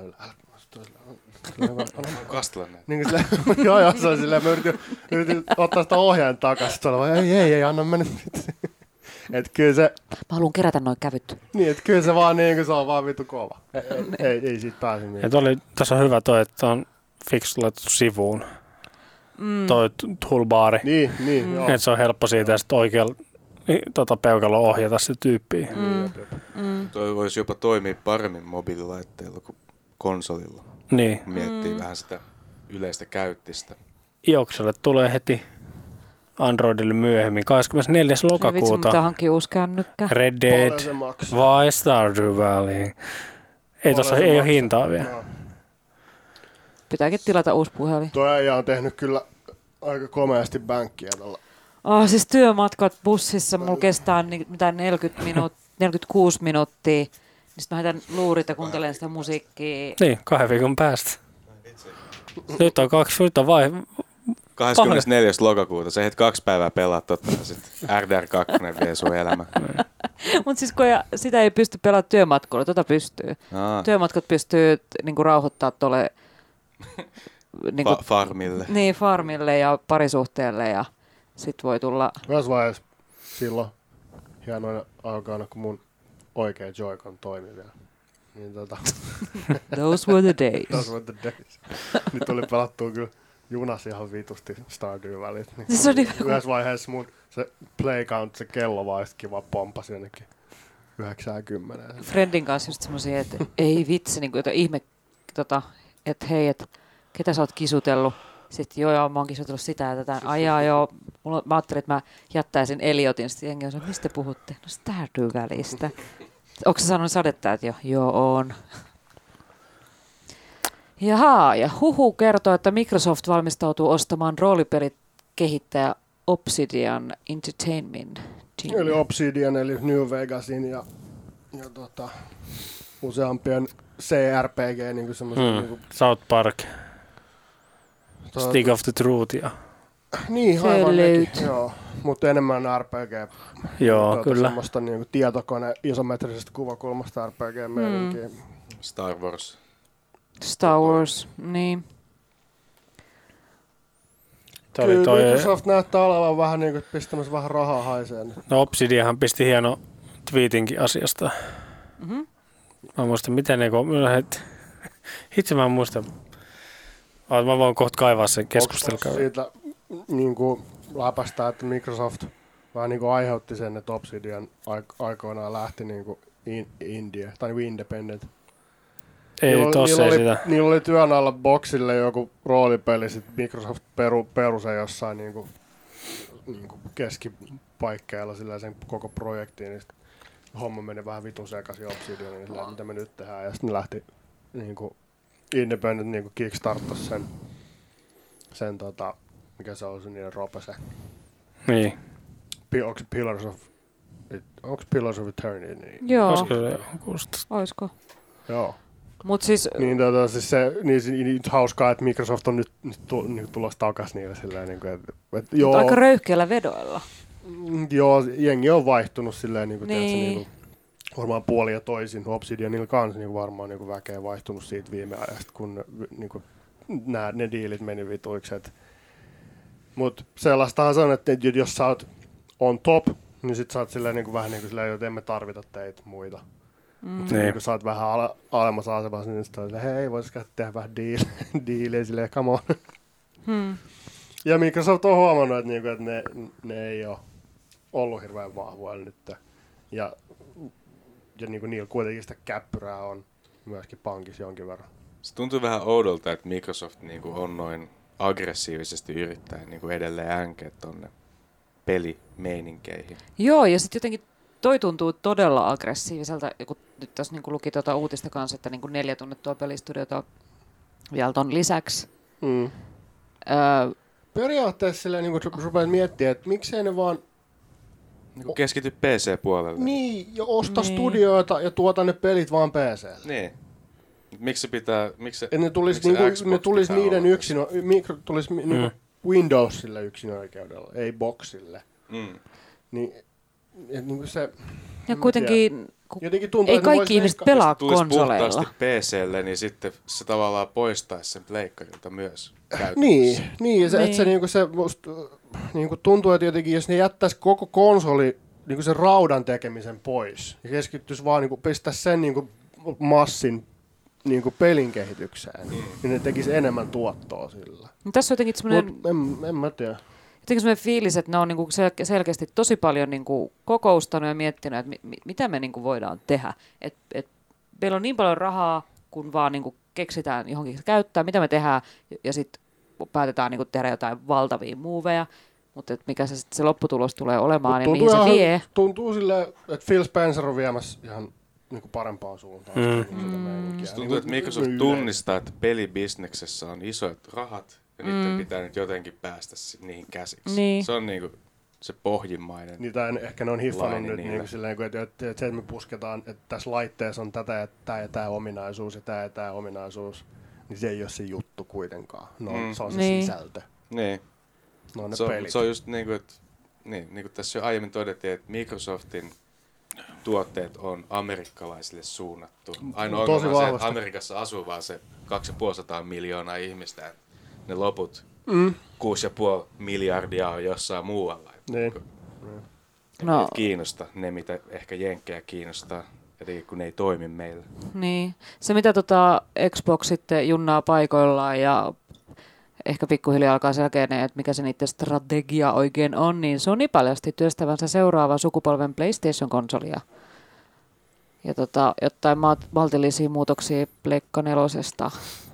Kastella näin. Niin kuin silleen, joo joo, se on silleen, mä yritin, yritin ottaa sitä ohjaajan takas, sitten sanoin, ei, ei, ei, anna mennä. Että kyllä se, Mä haluan kerätä noin kävyt. niin, että kyllä se vaan niin kuin se on vaan vittu kova. Ei, ei, ei, ei siitä pääse Ja mihinkään. oli, tässä on hyvä toi, että on fiksu laitettu sivuun. Mm. Toi t- toolbari. Niin, niin, mm. joo. Että se on helppo siitä ja sitten oikealla niin, tota, peukalla ohjata se tyyppiä. Mm. Jep, jep. Mm. Toi voisi jopa toimia paremmin mobiililaitteilla kuin konsolilla. Niin. Miettii Mm. vähän sitä yleistä käyttistä. Iokselle tulee heti Androidille myöhemmin, kahdeskymmenesneljäs Vitsi, mitä lokakuuta. hankkii uusi kännykkä. Red Paljon Dead se maksaa. vai Stardew Valley. Ei Paljon tossa se ei ole maksaa. hintaa vielä. No. Pitääkin tilata uusi puhelin. Tuo äijä on tehnyt kyllä aika komeasti bänkkiä tällä. Oh, siis työmatkat bussissa mulla kestää ni- mitä neljäkymmentä minuut, neljäkymmentäkuusi minuuttia. Sitten mä heitän luurit ja kuuntelen sitä musiikkia. Niin, kahden viikon päästä. Nyt on kaksi, nyt on vai, kahdeskymmenesneljäs lokakuuta. Sä ehdit kaksi päivää pelaa totta ja sitten R D R kaksi vie sun elämä. Mutta siis kun ja, sitä ei pysty pelaamaan työmatkoilla, tota pystyy. Aa. Työmatkat pystyy niinku rauhoittaa tuolle niinku, Fa- farmille. Niin, farmille ja parisuhteelle ja sit voi tulla... Myös vaiheessa silloin hienoina aikana, kun mun oikea Joy-Con toimi vielä. Niin tota... Those were the days. Those were the days. Nyt tuli pelattua kyllä junas ihan vitusti Stardew välit. Niin Siis oli... Yhdessä vaiheessa mun se play count, se kello vaan sit kiva pomppasi jonnekin yhdeksänkymmentä. Friendin kanssa just semmosia, että ei vitsi, niin kuin ihme, tota, että hei, että ketä sä oot kisutellut? Sitten joo, joo, mä oon kisutellut sitä ja tätä. Ajaa joo, mulla, mä ajattelin, että mä jättäisin Eliotin. Sitten jengi on sanonut, mistä te puhutte? No Stardew-välistä. Onko sä sanonut sadettäjät jo? Joo, on. Jaha, ja Huhu kertoo, että Microsoft valmistautuu ostamaan roolipelikehittäjä Obsidian Entertainment Team. Eli Obsidian, eli New Vegasin ja, ja tota, useampien C R P G, niin kuin semmoisen... Hmm. Niin kuin, South Park, to, Stick of the Truth ja... Niin, aivan nekin, joo. Mutta enemmän R P G. Joo, tuota, kyllä. Semmoista niin kuin tietokone isometrisestä kuvakulmasta R P G-meininkiä. Hmm. Star Wars. Star Wars, niin. Toi oli Kyllä toi, Microsoft näyttää olevan vähän niin kuin pistämässä vähän rahaa haiseen. no Obsidianhan pisti hieno tweetinkin asiasta. Mm-hmm. Mä muistan, miten ne... Itse mä en muista. Mä voin kohta kaivaa sen keskustelua. Siitä niin kuin läpästää, että Microsoft vähän niin kuin aiheutti sen, että Obsidian aikoinaan lähti niin kuin in, India, tai niin kuin independent. Ei, niillä, tossa niillä ei oli, sitä. Niillä oli työn alla boxille joku roolipeli, sitten Microsoft peru, perusen jossain niin kuin, niin kuin keskipaikkeilla sillä sen koko projektiin, niin homma meni vähän vitun sekaisin Obsidianiin, niin sillä, mitä me nyt tehdään, ja sitten ne lähti niin kuin independent niin kuin kickstarttasi sen, sen tota, mikä se on se niiden ropese. Niin. Onko Pillars of, onko Pillars of Eternity? Niin. Joo, Olisiko se kuulosta? oisko? Joo. Mut siis... Niin, tota, siis se, niin, niin, niin hauskaa, että Microsoft on nyt, nyt, tu, nyt tulossa takaisin niille silleen, niin kuin, että, että joo, Aika röyhkeällä vedoilla. mm, joo, jengi on vaihtunut silleen, niin kuin, Niin. tiedätkö, niin kuin, varmaan puoli ja toisin. Obsidianilla kanssa niin kuin varmaan niin kuin väkeä vaihtunut siitä viime ajasta, kun niin kuin, nää, ne diilit meni vituiksi. Mutta sellaistahan se on, että jos sä oot on top, niin sit sä oot silleen, niin kuin, vähän niin kuin silleen, että emme tarvita teitä muita. Mm. Niin. Niin kun sä oot vähän ale, alemmassa asemassa, niin sit on silleen, hei, voisiko tehdä vähän diil, diiliä silleen, come on. Hmm. Ja Microsoft on huomannut, että, niinku, että ne, ne ei ole ollut hirveän vahvoilla nyt. Ja, ja niinku, niillä kuitenkin sitä käppyrää on myöskin pankissa jonkin verran. Se tuntuu vähän oudolta, että Microsoft niinku on noin aggressiivisesti yrittää niinku edelleen änkeä tonne pelimeininkeihin. Joo, ja sitten jotenkin toi tuntuu todella aggressiiviselta, kun nyt tässä niin luki tuota uutista kanssa, että niin neljä tunnettua pelistudiota vielä ton lisäksi. Mm. Öö, Periaatteessa silleen, niin kun rupeat miettimään, että miksei ne vaan Niinku keskity P C-puolelle. niin, ja osta Niin. studioita ja tuota ne pelit vaan P C:lle. Niin. Miksi se pitää... Miksi se, Et ne tulis, miksi niinku, Xbox ne tulis pitää niiden olla yksin, mikro, tulis mm. niinku Windowsille yksin oikeudella, ei boxille. Mm. Niin, et niinku se... ja en kuitenkin, kun Jotenkin tuntuu, ei että ne vois kaikki ihmiset leikkaa- pelaa Jos tulisi konsoleilla. puhtaasti P C:lle, niin sitten se tavallaan poistaisi sen pleikkarilta myös käytännössä. Niin, niin, se, Niin. että se, niinku se musta, niinku tuntuu, että jotenkin jos ne jättäisi koko konsoli niinku sen raudan tekemisen pois ja keskittyisi vaan niinku pistää sen niinku massin niinku pelin kehitykseen, mm. niin ne tekisi enemmän tuottoa sillä. No tässä on jotenkin semmoinen Mut en, en mä tiedä. jotenkin semmoinen fiilis, että ne on niinku sel- selkeästi tosi paljon niinku kokoustanut ja miettinyt, että mi- mi- mitä me niinku voidaan tehdä. Et, et meillä on niin paljon rahaa, kun vaan niinku keksitään johonkin käyttää, mitä me tehdään, ja, ja sitten päätetään niinku tehdä jotain valtavia muuveja. Mutta mikä se, sit se lopputulos tulee olemaan ja mihin se ihan- vie. tuntuu silleen, että Phil Spencer on viemässä ihan niinku parempaan suuntaan. Mm. Niinku sitä meininkiä. Se tuntuu, että Microsoft Niinku tunnistaa, että pelibisneksessä on isot rahat, ja niiden Mm. pitää nyt jotenkin päästä sit niihin käsiksi. Niin. Se on niinku se pohjimmainen. Niitä en, ehkä ne on hiffannut Laini nyt, niillä. niin kuin silleen, kun, että, että, että se, että me pusketaan, että tässä laitteessa on tätä ja tämä ja tämä ominaisuus ja tämä ja tämä ominaisuus, niin se ei ole se juttu kuitenkaan. No, Mm. se on se Niin. sisältö. Niin. No ne se, on, pelit. se on just niin kuin, että niin, niin kuin tässä jo aiemmin todettiin, että Microsoftin tuotteet on amerikkalaisille suunnattu. Ainoa Tosi ongelma on se, että vahvasti. Amerikassa asuu vaan se kaksisataaviisikymmentä miljoonaa ihmistä. Että ne loput Mm. kuusi pilkku viisi miljardia on jossain muualla. Niin. No, Et kiinnosta ne, mitä ehkä jenkkejä kiinnostaa, etenkin kun ne ei toimi meillä. niin. Se, mitä tota Xbox sitten junnaa paikoillaan ja ehkä pikkuhiljaa alkaa selkeäneen, että mikä se niiden strategia oikein on, niin Sony paljasti työstävänsä seuraavan sukupolven PlayStation-konsolia. Ja tota, jotain ma- maltillisia muutoksia Pleikka nelosesta.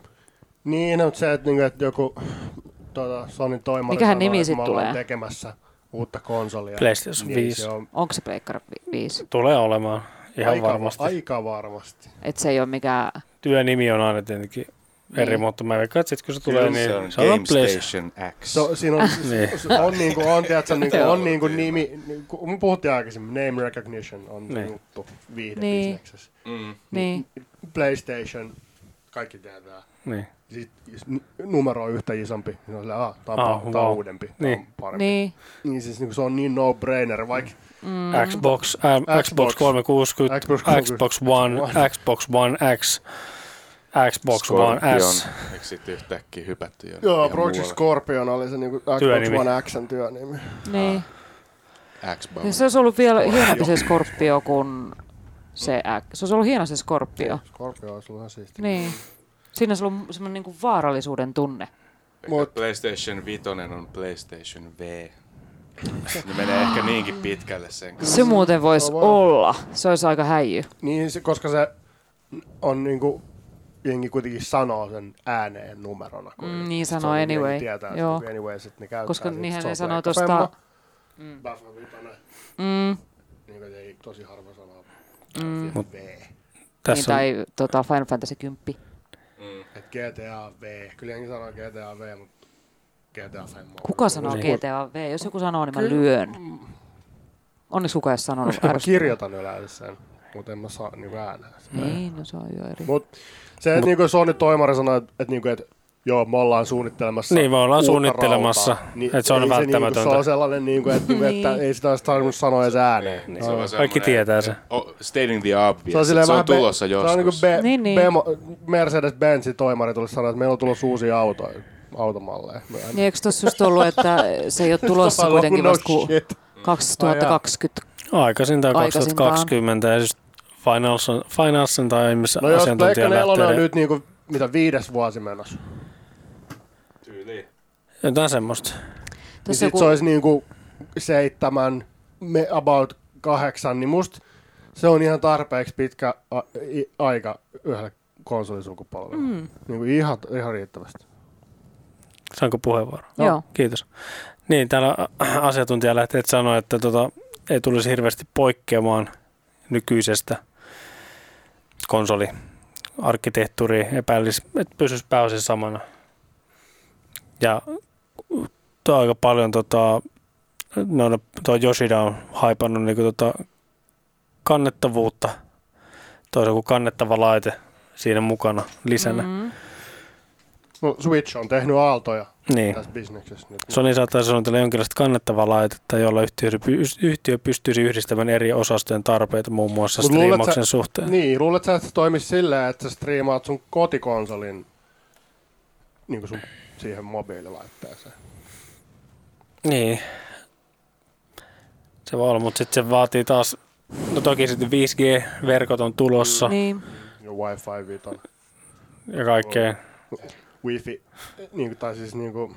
Niin, no, se, että, niinku, että joku tota, Sonyn toimari Mikähän sanoi, nimi että sit me ollaan tulee? tekemässä uutta konsolia. PlayStation niin viisi. Se on Onko se Pleikkari viisi? Tulee olemaan ihan aika, varmasti. Aika varmasti. Että se ei ole mikään... Työnimi on aina tietenkin eri, Niin. mutta mä veikkaan, että sit kun se tulee, niin se on se on GameStation PlayStation. X. So, siinä on, Niin. se on, niinku, on, tiedätkö, niinku, Joo. on niinku nimi, niinku, me puhuttiin aikaisemmin, name recognition on se Niin. juttu viihdebisneksessä. Mm. Niin. PlayStation, kaikki tietää. Niin. Sitten jos n- numero on yhtä isompi, niin on silleen, ah, tää on, Ah, pa- tää on wow. uudempi, tää Niin. on parempi. Niin. Niin siis niinku, se on niin no-brainer, vaikka Mm. Xbox, äh, Xbox kolmesataakuusikymmentä, Xbox Xbox One, Xbox One X, Xbox One S. Eikö sitten yhtäkkiä hypätty jo? joo, ihan Project muualle? Scorpion oli se niinku Xbox Työnimi. One Xn työnimi. Niin. Xbox. Ja se olisi ollut vielä hienompi se Scorpio kuin se X. Se olisi ollut hieno se Scorpio. Scorpio olisi ollut ihan siisti. Niin. Siinä olisi ollut semmoinen niinku vaarallisuuden tunne. Ehkä Mut- PlayStation viisi on PlayStation V. Ne menee ehkä niinkin pitkälle sen kanssa. Se muuten voisi Se voi olla. Se olisi aika häijy. Niin, se, koska se on niinku, jengi kuitenkin sanoo sen ääneen numerona. kun Mm, niin se on sanoo jengi anyway. Tietää, Joo. että anyway, sit ne käyttää Koska sit, niinhän se ne on sanoo Pleikka tosta... Femma, Mm. Baffa Vitonen, Mm. niin kuin ei tosi harva sanoo. Mm. V. Niin, Tässä on, tai tota, Final Fantasy kymmenen. Mm. Et G T A V. Kyllä jengi sanoo G T A V, mutta G T A Femma. on- Kuka sanoo Niin. G T A V? Jos joku sanoo, niin mä Kyllä. lyön. Onneksi kukaan ei ole sanonut. Mä ärsyttää. kirjoitan yleensä sen, mutta en mä saa niinku ääneen sitä. Niin, no se on jo eri. Mut se, että niinku Sony toimari sanoi, että et niinku, et joo, me ollaan suunnittelemassa Niin, me ollaan uutta suunnittelemassa, rautaa. Niin, että se on ei välttämätöntä. Niinku, se on sellainen, niinku, että, niinku, että Niin. ei sitä olisi tarvinnut sanoa edes ääneen. Niin, No. se on Kaikki semmoinen, tietää se. oh, stating the obvious. Se on, Se silleen on, se on vähän be- tulossa Se on joskus. niinku be- Niin, niin. Bemo, Mercedes-Benzin toimari tulisi sanoa, että meillä on tulossa uusia autoja, automalleja. Niin eikö tuossa just ollut, että se ei ole tulossa Samalla kuitenkin no vasta kuin shit. kaksituhattakaksikymmentä? aikaisintaan Aikaisintaan. kaksituhattakaksikymmentä ja siis Finalsen, Finalsen tai missä No jos Pleikka asiantuntija nelonen on lähtee. nyt niinku, mitä viides vuosi menossa, Tyyliin. Jotain semmoista. niin Tuossa sit joku, se olisi niinku seitsemän, me about kahdeksan, niin musta se on ihan tarpeeksi pitkä a- i- aika yhdelle konsolisukupolvelle. Mm. Niinku ihan, ihan riittävästi. Saanko puheenvuoro? Joo. Kiitos. Niin, täällä asiantuntija lähtee sanoa, että tota, ei tulisi hirveästi poikkeamaan nykyisestä konsoliarkkitehtuuri epäilisi, että pysyisi pääosin samana. Ja tuo aika paljon tota, no, tuo Yoshida on haipannut niinku tota kannettavuutta. Toisaalta kuin kannettava laite siinä mukana lisänä. Mm. Mm. No, Switch on tehnyt aaltoja Niin. tässä bisneksessä nyt. Sony saattaa suunnitella jonkinlaista kannettavaa laitetta, jolla yhtiö, yhtiö pystyisi yhdistämään eri osastojen tarpeita muun muassa Mut luulet striimauksen sä- suhteen. Niin, luulet sä, että se toimisi silleen, että sä striimaat sun kotikonsolin niin kuin sun siihen mobiililaitteeseen? Niin. Se voi olla, mutta sitten se vaatii taas, no toki sitten viisi G-verkot on tulossa Niin. Ja Wi-Fi viton. ja kaikkea. Wi-Fi, niin kuin, tai siis niin kuin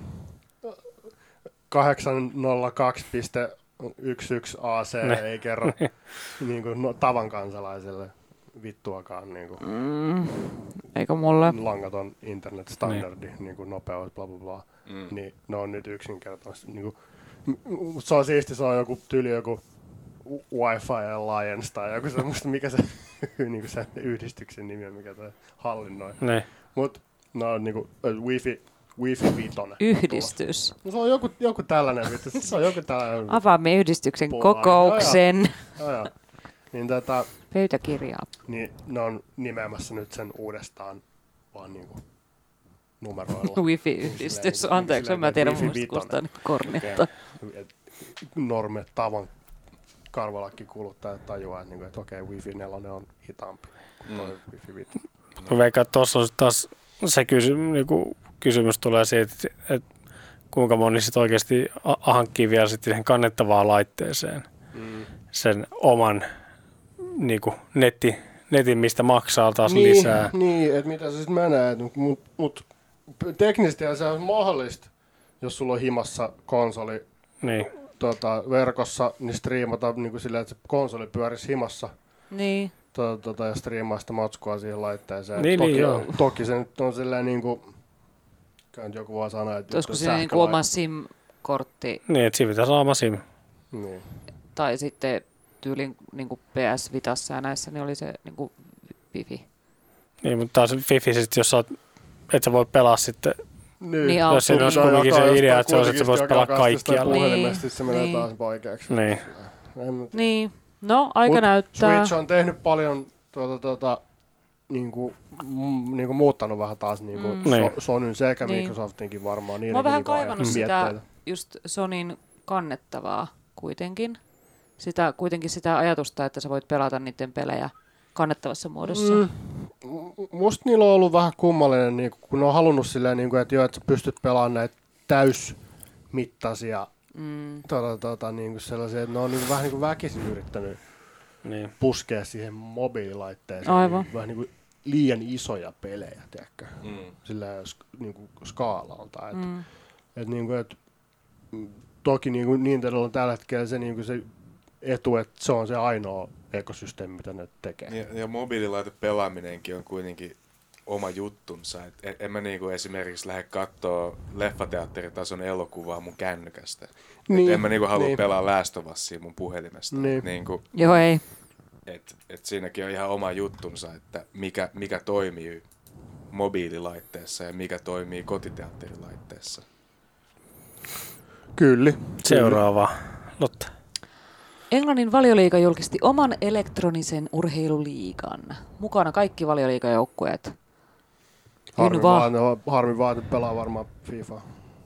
kahdeksansataakaksi piste yksitoista A C Ne. ei kerro niin kuin, no, tavan kansalaiselle vittuakaan niin kuin, Mm. Eikö mulle? langaton internetstandardi, niin. niin kuin nopeus, bla bla bla. Mm. Niin ne on nyt yksinkertaisesti. Niin kuin, m- m- se on siisti, se on joku tyyli joku Wi-Fi Alliance tai joku semmoista, mikä se, niin kuin se yhdistyksen nimi on, mikä se hallinnoi. Niin. Mut ne on niinku äh, Wi-Fi, Wi-Fi vitonen. Yhdistys. No se on joku, joku tällainen vittu. Se on joku tällainen. Avaamme yhdistyksen Puolaa. kokouksen. Joo, joo. Niin tätä, Pöytäkirjaa. niin ne on nimeämässä nyt sen uudestaan vaan niinku numeroilla. Wifi-yhdistys. Anteeksi, mä tiedän muista kuulostaa niin kornetta. Normet tavan karvalakki kuluttajat tajuaa, että, että okei, Wi-Fi neljä on hitaampi kuin toi mm. Wi-Fi viisi. Mä veikkaan, että tuossa on taas se kysy, niinku, kysymys tulee siitä, että, että kuinka moni sit oikeasti hankkii vielä sit siihen kannettavaan laitteeseen mm. sen oman niinku, netti, netin, mistä maksaa taas niin, lisää. Niin, että mitä se sitten menee. Mutta mut, teknisesti se on mahdollista, jos sulla on himassa konsoli niin. tota, verkossa, niin striimata niin kuin silleen, että se konsoli pyörisi himassa. Niin. Tota, tota, ja striimaa sitä matskua siihen laitteeseen. Niin, toki, niin, joo. toki se nyt on silleen niin kuin, joku voi sanoa, että olisiko siinä niin oma SIM-kortti? Niin, että siinä pitäisi olla oma SIM. Niin. Tai sitten tyylin niin kuin P S Vitassa ja näissä, niin oli se niin kuin Wifi. Niin, mutta taas Fifi sitten, jos sä oot, et sä voi pelaa sitten, niin. Niin, jos siinä olisi kuitenkin se idea, että se olisi, että sä voisit pelaa kaikkialla. Puhelimesti se menee niin. taas vaikeaksi. Niin. Niin, no aika Mut näyttää. Switch on tehnyt paljon tuota, tuota, niinku, m, niinku muuttanut vähän taas niinku Mm. so, Niin. Sonyn sekä Niin. Microsoftinkin varmaan. Mä oon vähän niinku kaivannut ajat- sitä mietteitä. just Sonyn kannettavaa kuitenkin. Sitä, kuitenkin sitä ajatusta, että sä voit pelata niiden pelejä kannettavassa muodossa. Mm. M- Musta niillä on ollut vähän kummallinen, niinku, kun ne on halunnut silleen, niinku, että, jo, että sä pystyt pelaamaan näitä täysmittaisia Mm. tota, tota, niinku sellaisia, että ne on niinku, vähän niinku väkisin yrittänyt Niin. puskea siihen mobiililaitteeseen. Aivan. Niin, vähän niinku liian isoja pelejä, tiedätkö? Mm. Sillä sk- niinku skaalalta. Et, Mm. et, niinku, et, mm, toki niinku Nintendolla on tällä hetkellä se, niinku se etu, että se on se ainoa ekosysteemi, mitä ne tekee. Ja, ja mobiililaite pelaaminenkin on kuitenkin oma juttunsa. Et en, en mä niinku esimerkiksi lähde kattoo leffateatteritason elokuvaa mun kännykästä. Niin, Et en mä niinku halua niin. pelaa Last of Usia mun puhelimesta. Niin. Niinku, Joo, ei. et, et siinäkin on ihan oma juttunsa, että mikä, mikä toimii mobiililaitteessa ja mikä toimii kotiteatterilaitteessa. Kyllä. Seuraava. Lotta. Englannin Valioliiga julkisti oman elektronisen urheiluliigan. Mukana kaikki Valioliigajoukkueet. Harmi Hyvä. vaan, no, harmi vaan, että pelaa varmaan FIFA.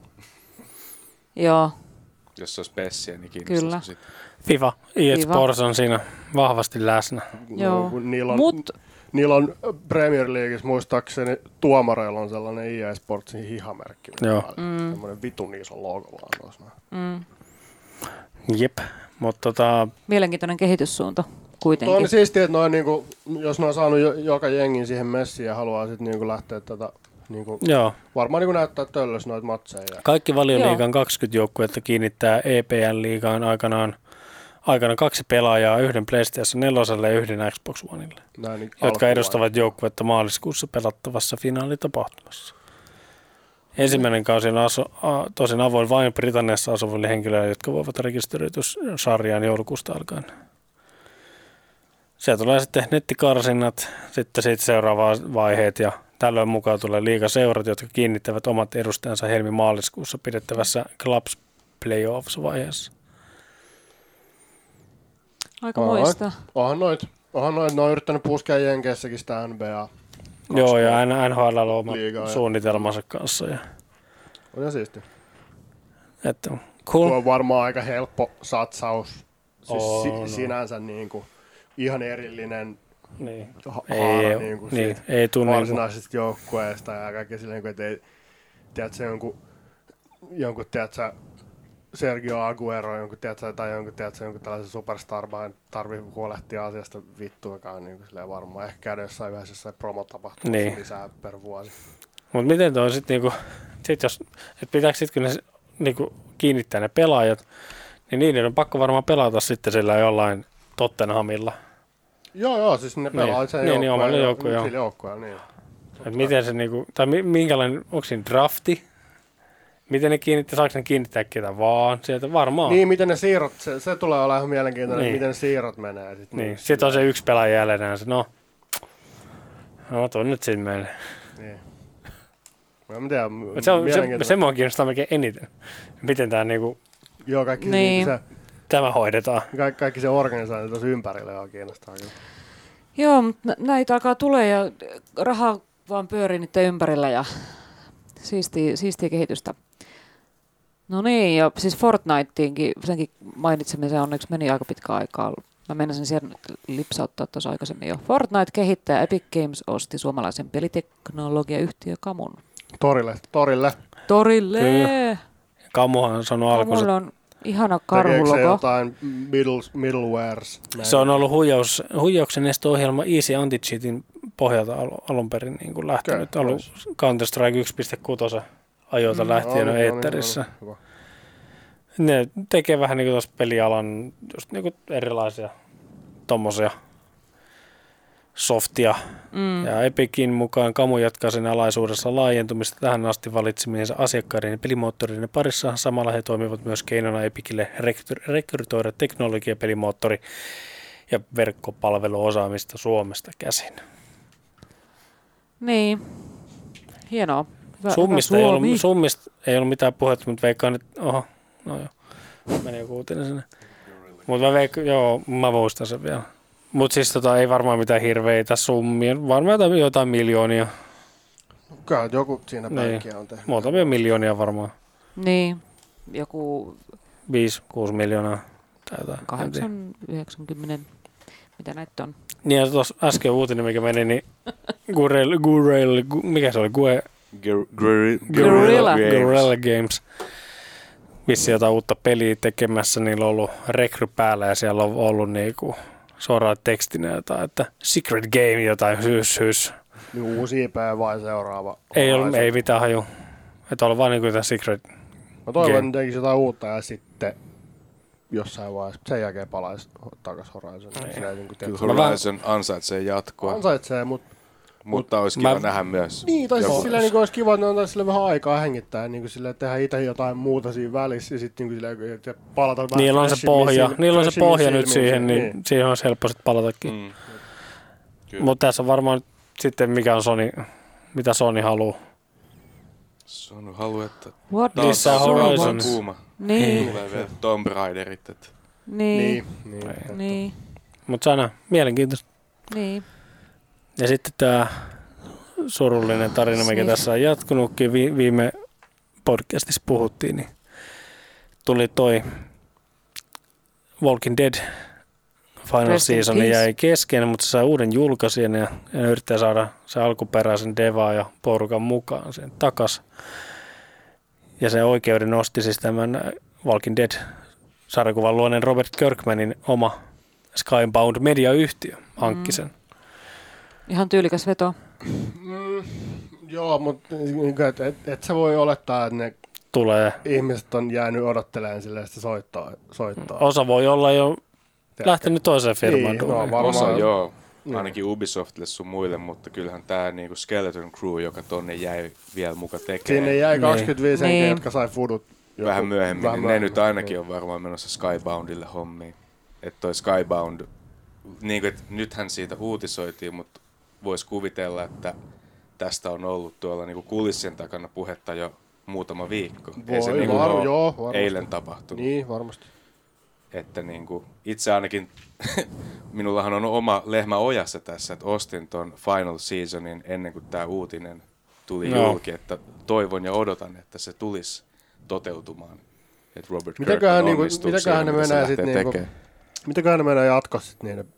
Joo, Jos se olisi Pessiä, niin Kyllä. kiinnostaisi sitten. FIFA. E FIFA. Sports on siinä vahvasti läsnä. Joo. No, kun niillä on, Mut- niillä on Premier Leagueissa muistaakseni tuomareilla on sellainen E A Sportsin hihamerkki. Joo. Mm. Semmoinen vitun iso logo vaan tuossa. mm. Jep. Mutta tota, Mielenkiintoinen kehityssuunta kuitenkin. Tuo on siistiä, että noin, niinku, jos ne on saanut jo, joka jengin siihen messiin ja haluaa sitten niinku lähteä tätä, niinku, joo. varmaan niinku näyttää töllössä noita matseja. Kaikki Valioliigan kaksikymmentä joukkuetta kiinnittää E P L-liigaan aikanaan, aikana kaksi pelaajaa, yhden PlayStation neljä ja yhden Xbox Oneille, Näin, niin jotka alkuvaiheen. edustavat joukkuetta maaliskuussa pelattavassa finaalitapahtumassa. Ensimmäinen kausi on asu, a, tosin avoin vain Britanniassa asuville henkilöille, jotka voivat rekisteröityä sarjaan joulukuusta alkaen. Siellä tulee sitten nettikarsinnat, sitten siitä seuraavat vaiheet ja tällöin mukaan tulee liigaseurat, jotka kiinnittävät omat edustajansa helmi-maaliskuussa pidettävässä Clubs Playoffs-vaiheessa. Aika Aa, moista. Onhan noit, onhan noit, ne on yrittänyt puskea Jenkeissäkin sitä N B A. Joo, ja N H L on oma liigaa ja- suunnitelmansa kanssa. Ja, On ja siisti. että Tuo cool. on varmaan aika helppo satsaus. Siis On, si- on. sinänsä niinku ihan erillinen Niin. ha- Ei, haara niin, niinku niin, siitä ei tuu niinku, varsinaisesta joukkueesta ja kaikkea silleen, kun et ei, tiedätkö, jonkun, jonkun tiedätkö, Sergio Aguero, jonkun, tiedätkö, tai jonkun, tiedätkö, jonkun tällaisen superstar, vaan tarvii huolehtia asiasta vittuakaan niin kuin silleen varmaan. Ehkä käydä jossain yhdessä jossain promotapahtumassa Niin. lisää per vuosi. mutta miten toi sitten niinku, sit jos, et pitääkö sitten kun ne niinku kiinnittää ne pelaajat, niin niiden on pakko varmaan pelata sitten sillä jollain Tottenhamilla. Joo, joo, siis ne pelaa Niin. sen Niin, niin, omalla joukkueen. joukkueen, joo. Sillä joukkueella, niin. Et miten se niinku, tai mi- minkälainen, onko siinä drafti? Miten ne kiinnittää, saako ne kiinnittää ketä vaan? Sieltä varmaan. Niin, miten ne siirrot, se, se tulee olemaan ihan mielenkiintoinen, Niin. miten ne siirrot menee. Sit Niin. Sitten on se yksi pelaaja jäljellä, se no, no tuo nyt sinne meille. Niin. Mä en tiedä, Mut Se, on, se, mielenkiintoinen. se mua kiinnostaa melkein eniten. Miten tämä niinku, Joo, kaikki, Niin. niin. se, tämä hoidetaan. kaikki, kaikki se organisaatio tuossa ympärillä joo, kiinnostaa kyllä. Joo, mutta nä- näitä alkaa tulee ja raha vaan pyörii niiden ympärillä ja Siistiä, siistiä kehitystä. No niin, ja siis Fortniteinkin, senkin mainitsemme, se onneksi meni aika pitkä aikaa. Mä menisin siellä lipsauttaa tuossa aikaisemmin jo. Fortnite kehittää, Epic Games osti suomalaisen peliteknologiayhtiö Kamun. Torille, torille. Torille! Kyllä. Kamuhan sanoi alkuun. Kamulla on ihana Tekeekö se karhulogo. jotain middle, middlewares? Se on ollut huijaus, huijauksen esto-ohjelma Easy Anti-Cheatin pohjalta al- alun perin niin kuin lähtenyt. Okei, Ollut Counter-Strike yksi piste kuusi ajoilta Mm. lähtien No, on no, no, eetterissä. no, hyvä. Ne tekee vähän niin kuin tuossa pelialan just niin kuin erilaisia tommosia softia. Mm. Ja Epicin mukaan Kamu jatkaa sen alaisuudessa laajentumista tähän asti valitsemiensa asiakkaiden ja pelimoottorien parissa. Samalla he toimivat myös keinona Epicille rekry- rekrytoida teknologiapelimoottori ja verkkopalveluosaamista Suomesta käsin. Niin. Hienoa. Hyvä, Summista, hyvä ei Suomi. ollut, summista ei ollut mitään puhetta, mutta veikkaan, että oho, no joo, meni joku uutinen sinne. Mutta mä veikkaan, joo, mä muistan sen vielä. Mutta siis tota, ei varmaan mitään hirveitä summia, varmaan jotain, jotain miljoonia, Kyllä joku siinä Niin. päinkin on tehnyt. muutamia miljoonia varmaan, Niin. Joku viisi, kuusi miljoonaa tai jotain. en tiedä. kahdeksan, yhdeksänkymmentä, mitä näitä on? Niin ja tuossa äsken uutinen, mikä meni, niin Gurel, Gurel, Gu- mikä se oli, Gue, Ger- Ger- Guerrilla. Games. Guerrilla Games. Vissi jotain uutta peliä tekemässä, niillä on ollut rekry päällä ja siellä on ollut niinku suoraan tekstinä jotain, että Secret Game jotain, hys hys. Niin uusi I P vai seuraava? Ei, ollut, Horizon? ei mitään haju. Että ollut vaan niinku jotain Secret. Mä toivon, Game. että ne tekisi jotain uutta ja sitten jossain vaiheessa sen jälkeen palaisi takaisin Horizon. Niin. Kyllä Horizon ansaitsee jatkoa, Ansaitsee, mutta mutta olisi kiva Mä- nähdä myös. niin, tai siis joku- sillä niin olisi kiva, että ne antaisi sille vähän aikaa hengittää ja niin sille tehdä itse jotain muuta siinä välissä ja sitten niin sille, että palata vähän Niillä on se freshimmin pohja, sil- niillä on se freshimmin pohja nyt silmin siihen, niin, siihen olisi helppo sitten palatakin. Mm. Kyllä. Mutta tässä on varmaan sitten mikä on Sony, mitä Sony haluaa. Sony haluaa, että What taas Lisää on Horizons. kuuma. Niin, Tulee vielä Tomb Raiderit. Että niin, Niin, niin. niin, Mutta sana, mielenkiintoista. niin. Ja sitten tämä surullinen tarina, mikä Siis- tässä on jatkunutkin, vi- viime podcastissa puhuttiin, niin tuli toi Walking Dead Final Rest in Season peace. jäi kesken, mutta se sai uuden julkaisijan ja, ja ne yrittää saada se alkuperäisen Devaa ja porukan mukaan sen takas. Ja se oikeuden nosti siis tämän Walking Dead-sarjakuvan luoneen Robert Kirkmanin oma Skybound Media-yhtiö hankki sen. Ihan tyylikäs veto. Mm, joo, mutta et, et, et sä voi olettaa, että ne Tulee. ihmiset on jäänyt odottelemaan sille sitä soittoa. soittoa. Osa voi olla jo Tiedätkö? lähtenyt toiseen firmaan. Niin, duuniin. no, varmaan. osa joo, Niin. ainakin Ubisoftille sun muille, mutta kyllähän tää niinku Skeleton Crew, joka tonne jäi vielä muka tekemään. Sinne jäi kaksikymmentäviisi Niin. henkeä, jotka sai fudut. joku- Vähän myöhemmin, vähän niin ne myöhemmin. nyt ainakin Niin. on varmaan menossa Skyboundille hommiin. Että toi Skybound, niin kuin, että nythän siitä uutisoitiin, mutta voisi kuvitella, että tästä on ollut tuolla niinku kulissien takana puhetta jo muutama viikko. Ei se Voi, niinku var- ole joo, varmasti. eilen tapahtunut. Niin, varmasti. Että niinku, itse ainakin, minullahan on oma lehmä ojassa tässä, että ostin ton Final Seasonin ennen kuin tämä uutinen tuli No. julki, että toivon ja odotan, että se tulisi toteutumaan. Että Robert Mitäköhän Kirkman niinku- onnistuu mitäköhän siinä, ne mitä se menee sit lähtee niinku- tekemään. Mitäköhän ne menee jatkossa sit niiden,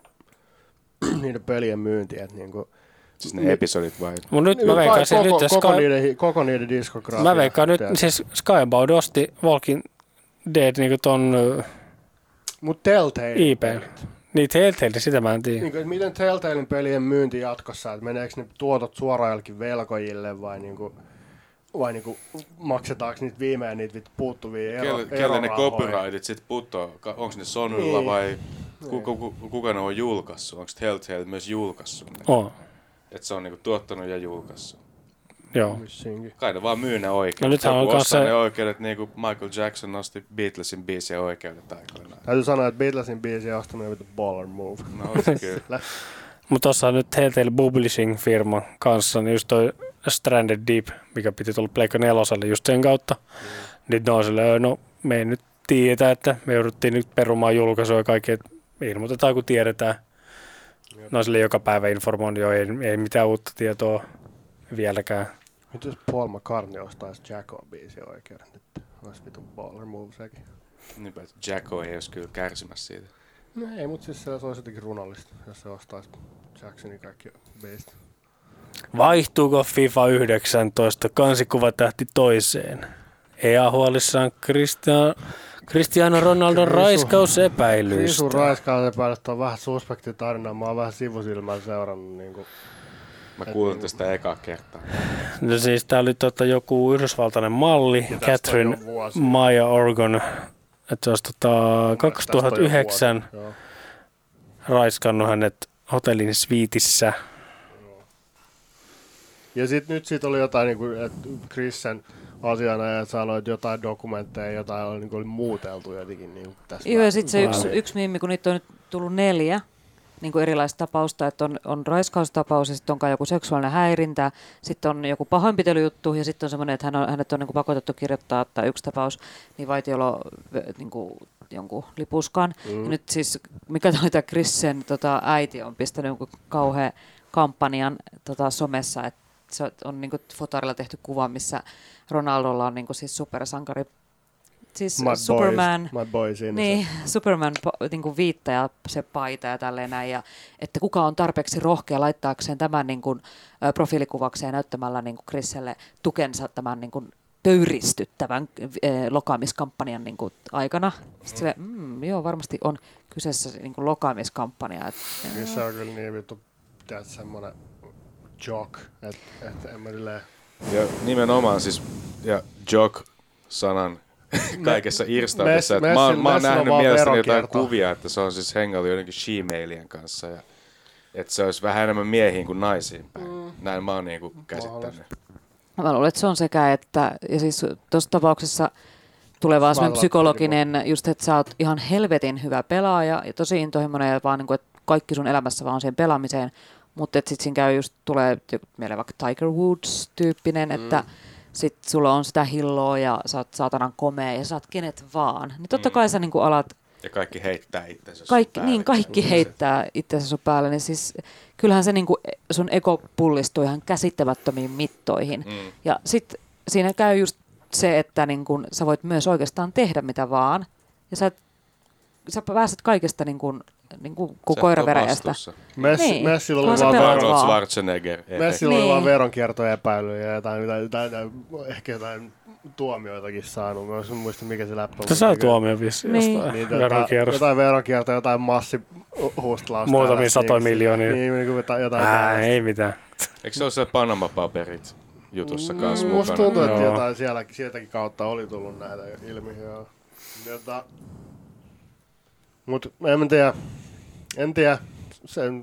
niiden pelien myyntiä? Et niinku, Siis ne episodit vai? Mut nyt mä Ka- veikkaan, siis koko, nyt koko, Sky, niiden, koko niiden diskografia. mä veikkaan nyt, tiedät. siis Skybound osti Walking Dead niinku ton ö, Mut Telltale. I P. Niin Telltale, sitä mä en tiedä. Niin, kuin, miten Telltalein pelien myynti jatkossa, että meneekö ne tuotot suoraan jollekin velkojille vai niinku, vai niinku, maksetaanko niitä viimein niitä vittu puuttuvia ero, Kelle, kelle ne erorahoja? copyrightit sit puttoo? Onko ne Sonylla Niin. vai kuka, kuka, kuka ne on julkaissut? Onko Telltale myös julkaissut ne? Oh, Että se on niinku tuottanut ja julkaissut. joo. Vissiinkin. Kai ne vaan myy ne oikeudet. No nythän on Joku kans ostaa se- ne oikeudet, niin kuin Michael Jackson nosti Beatlesin biisien oikeudet aikoinaan. Täytyy sanoa, että Beatlesin biisi on ostaminen vittu baller move. No on se kyllä. Mutta tuossa on nyt Telltale Publishing-firma kanssa, niin just toi Stranded Deep, mikä piti tulla Pleikka neloselle just sen kautta. Mm. Niin ne on silleen, no me ei nyt tiedetä, että me jouduttiin nyt perumaan julkaisua ja kaikki, että ilmoitetaan kun tiedetään. No sille joka päivä informoin, jo ei, ei mitään uutta tietoa vieläkään. Nyt jos Paul McCartney ostaisi Jacko biisi oikein, nyt olisi vitun baller move sekin. Niinpä, että Jacko ei olisi kyllä kärsimässä siitä. No ei, mutta siis se olisi jotenkin runollista, jos se ostaisi Jacksonin kaikki biisit. Vaihtuuko FIFA yhdeksäntoista kansikuvatähti toiseen? E A huolissaan Cristiano, Cristiano Ronaldon raiskausepäilystä. Krisun raiskausepäilystä on vähän suspekti tarina. Mä oon vähän sivusilmällä seurannut. Niin kuin, Mä kuulin tästä ekaa kertaa. No siis tää oli tota joku yhdysvaltainen malli, Catherine Maya Orgon, että se olisi tota kaksituhattayhdeksän raiskannut hänet hotellin sviitissä. Ja sit nyt siitä oli jotain, niin kuin, että Chrisen asianajat sanoi, että jotain dokumentteja, jotain oli, niin kuin, oli muuteltu jotenkin. Niin tässä Joo, ja sitten se yksi, yksi mimmi, kun niitä on nyt tullut neljä niin kuin erilaista tapausta, että on, on raiskaustapaus ja sitten onkaan joku seksuaalinen häirintä, sitten on joku pahoinpitelyjuttu ja sitten on semmoinen, että hän on, hänet on niin kuin pakotettu kirjoittaa tai yksi tapaus, niin vaitiolo niin kuin jonkun lipuskaan. Mm. Ja nyt siis, mikä oli tämä Chrisen tota, äiti on pistänyt jonkun kauhean kampanjan tota, somessa, että se on niin kuin fotarilla tehty kuva, missä Ronaldolla on niin kuin siis supersankari, siis Mad Superman, boys, boys niin, Superman niin kuin viitta ja se paita ja tälleen näin, ja että kuka on tarpeeksi rohkea laittaakseen tämän niin kuin, ä, profiilikuvakseen näyttämällä niin kuin Chriselle tukensa tämän niin kuin pöyristyttävän ä, lokaamiskampanjan niin kuin aikana. Sitten sille, mm, joo, varmasti on kyseessä niin kuin lokaamiskampanja. Missä on kyllä niin vittu, tiedät, semmoinen jock, että et en mä silleen... Ja nimenomaan siis, ja jock-sanan kaikessa irstaudessa. Mess, mä oon, mä oon nähnyt mielestäni jotain kuvia. kuvia, että se on siis hengailu jotenkin she-mailien kanssa. Ja, että se olisi vähän enemmän miehiin kuin naisiin päin. Mm. Näin mä oon niinku käsittänyt. Mä luulen, että se on sekä, että ja siis tuossa tapauksessa tulee vaan semmoinen psykologinen, just että sä oot ihan helvetin hyvä pelaaja ja tosi intohimoinen ja vaan niin kuin, että kaikki sun elämässä vaan siihen pelaamiseen. Mutta sitten siinä käy just, tulee mieleen vaikka Tiger Woods-tyyppinen, mm. että sitten sulla on sitä hilloa ja sä oot saatanan komea ja sä oot kenet vaan. Niin totta kai sä niinku alat... Ja kaikki heittää itsensä kaikki, Niin, kaikki mm. heittää itsensä sun päälle. Niin siis kyllähän se niinku sun ego pullistuu ihan käsittämättömiin mittoihin. Mm. Ja sitten siinä käy just se, että niinku sä voit myös oikeastaan tehdä mitä vaan. Ja sä, sä pääset kaikesta niinku... Niin kuin koiraveräjästä. Messi, niin. Messillä oli vaan Arnold Schwarzenegger. Messillä niin. oli vaan veronkiertoepäilyjä ja jotain, jotain, jotain, ehkä jotain tuomioitakin saanut. Mä en muista, mikä se läppä on. Se saa tuomio vissiin niin. jostain niin, veronkierrosta. Jotain veronkiertoa, jotain massihuustlausta. Muutamia satoja miljoonia. Niin, niin jotain, jotain Ää, ei mitään. Eikö se ole se Panama-paperit jutussa mm, kanssa mukana? Musta tuntuu, että jotain siellä, sieltäkin kautta oli tullut näitä ilmi. Jota, mut en tiedä. En tiedä. Sen...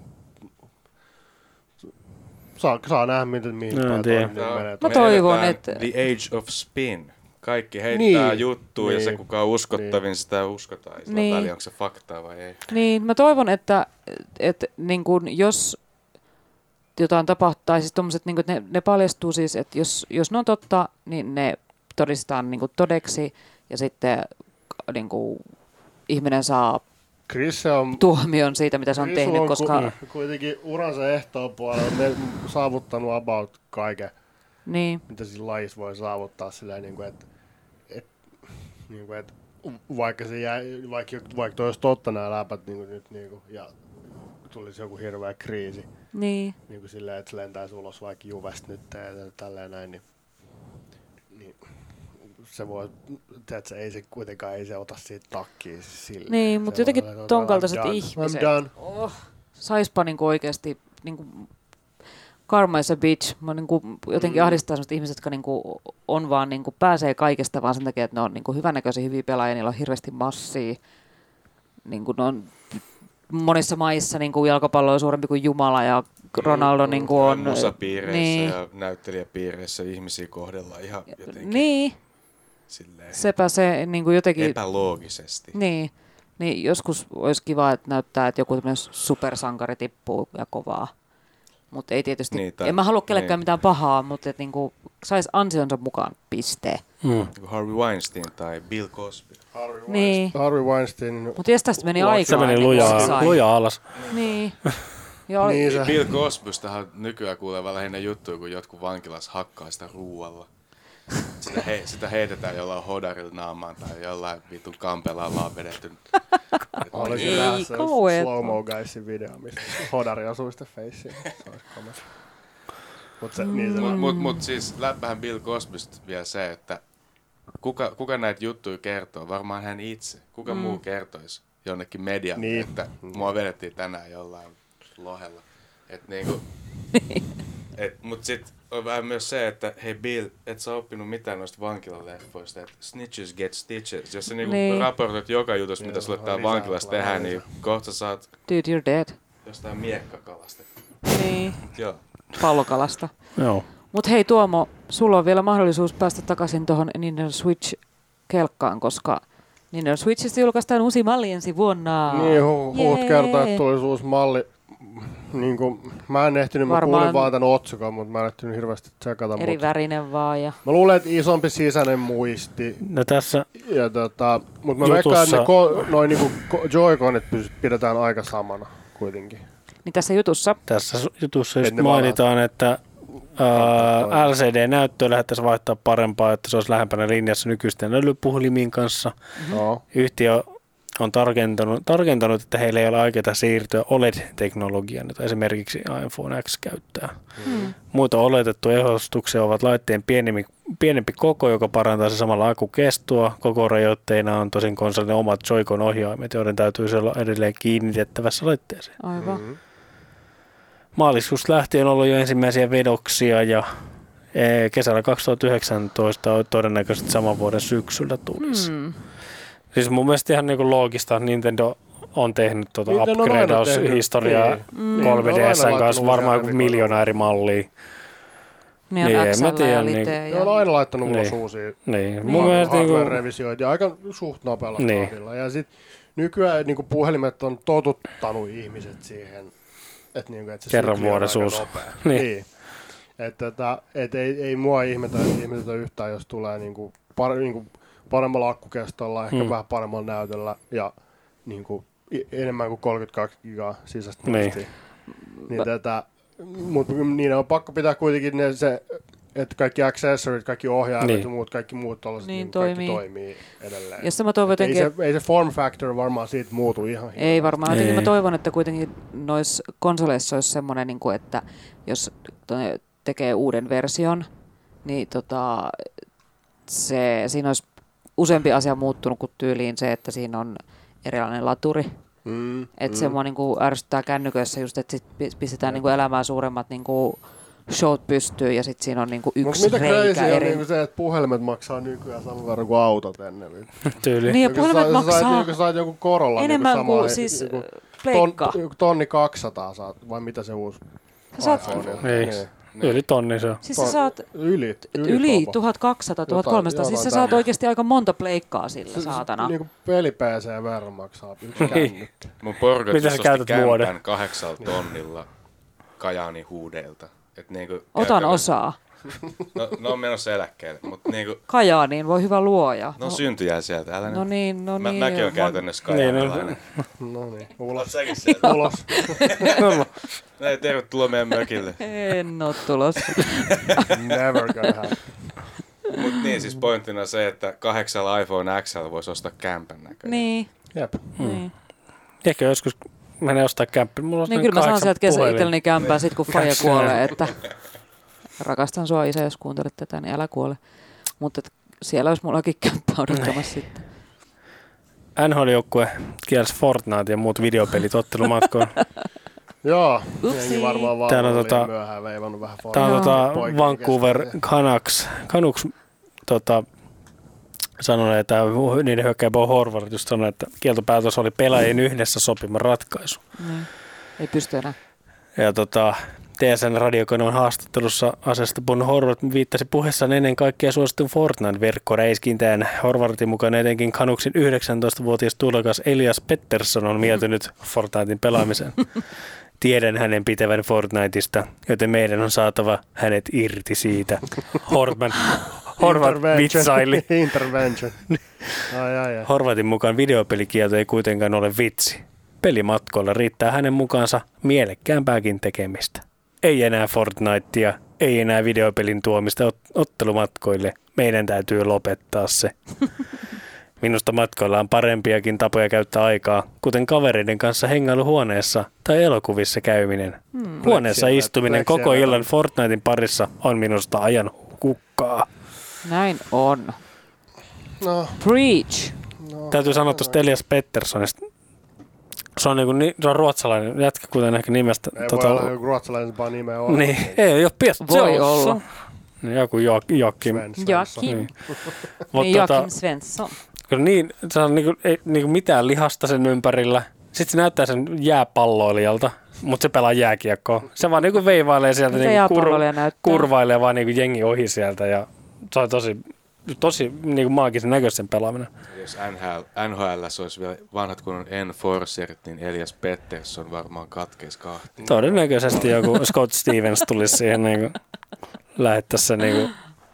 Saa, saa nähdä, miten mihin no, päin menee. Mä toivon, että... The Age of Spin. Kaikki heittää niin, juttua niin, ja se kuka on uskottavin, niin. sitä uskotaan. Ei niin. väliä, onko se faktaa vai ei. Niin, mä toivon, että, että niin kun, jos jotain tapahtuu, siis tommoset, niin kun, ne, ne paljastuu siis, että jos, jos ne on totta, niin ne todistetaan niin kun todeksi ja sitten niin kun, ihminen saa Chris on, tuomion siitä, mitä se on Chris tehnyt, on koska... Ku, kuitenkin uransa ehtoon puolella ne saavuttanut about kaiken, niin. mitä siinä lajissa voi saavuttaa silleen, niin kuin, että, että, niin kuin, että vaikka, se jää, vaikka, vaikka toi olisi totta nämä läpät niin kuin nyt, niin kuin, ja tulisi joku hirveä kriisi, niin. niin kuin silleen, että se lentäisi ulos vaikka Juvesta nyt ja tälleen näin, niin, niin se voi, tiedätkö, ei se kuitenkaan, ei se ota siitä takkiin silleen. Niin, mutta jotenkin ton kaltaiset I'm ihmiset, oh, saispa niinku oikeasti, niinku, karma is a bitch, mä niinku, jotenkin mm. ahdistaa sellaiset ihmiset, jotka niinku, on vaan, niinku, pääsee kaikesta vaan sen takia, että ne on niinku, hyvänäköisiä, hyviä pelaajia, niillä on hirveästi massia, niinku, ne on monissa maissa niinku, jalkapallo on suurempi kuin Jumala ja Ronaldo mm, niinku, on... Musapiireissä niin. ja näyttelijäpiireissä ihmisiä kohdellaan ihan jotenkin... Niin. Silleen sepä se niin kuin jotenkin... epäloogisesti. Niin. Niin joskus olisi kiva, että näyttää, että joku supersankari tippuu ja kovaa. Mutta ei tietysti... Niin, tai, en mä halua kellekään niin. mitään pahaa, mutta että niinku saisi ansionsa mukaan pisteen. Hmm. Harvey Weinstein tai Bill Cosby. Harvey niin. Harvey Weinstein... Mutta jos tästä meni aikaa... Se meni lujaa, lujaa alas. Niin. Joo, Niin se. Bill Cosbystähän nykyään kuulee lähinnä juttuja, kun jotkut vankilas hakkaa sitä ruualla. Sitä, he, sitä heitetään jollain hodarilla naamaan tai jollain vitun kampella ollaan vedetty. Olisi Ei, nähdä se kauheeta. Slow-Mo Guysin video, missä hodari osuu sitä feissiin. Se olisi komea. Mut se, niin se Mut, mut, mut siis läppähän Bill Cosbysta vielä se, että kuka, kuka näitä juttuja kertoo? Varmaan hän itse. Kuka mm. muu kertoisi jonnekin medialle, Niin. että mua vedettiin tänään jollain lohella. Et niinku, et, mut sit on vähän myös se, että hei Bill, et sä oppinut mitään noista vankilaleffoista, että snitches get stitches. Jos sä niinku Niin. raportoit joka jutusta, mitä sulle täällä lisää vankilassa tulee tehdään, lisää. niin kohta saat Dude, you're dead. jostain miekkakalasta. Niin, Joo. pallokalasta. Joo. Mut hei Tuomo, sulla on vielä mahdollisuus päästä takaisin tuohon Nintendo Switch-kelkkaan, koska Nintendo Switchistä julkaistaan uusi malli ensi vuonna. Niin, hu- huut Jee. kertoo, että tulisi uusi malli. Niin kuin, mä en ehtinyt, mä Varmaan- kuulin vaan tämän otsikon, mutta mä en ehtinyt hirveästi tsekata. Eri Mut värinen vaan. Ja... mä luulen, että isompi sisäinen muisti. No tässä, Ja tota, mutta mä Jutussa- veikkaan, että ne ko- noin niinku ko- Joy-Conit pysy- pidetään aika samana kuitenkin. Niin tässä jutussa, tässä su- jutussa just Et ne mainitaan, että ää, L C D-näyttöä lähdettäisiin vaihtaa parempaa, että se olisi lähempänä linjassa nykyisten älypuhelimien kanssa. Joo. Yhtiö on tarkentanut, tarkentanut, että heillä ei ole aikeita siirtyä O L E D-teknologiaan, jota esimerkiksi iPhone X käyttää. hmm. Muita oletettuja ehdotuksia ovat laitteen pienempi, pienempi koko, joka parantaa se samalla akkukestoa. Koko rajoitteina on tosin konsolin omat Joy-Con-ohjaimet, joiden täytyy olla edelleen kiinnitettävässä laitteeseen. aivan. Mm-hmm. Maaliskuusta lähtien on ollut jo ensimmäisiä vedoksia ja eh, kesällä kaksituhattayhdeksäntoista on todennäköisesti saman vuoden syksyllä tulisi. Hmm. Siis mun mielestä ihan niinku loogista Nintendo on tehnyt tuota Nintendo on aina tehnyt. upgradeaushistoriaa Niin. kolme Niin, ne on D S:n aina kanssa, laittanut varmaan uusia joku miljoona eri mallia. Niin on Niin, en X mä L tiedä, ja niin- Lite. Ne Ja... on aina laittanut ulos Niin. uusia Niin, mun Niin. mielestä niinku, hardware-revisioita ja aika suht nopealla Niin. tahdilla. Ja sit nykyään niinku puhelimet on totuttanut ihmiset siihen, että niinku, et se Kerran sykli on vuodessa aika uusi. nopea. Niin. Niin. Että tota, et ei, ei mua ihmetä, ihmetetä yhtään, jos tulee niinku par, niinku paremmalla akkukestolla, ehkä Hmm. vähän paremmalla näytöllä ja niinku i- enemmän kuin kolmekymmentäkaksi gigaa sisäistä Niin. muistia. Niin tätä, mutta niin on pakko pitää kuitenkin ne, se, että kaikki accessorit, kaikki ohjaimet Niin. ja muut, kaikki muut tollaset, Niin, niin kaikki toimii. toimii edelleen. Ja sitten mä toivon ei, jotenkin, se, ei se form factor varmaan siitä muutu ihan ei varmaan. Jotenkin Ei. mä toivon, että kuitenkin noissa konsoleissa olisi semmoinen, niin kuin, että jos to- tekee uuden version, niin tota, se, siinä olisi useampi asia muuttunut kuin tyyliin se, että siinä on erilainen laturi. Mm, Että mm. se mua niinku ärsyttää kännyköissä just, että sit pi- pistetään niinku elämään suuremmat niinku showt pystyyn ja sitten siinä on niinku Mut yksi mitä reikä crazy on eri. niinku se, että puhelimet maksaa nykyään saman verran kuin autot ennen. tyyli. Niin ja Joku puhelimet sait- maksaa Sait, joku sait joku korolla enemmän niinku kuin samaa, siis joku pleikka. ton, joku tonni kaksisataa saat, vai mitä se uusi Sä saat iPhone on? Ei. Niin. Yli tonni se on. Siis sä Ton- saat Yli, yli, yli koko. tuhatkaksisataa tuhatkolmesataa, siis sä jotain saat tämmöistä. oikeasti aika monta pleikkaa sillä, Se- saatana. Niinku peli P C verran maksaa yksi kännykkä. Mun porukat Mitä just sä osti käytät kämpän vuoden? kahdeksalla tonnilla Kajaani huudeilta. Et niinku Otan käytännössä- osaa. No, ne on menossa eläkkeelle, mutta niinku, Kajaaniin voi hyvä luoja. no syntyjää sieltä, älä No nyt. niin, no Mä, niin. mäkin on Mon- käytännössä Niin, no- kajaanilainen. No niin, Oot ulos. säkin sieltä? Ulos. Ei, tervetuloa meidän mökille. En oo tulossa. Never gonna happen. Mut niin, siis pointtina se, että kahdeksalla iPhone X L voisi ostaa kämpän näköinen. Niin, Jep. niin. Ehkä joskus menee ostaa kämppi. Mulla on Niin kyllä mä saan sieltä kesä puhelin. itselleni kämpää sit kun faija kuolee, että rakastan sua isä, jos kuuntelet tätä, niin älä kuole. Mutta siellä olisi mullakin kämppää odottamassa sitten. N H L-joukkue kielsi Fortnite ja muut videopelit ottelumatkoon. Joo, Upsi. jengi varmaan vaan Täällä oli tota- myöhään veivannut vähän Tää on Joo. tota poikien Vancouver kesken. Canucks, Canucks tota, sanonut, että niiden hyökkääjä Bo Horvath just sanoi, että kieltopäätös oli pelaajien yhdessä sopima ratkaisu. Niin. Ei pysty enää. Ja tota, T S N-radiokanavon haastattelussa asiasta puhunut Horvath viittasi puheessaan ennen kaikkea suositun Fortnite-verkkoräiskintään. Horvathin mukaan etenkin Canucksin yhdeksäntoistavuotias tulokas Elias Pettersson on mieltynyt Fortnitein pelaamiseen. Tiedän hänen pitävän Fortniteista, joten meidän on saatava hänet irti siitä. Horman, Horvath Intervention. vitsaili. Intervention. Ai, ai, ai. Horvathin mukaan videopelikielto ei kuitenkaan ole vitsi. Pelimatkoilla riittää hänen mukaansa mielekkäämpääkin tekemistä. Ei enää Fortnitea, ei enää videopelin tuomista ot- ottelumatkoille. Meidän täytyy lopettaa se. Minusta matkoilla on parempiakin tapoja käyttää aikaa, kuten kavereiden kanssa hengailu huoneessa tai elokuvissa käyminen. Hmm. Huoneessa istuminen koko illan Fortnitein parissa on minusta ajan hukkaa. Näin on. No. Preach. No, Täytyy sanoa tuosta Elias Petterssonista. Se on, niin, se on ruotsalainen jätkä, kuten ehkä nimestä. Ei tota, voi olla joku ruotsalaisempaa nimeä olla. Niin, ei ole Pettersson. Voi olla. Niin, joku jo, Joakim. Joakim. Niin. Niin, Joakim Svensson. Kyllä niin, se on niinku, ei niinku mitään lihasta sen ympärillä. Sitten se näyttää sen jääpalloilijalta, mutta se pelaa jääkiekkoa. Se vaan niinku veivailee sieltä, niinku kur, kurvailee vaan niinku jengi ohi sieltä ja se on tosi, tosi niinku maagisen näköisen pelaaminen. Jos N H L olisi vielä vanhat kunnon enforcerit, niin Elias Pettersson varmaan katkeisi kahtiin. Todennäköisesti joku Scott Stevens tulisi siihen niinku, lähettäisi se niinku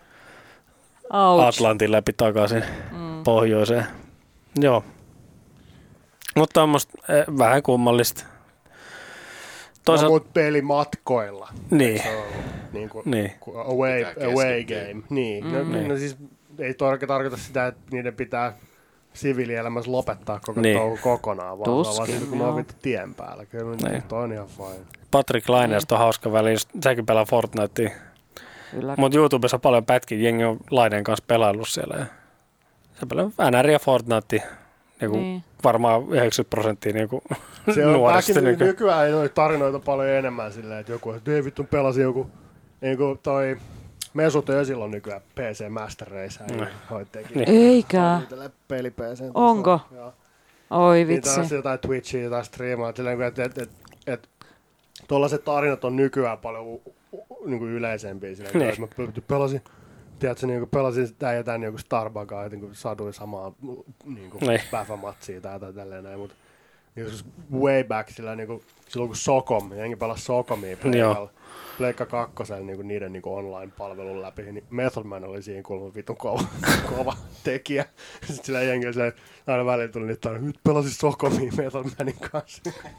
Atlantin läpi takaisin mm. pohjoiseen. Joo. Mutta on musta eh, vähän kummallista. Toisaalta... No, mutta pelimatkoilla. Niin. Se on niin kuin niin. away, away game. Niin. Mm. No, niin. No siis ei todellakaan tarkoita sitä, että niiden pitää siviilielämässä lopettaa koko niin. touhu kokonaan, vaan Tuskin, vaan siitä, kun ne on vittu tien päällä. Kyllä niin. Toi on ihan fine. Patrick Laineesta on hauska väli, säkin pelaa Fortnitea. Mutta YouTubessa on paljon pätkiä, jengi on Laineen kanssa pelaillut siellä. Ja se pelaa N R ja Fortnite, niinku niin. Varmaan yhdeksänkymmentä prosenttia niinku nuorista. Niinku. Nykyään ei noita tarinoita paljon enemmän silleen, että joku, että ei vittu pelasi joku, niinku toi Mesut ei silloin nykyään P C Master Race. Niin. Eikä. Peli P C. Onko? Joo. Oi vitsi. Niitä on jotain Twitchia tai striimaa, että et, et, et, tuollaiset tarinat on nykyään paljon niinku yleisempiä silleen, niin. Mä pelasin, tiedätkö, niinku pelasin tää ja tän niinku Starbuckaa, niinku saduin samaa niinku niin. päivämatsia tai jotain tälleen näin, mut joskus way back sillä niinku silloin kun Socom, jengi pelasi Socomia Pleikalla, Pleikka kakkosella niinku niiden niinku online-palvelun läpi, niin Method Man oli siinä kuulemma vitun kova, kova tekijä. Sitten sillä jengi oli silleen, aina välillä tuli niitä, nyt pelasin Socomia Method Manin kanssa.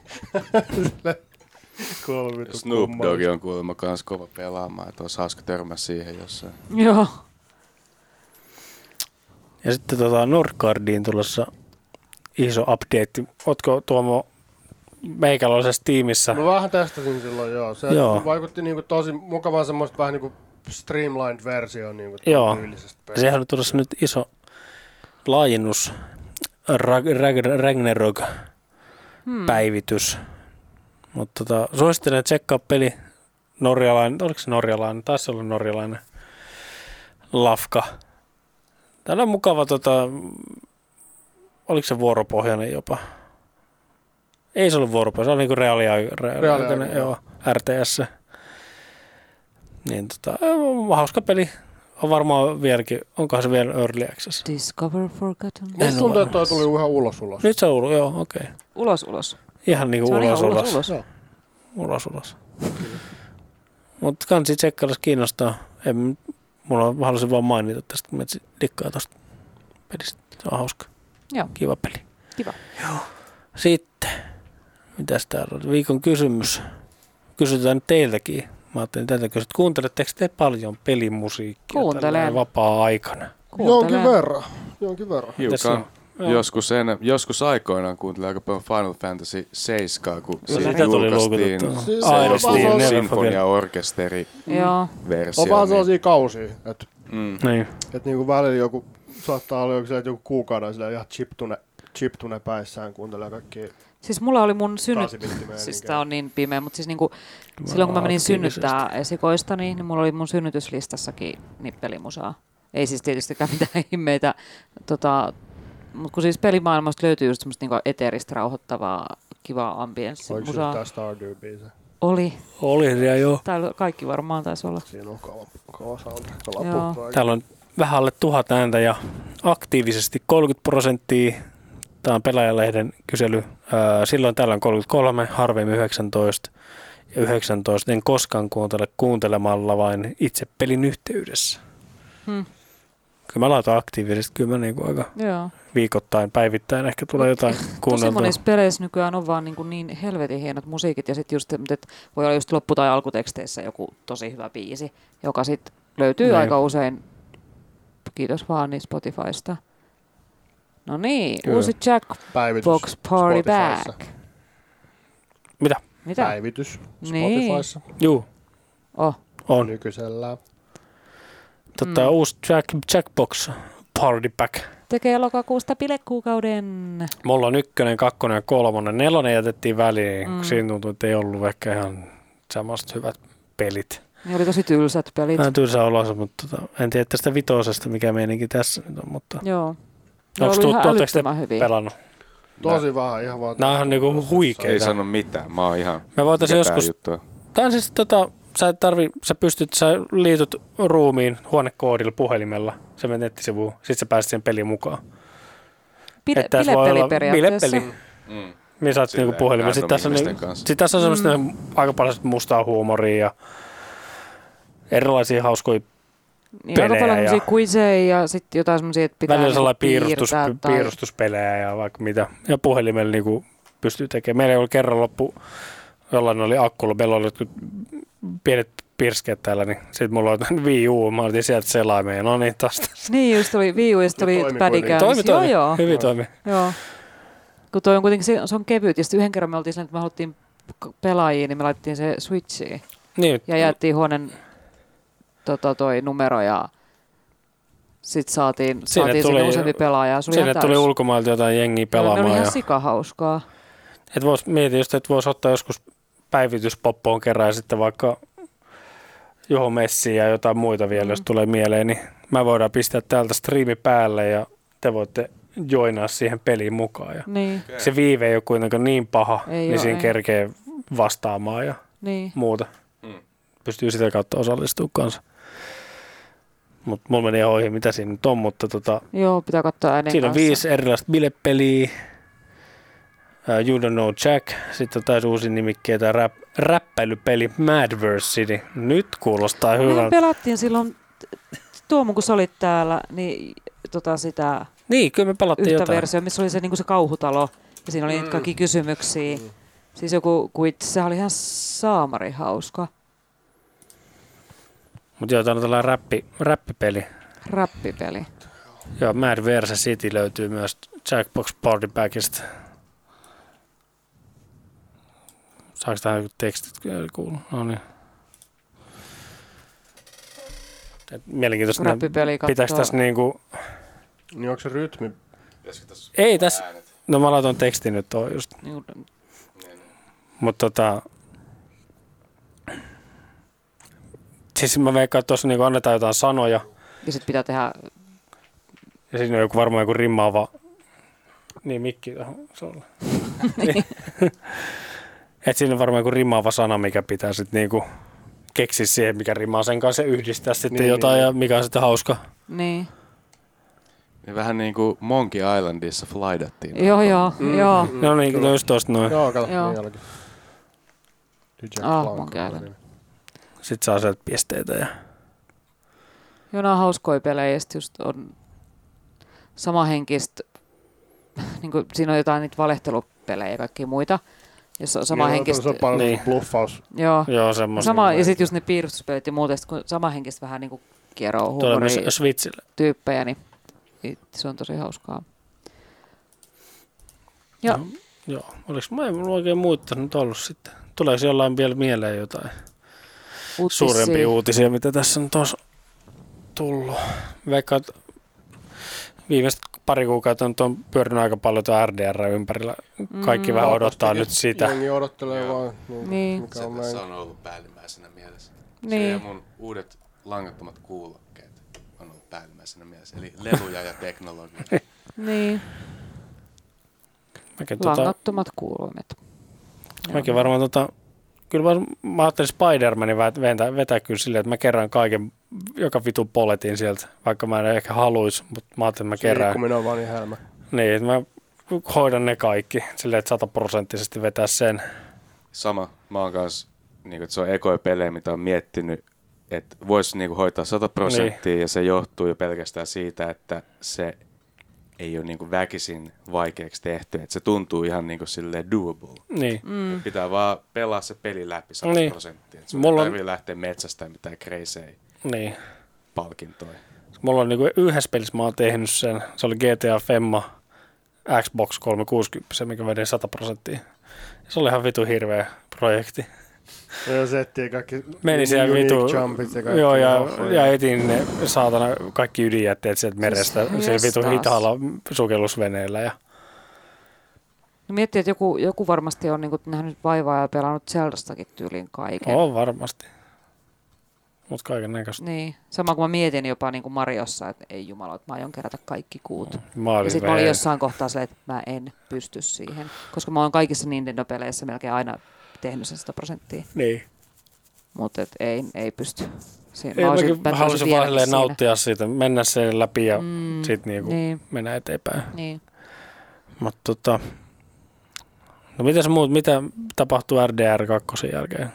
Snoop Dogg on kuulemma kans kova pelaamaan, että olisi hauska törmää siihen jossain. Joo. Ja sitten tota Nordcardiin tulossa iso update. Ootko Tuomo meikäläisessä tiimissä? No vähän testasin silloin, joo. Se joo. Vaikutti niinku tosi mukavaa semmoista vähän niinku streamlined versio niinku tyylisestä pelistä. Sehän on tulossa nyt iso laajennus, Rag- Rag- Ragnarok hmm. päivitys. Mutta tota, suosittelen, että tsekkaa peli norjalainen, oliko se norjalainen, taisi olla norjalainen lafka. Täällä on mukava, tota, oliko se vuoropohjainen jopa? Ei se ollut vuoropohjainen, se oli niinku reaaliaikainen, reaali joo, R T S. Niin tota, hauska peli. On varmaan vieläkin, onkohan se vielä Early Access? Discover Forgotten. Musta tuntuu, että toi tuli ihan ulos ulos. Nyt se on ulos, joo, okei. Okay. Ulos ulos. Ihan niinku ulos, ihan ulos ulos. Ulos ulos. ulos. Mutta kansi tsekkailla, jos kiinnostaa. En, mulla halusin vaan mainita tästä, kun metsi dikkaa tosta pelistä. Se on hauska. Joo. Kiva peli. Kiva. Joo. Sitten, mitäs täällä on? Viikon kysymys. Kysytään teiltäkin. Mä ajattelin tätä kysyä, että kuunteletteko te paljon pelimusiikkia tällä vapaa-aikana? Jonkin verran. Jonkin verran. Hiukan. Joskus, en, joskus aikoinaan kuuntelin aika paljon Final Fantasy seitsemän, kun no, siitä julkaistiin se sinfoniaorkesteri versio. On vaan sellaisia kausia, että mm. niin. et niinku välillä joku, saattaa olla joku, että joku kuukauden sillä ihan chiptune, chiptune päissään kuuntelee kaikkia. Siis mulla oli mun synnyt, siis tää on niin pimeä, mutta siis niinku, silloin kun mä menin synnyttää esikoista, niin, niin mulla oli mun synnytyslistassakin nippelimusaa. Ei siis tietystikään mitään ihmeitä, tota, mutta kun siis pelimaailmasta löytyy just semmoista niinku eteeristä rauhoittavaa, kivaa ambienssia. Oliko musaa. se tää Stardew-biisi? Oli. Oli ja joo. Täällä kaikki varmaan taisi olla. Siinä on kova, kova sound. Täällä on vähän alle tuhat ääntä ja aktiivisesti kolmekymmentä prosenttia. Tämä on Pelaajalehden kysely. Silloin täällä on kolmekymmentäkolme, harvemmin yhdeksäntoista. Ja yhdeksäntoista en koskaan kuuntele kuuntelemalla, vain itse pelin yhteydessä. Hmm. Kyllä mä laitan aktiivisesti, kyllä mä niinku aika Joo. viikoittain, päivittäin ehkä tulee jotain Tosi kuunneltua. monissa peleissä nykyään on vaan niin, niin helvetin hienot musiikit ja sitten just, että voi olla just loppu- tai alkuteksteissä joku tosi hyvä biisi, joka sitten löytyy Näin. aika usein, kiitos vaan, niin Spotifysta. No niin, Kyllä. uusi Päivitys Jackbox Party Spotifyssa. Back. Mitä? Mitä? Päivitys Niin. Spotifyssa Juu, Oh. on. nykyisellään. Tota, Mm. uusi Jack, Jackbox Party Pack. Tekee lokakuusta bilekuukauden. Mulla on ykkönen, kakkonen ja kolmonen. Nelonen jätettiin väliin, Mm. kun siinä tuntui, että ei ollut ehkä ihan semmoista hyvät pelit. Ne oli tosi tylsät pelit. Vähän tylsä olossa, mutta tota, en tiedä tästä vitosesta, mikä meininki tässä nyt on, mutta Joo. Ne onko oli ihan tuotteko te älyttömän hyviä. pelannut? Tosi vähän, ihan vaan. Nämä on niinku huikeita. Ei sano mitään, mä oon ihan Me voitaisiin ketään joskus, juttua. tää on siis tota, sä et tarvi, sä pystyt, sä liityt ruumiin huonekoodilla puhelimella, se menet nettisivuun, sit sä pääset siihen peliin mukaan. Pile, Että tässä voi bilepeli olla periaatteessa. bilepeli. Mm. Missä saat Silleen niinku puhelimella. Sitten tässä on, random niinku, ihmisten kanssa. sit tässä on semmoista Mm. aika paljon mustaa huumoria ja erilaisia hauskoja. Niin, aika pelejä paljon ja- semmosia quizeja ja sitten jotain semmosia, että pitää Välillä sellainen niinku piirustus, piirtää tai- piirustuspelejä ja vaikka mitä. Ja puhelimella niinku pystyy tekemään. Meillä oli kerran loppu, jollain oli akkulla, meillä oli jotkut pienet pirskeet täällä, niin sitten mulla oli Wii U, mä otin sieltä selaimeen ja no niin tästä. Niin, just oli Wii U ja sitten Se oli toimi pädi kuitenkin. käynnissä. Toimi, toimi. Joo, joo. Hyvin toimi. joo. Kun toi on kuitenkin, se, se on kevyt. Ja sitten yhden kerran me oltiin silleen, että me haluttiin k- pelaajia, niin me laitettiin se Switchiin. Niin, Ja jaettiin huoneen tota, toi numero ja sitten saatiin, saatiin tuli- sinne useampi pelaaja. Se oli sinne ihan tuli täys. ulkomailta jotain jengiä Joo, ne pelaamaan. oli ihan Ja, sikahauskaa. et vois, mietin just, että voisi ottaa joskus päivityspoppoon kerran ja sitten vaikka Juho Messiin ja jotain muita vielä, Mm. jos tulee mieleen, niin mä voidaan pistää täältä striimi päälle ja te voitte joinaa siihen peliin mukaan. Ja Niin, se viive ei ole kuitenkaan niin paha, Ei niin oo, siinä ei. kerkee vastaamaan ja niin. muuta. Mm. Pystyy sitä kautta osallistumaan kanssa. Mutta mulla meni ihan ohi, mitä siinä nyt on, mutta tota, Joo, pitää katsoa ääneen siinä on kanssa. viisi erilaista bilepeliä. Uh, you Don't Know Jack. Sitten on taas uusi nimikkeitä. Rap, räppäilypeli Madverse City. Nyt kuulostaa Mehän hyvältä. pelattiin silloin, Tuomo kun sä olit täällä, niin tota sitä Niin, kyllä me pelattiin yhtä jotain. versiota, missä oli se, niin se kauhutalo. Ja siinä oli Mm. niitä kaikki kysymyksiä. Mm. Siis joku, kuit, se oli ihan saamari hauska. Mutta joo, tämä on tällainen räppi, räppipeli. Räppipeli. Joo, Madverse City löytyy myös Jackbox Party Packista. Saanko tähän joku tekstit kuulua? No niin. Et mielenkiintoista. Räppipeli Pitääkö kattoo. tässä niinku... Niin onko se rytmi? Pitäisikö tässä Ei tässä... äänet? No mä laitoin tekstin nyt tuo just. Niin, Niin. Mutta tota... Siis mä veikkaan, että tuossa niinku annetaan jotain sanoja. ja sitten pitää tehdä, Ja siinä on joku, varmaan joku rimmaava... Niin, mikki tuohon sulle. Että siinä on varmaan joku rimmaava sana, mikä pitää sitten niinku keksiä siihen, mikä rimaa sen kanssa ja yhdistää sitten Niin, jotain, niin. ja mikä on sitten hauska. niin. Niin vähän niin kuin Monkey Islandissa flydattiin. Joo, joo, Mm, joo. mm, No niin, kyllä. no just tosta noin. Joo, kato, Joo. niin jälkeen. Jack Ah, Blanco, Monkey Island. niin. Sitten saa sieltä pisteitä. Ja... Joo, nämä on hauskoja pelejä ja sit just on samahenkistä, niin kuin siinä on jotain niitä valehtelupelejä ja kaikkia muita. Jos on samahenkistä, Se on paljon Niin. niin. bluffaus. joo. Joo, semmoista. Sama, ja sitten just ne piirustuspelit ja muuta, ja sit kun samahenkistä vähän niin kuin kieroo Tulee myös huumoria Switchille. tyyppejä, niin niin se on tosi hauskaa. Ja No, joo, oliko mä en mulla oikein muita nyt ollut sitten. Tuleeko jollain vielä mieleen jotain uutisia. suurempia uutisia, mitä tässä on tuossa tullut? Vaikka viimeiset pari kuukautta nyt on pyörinyt aika paljon tuo R D R ympärillä. Kaikki Mm. vähän odottaa nyt sitä. Jengi odottelee Joo. vaan, niin, Niin. mikä Se on tässä näin. on ollut päällimmäisenä mielessä. Se Niin. ja mun uudet langattomat kuulokkeet on ollut päällimmäisenä mielessä. Eli leluja ja teknologia. Niin, Mäkin, tota, langattomat kuuluimet. mäkin varmaan tota, kyllä mä, mä ajattelin Spider-Manin vetää, vetää kyllä silleen, että mä kerään kaiken, joka vitun poletin sieltä, vaikka mä en ehkä haluis, mutta mä ajattelin, että mä Se kerään. liikkuminen on vaan niin helmä. Niin, että mä hoidan ne kaikki silleen, että sataprosenttisesti vetää sen. Sama. Mä oon kans, niin että se on ekoja pelejä, mitä on miettinyt että voisi niinku hoitaa sata prosenttia niin. Ja se johtuu jo pelkästään siitä, että se ei ole niinku väkisin vaikeaksi tehty, että se tuntuu ihan niinku silleen doable. Niin. Mm. Pitää vaan pelaa se peli läpi sata prosenttia. Niin. Sun ei tarvitse lähteä metsästä mitään crazy niin. palkintoja. Mulla on niinku yhdessä pelissä mä oon tehnyt sen, se oli G T A Femma Xbox kolmesataakuusikymmentä, mikä vedin sata prosenttia. Se oli ihan vitu hirveä projekti. Ja se etsii kaikki meni siellä vitu, jumpit ja kaikki. Joo, ja, ja etin ne saatana kaikki ydinjätteet sieltä merestä, Siis siellä vitu taas. hitaalla sukellusveneellä. Ja... No miettii, että joku, joku varmasti on niinku nähnyt vaivaa ja pelannut Zeldastakin tyyliin kaiken. On varmasti. Mutta kaiken näköistä. Niin. Sama kuin mä mietin jopa niin kuin Mariossa, että ei jumala, että mä aion kerätä kaikki kuut. Mä ja sitten mä olin jossain kohtaa se, että mä en pysty siihen. Koska mä oon kaikissa Nintendo-peleissä melkein aina tehnyt sen sata prosenttia. Niin. Mutta ei, ei pysty. Siin, Ei, mä mäkin mä halusin vaan nauttia siitä, mennä sen läpi ja mm, sitten niinku niin. mennä eteenpäin. Niin. Mutta tota... No mitäs muut, mitä tapahtuu R D R kaksi jälkeen?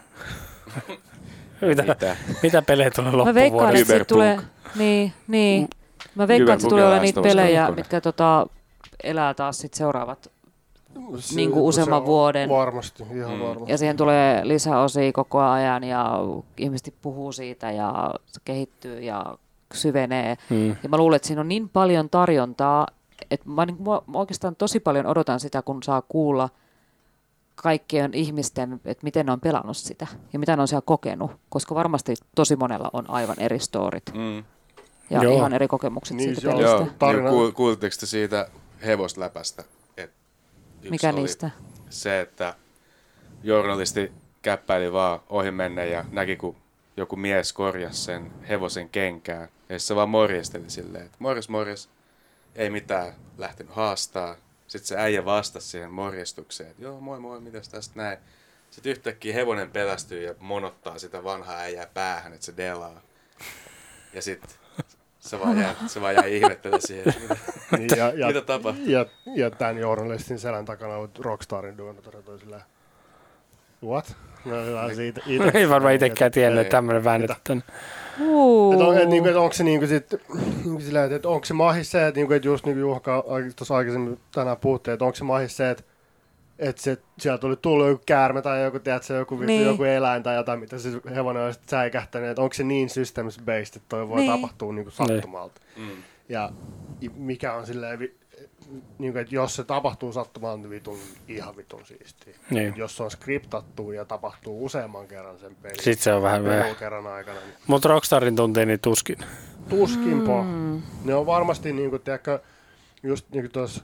mitä, mitä? mitä pelejä tulee Mä veikkaan, loppuvuodesta? että siitä tulee... Niin, niin. Mä veikkaan, että se tulee olla niitä pelejä, kakkonen. mitkä tota, elää taas sit seuraavat Se- niin kuin useamman se on vuoden. Varmasti, ihan Mm. varmasti. Ja siihen tulee lisäosia koko ajan ja ihmiset puhuu siitä ja se kehittyy ja syvenee. Hmm. Ja mä luulen, että siinä on niin paljon tarjontaa, että mä, niin, mä oikeastaan tosi paljon odotan sitä, kun saa kuulla kaikkien ihmisten, että miten ne on pelannut sitä ja mitä ne on siellä kokenut. Koska varmasti tosi monella on aivan eri storit Mm. ja Joo. ihan eri kokemukset Niin, siitä se on. pelistä. Joo, Tarina- niin kuul- kuulitteko te siitä hevosläpästä? Et yksi Mikä oli niistä? Se, että journalisti käppäili vaan ohi menne ja näki, kun joku mies korjasi sen hevosen kenkään. Ja se vaan morjesteli silleen, että morjes, morjes, ei mitään lähtenyt haastaa. Sitten se äijä vastasi siihen morjestukseen, että joo, moi moi, mitäs tästä näin. Sitten yhtäkkiä hevonen pelästyy ja monottaa sitä vanhaa äijää päähän, että se delaa. Ja sitten se vaan jäi, se vaan jäi ihmettelemään siihen, että mitä, Niin, ja, ja, mitä tapahtuu. ja, ja tämän journalistin selän takana on Rockstarin duunatori silleen, what? No, siitä, ite, Ei varmaan itsekään tiennyt, ei. että tämmöinen väännetään. Uh. Et on, et, niinku, et onko se niinku sit, niinku sillä, et, et onko se mahis se, että niinku, et just niinku Juhka tuossa aikaisemmin tänään puhuttiin, että onko se mahis se, että et se, sieltä oli tullut joku käärme tai joku, tiedätkö, joku, Niin. niin. joku eläin tai jotain, mitä se hevonen on sitten säikähtänyt, että onko se niin systems based, että toi voi Niin. niin. tapahtua niinku sattumalta. Mm. Ja i- mikä on silleen, vi- niinku, että jos se tapahtuu sattumalta, niin vitun ihan vitun siistiä. Niin. Jos se on skriptattu ja tapahtuu useamman kerran sen pelin, Sitten se on vähän pelin vähän. kerran aikana, niin Mutta Rockstarin tuntee niin tuskin. tuskinpo. Mm. Ne on varmasti, niin kuin, tiedätkö, just niin kuin tuossa,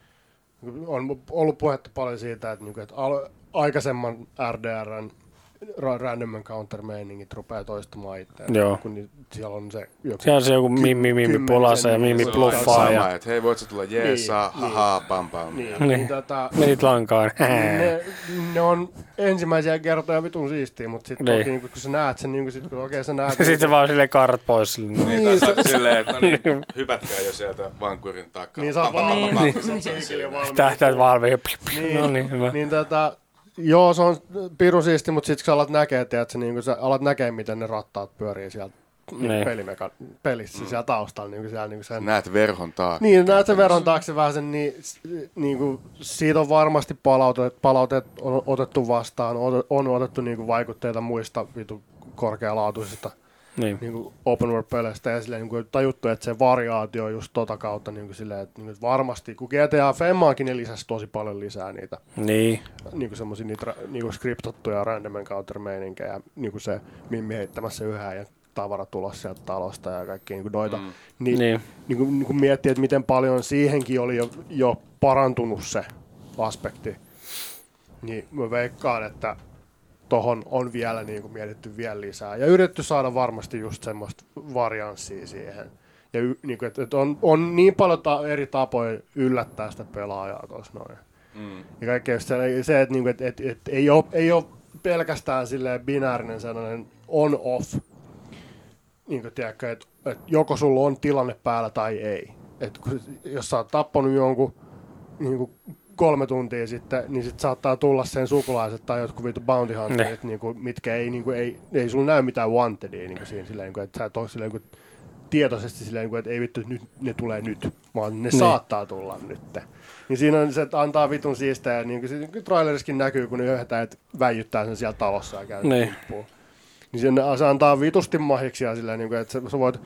on ollut puhetta paljon siitä, että, niin kuin, että al- aikaisemman R D R:n ra- random encounter-meiningit rupeaa toistamaan itseään. Joo. Kun ni- siellä on se joku... Siellä on se joku mimmi, mimmi kymmenisen pulassa ja niin, mimmi se on bluffaa. Sama, Ja... että hei, voit sä tulla jeesaa, Niin, haha, pam pam. Niin, Niin. niin, tota, Menit lankaan. ne, ne on ensimmäisiä kertoja vitun siistiä, mutta sitten Niin. toki, niin, kun sä näet sen, niin kun, sit, kun oikein sä näet... Sitten se vaan silleen karrat pois. Niin, Niin, tai sä silleen, että no niin, hypätkää jo sieltä vankurin takaa. Niin, sä oot Pam, pam, vaan- pam, niin, pam, niin, se on niin, siinä. valmiin. Tähtäät valmiin. Niin, No niin, hyvä. niin tota, joo, se on pirun siisti, mutta sitten kun sä alat näkee, että sä, niin sä alat näkee, miten ne rattaat pyörii sieltä Niin. niin. pelimeka- pelissä mm. siellä taustalla. Niin siellä, niin sen, Näet verhon taakse. niin, näet sen verran taakse vähän sen, niin, niin kuin, siitä on varmasti palautet, palautet on otettu vastaan, on, on otettu niin kuin vaikutteita muista vitu korkealaatuisista Niin. niin kuin open world-peleistä ja silleen, niin kuin, tajuttu, että se variaatio on just tota kautta niin kuin, silleen, että, niin kuin, varmasti, kun G T A Femmaankin ne lisäsi tosi paljon lisää niitä Niin. niinku semmosia niitä ra- niinku skriptattuja random encounter-meininkejä, niinku se Mimmi heittämässä yhä ja tavara tulossa sieltä talosta ja kaikki niinku noita. Mm. Niin, Niin. niinku, niinku miettii, että miten paljon siihenkin oli jo, jo parantunut se aspekti. Niin mä veikkaan, että tohon on vielä niinku mietitty vielä lisää. Ja yritetty saada varmasti just semmoista varianssia siihen. Ja y, niinku, et, et on, on niin paljon ta- eri tapoja yllättää sitä pelaajaa tuossa noin. Mm. Ja kaikkea just se, se että niinku, et, et, et, ei ole ei oo pelkästään silleen binäärinen sellainen on-off. Niinku, tiedätkö, että et joko sulla on tilanne päällä tai ei. Et kun, jos sä oot tappanut jonkun niinku, kolme tuntia sitten, niin sit saattaa tulla sen sukulaiset tai jotkut vittu bounty hunterit, Ne. niinku, mitkä ei, niinku, ei, ei sulla näy mitään wantedia niinku siinä, silleen, niinku, että sä et ole silleen, niinku, tietoisesti silleen, niinku, että ei vittu, nyt ne tulee nyt, vaan ne, Ne. saattaa tulla nyt. Niin siinä on, se antaa vitun siistää, niin kuin se trailerissakin näkyy, kun ne yhdetään, että väijyttää sen siellä talossa ja käy Ne. kimppuun. Niin se, se antaa vitusti mahiksia silleen, niinku, että sä, sä voit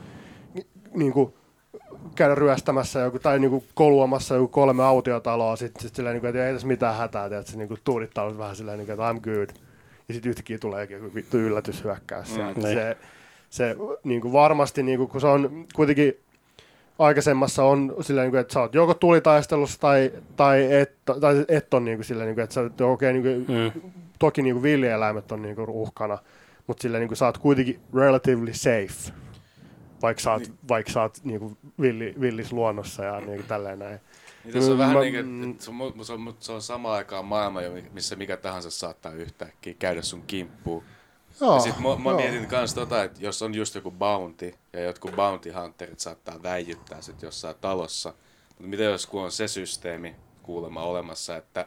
niinku, käydä ryöstämässä joku, tai niinku koluamassa joku kolme autiotaloa, sitten sit silleen, niinku, että ei tässä mitään hätää, että se niinku, tuudittaa vähän silleen, niinku, että I'm good. Ja sitten yhtäkkiä tulee joku vittu yllätyshyökkäys. Mm, se se niinku, varmasti, niinku, kun se on kuitenkin aikaisemmassa on silleen, niinku, että sä oot joko tulitaistelussa tai, tai, et, tai et on niinku, silleen, niinku, että sä oot okay, niinku, mm. toki niinku, villieläimet on niinku, uhkana, mutta silleen, niinku, sä oot kuitenkin relatively safe. Vaikka sä oot, niin. vaikka sä oot niinku villi, villis luonnossa ja niinku tälleen näin. Niin tässä on Mä- vähän mä- niin kuin, että se on, se, on, se on samaan aikaan maailma, missä mikä tahansa saattaa yhtäkkiä käydä sun kimppuun. Joo, Ja sit mä, mä joo. mietin kans tota, että jos on just joku bounty ja jotkut bounty hunterit saattaa väijyttää sit jossain talossa. Mutta mitä jos kun on se systeemi kuulemma olemassa, että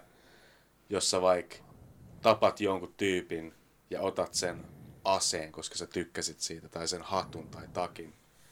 jos sä vaikka tapat jonkun tyypin ja otat sen aseen, koska sä tykkäsit siitä, tai sen hatun tai takin,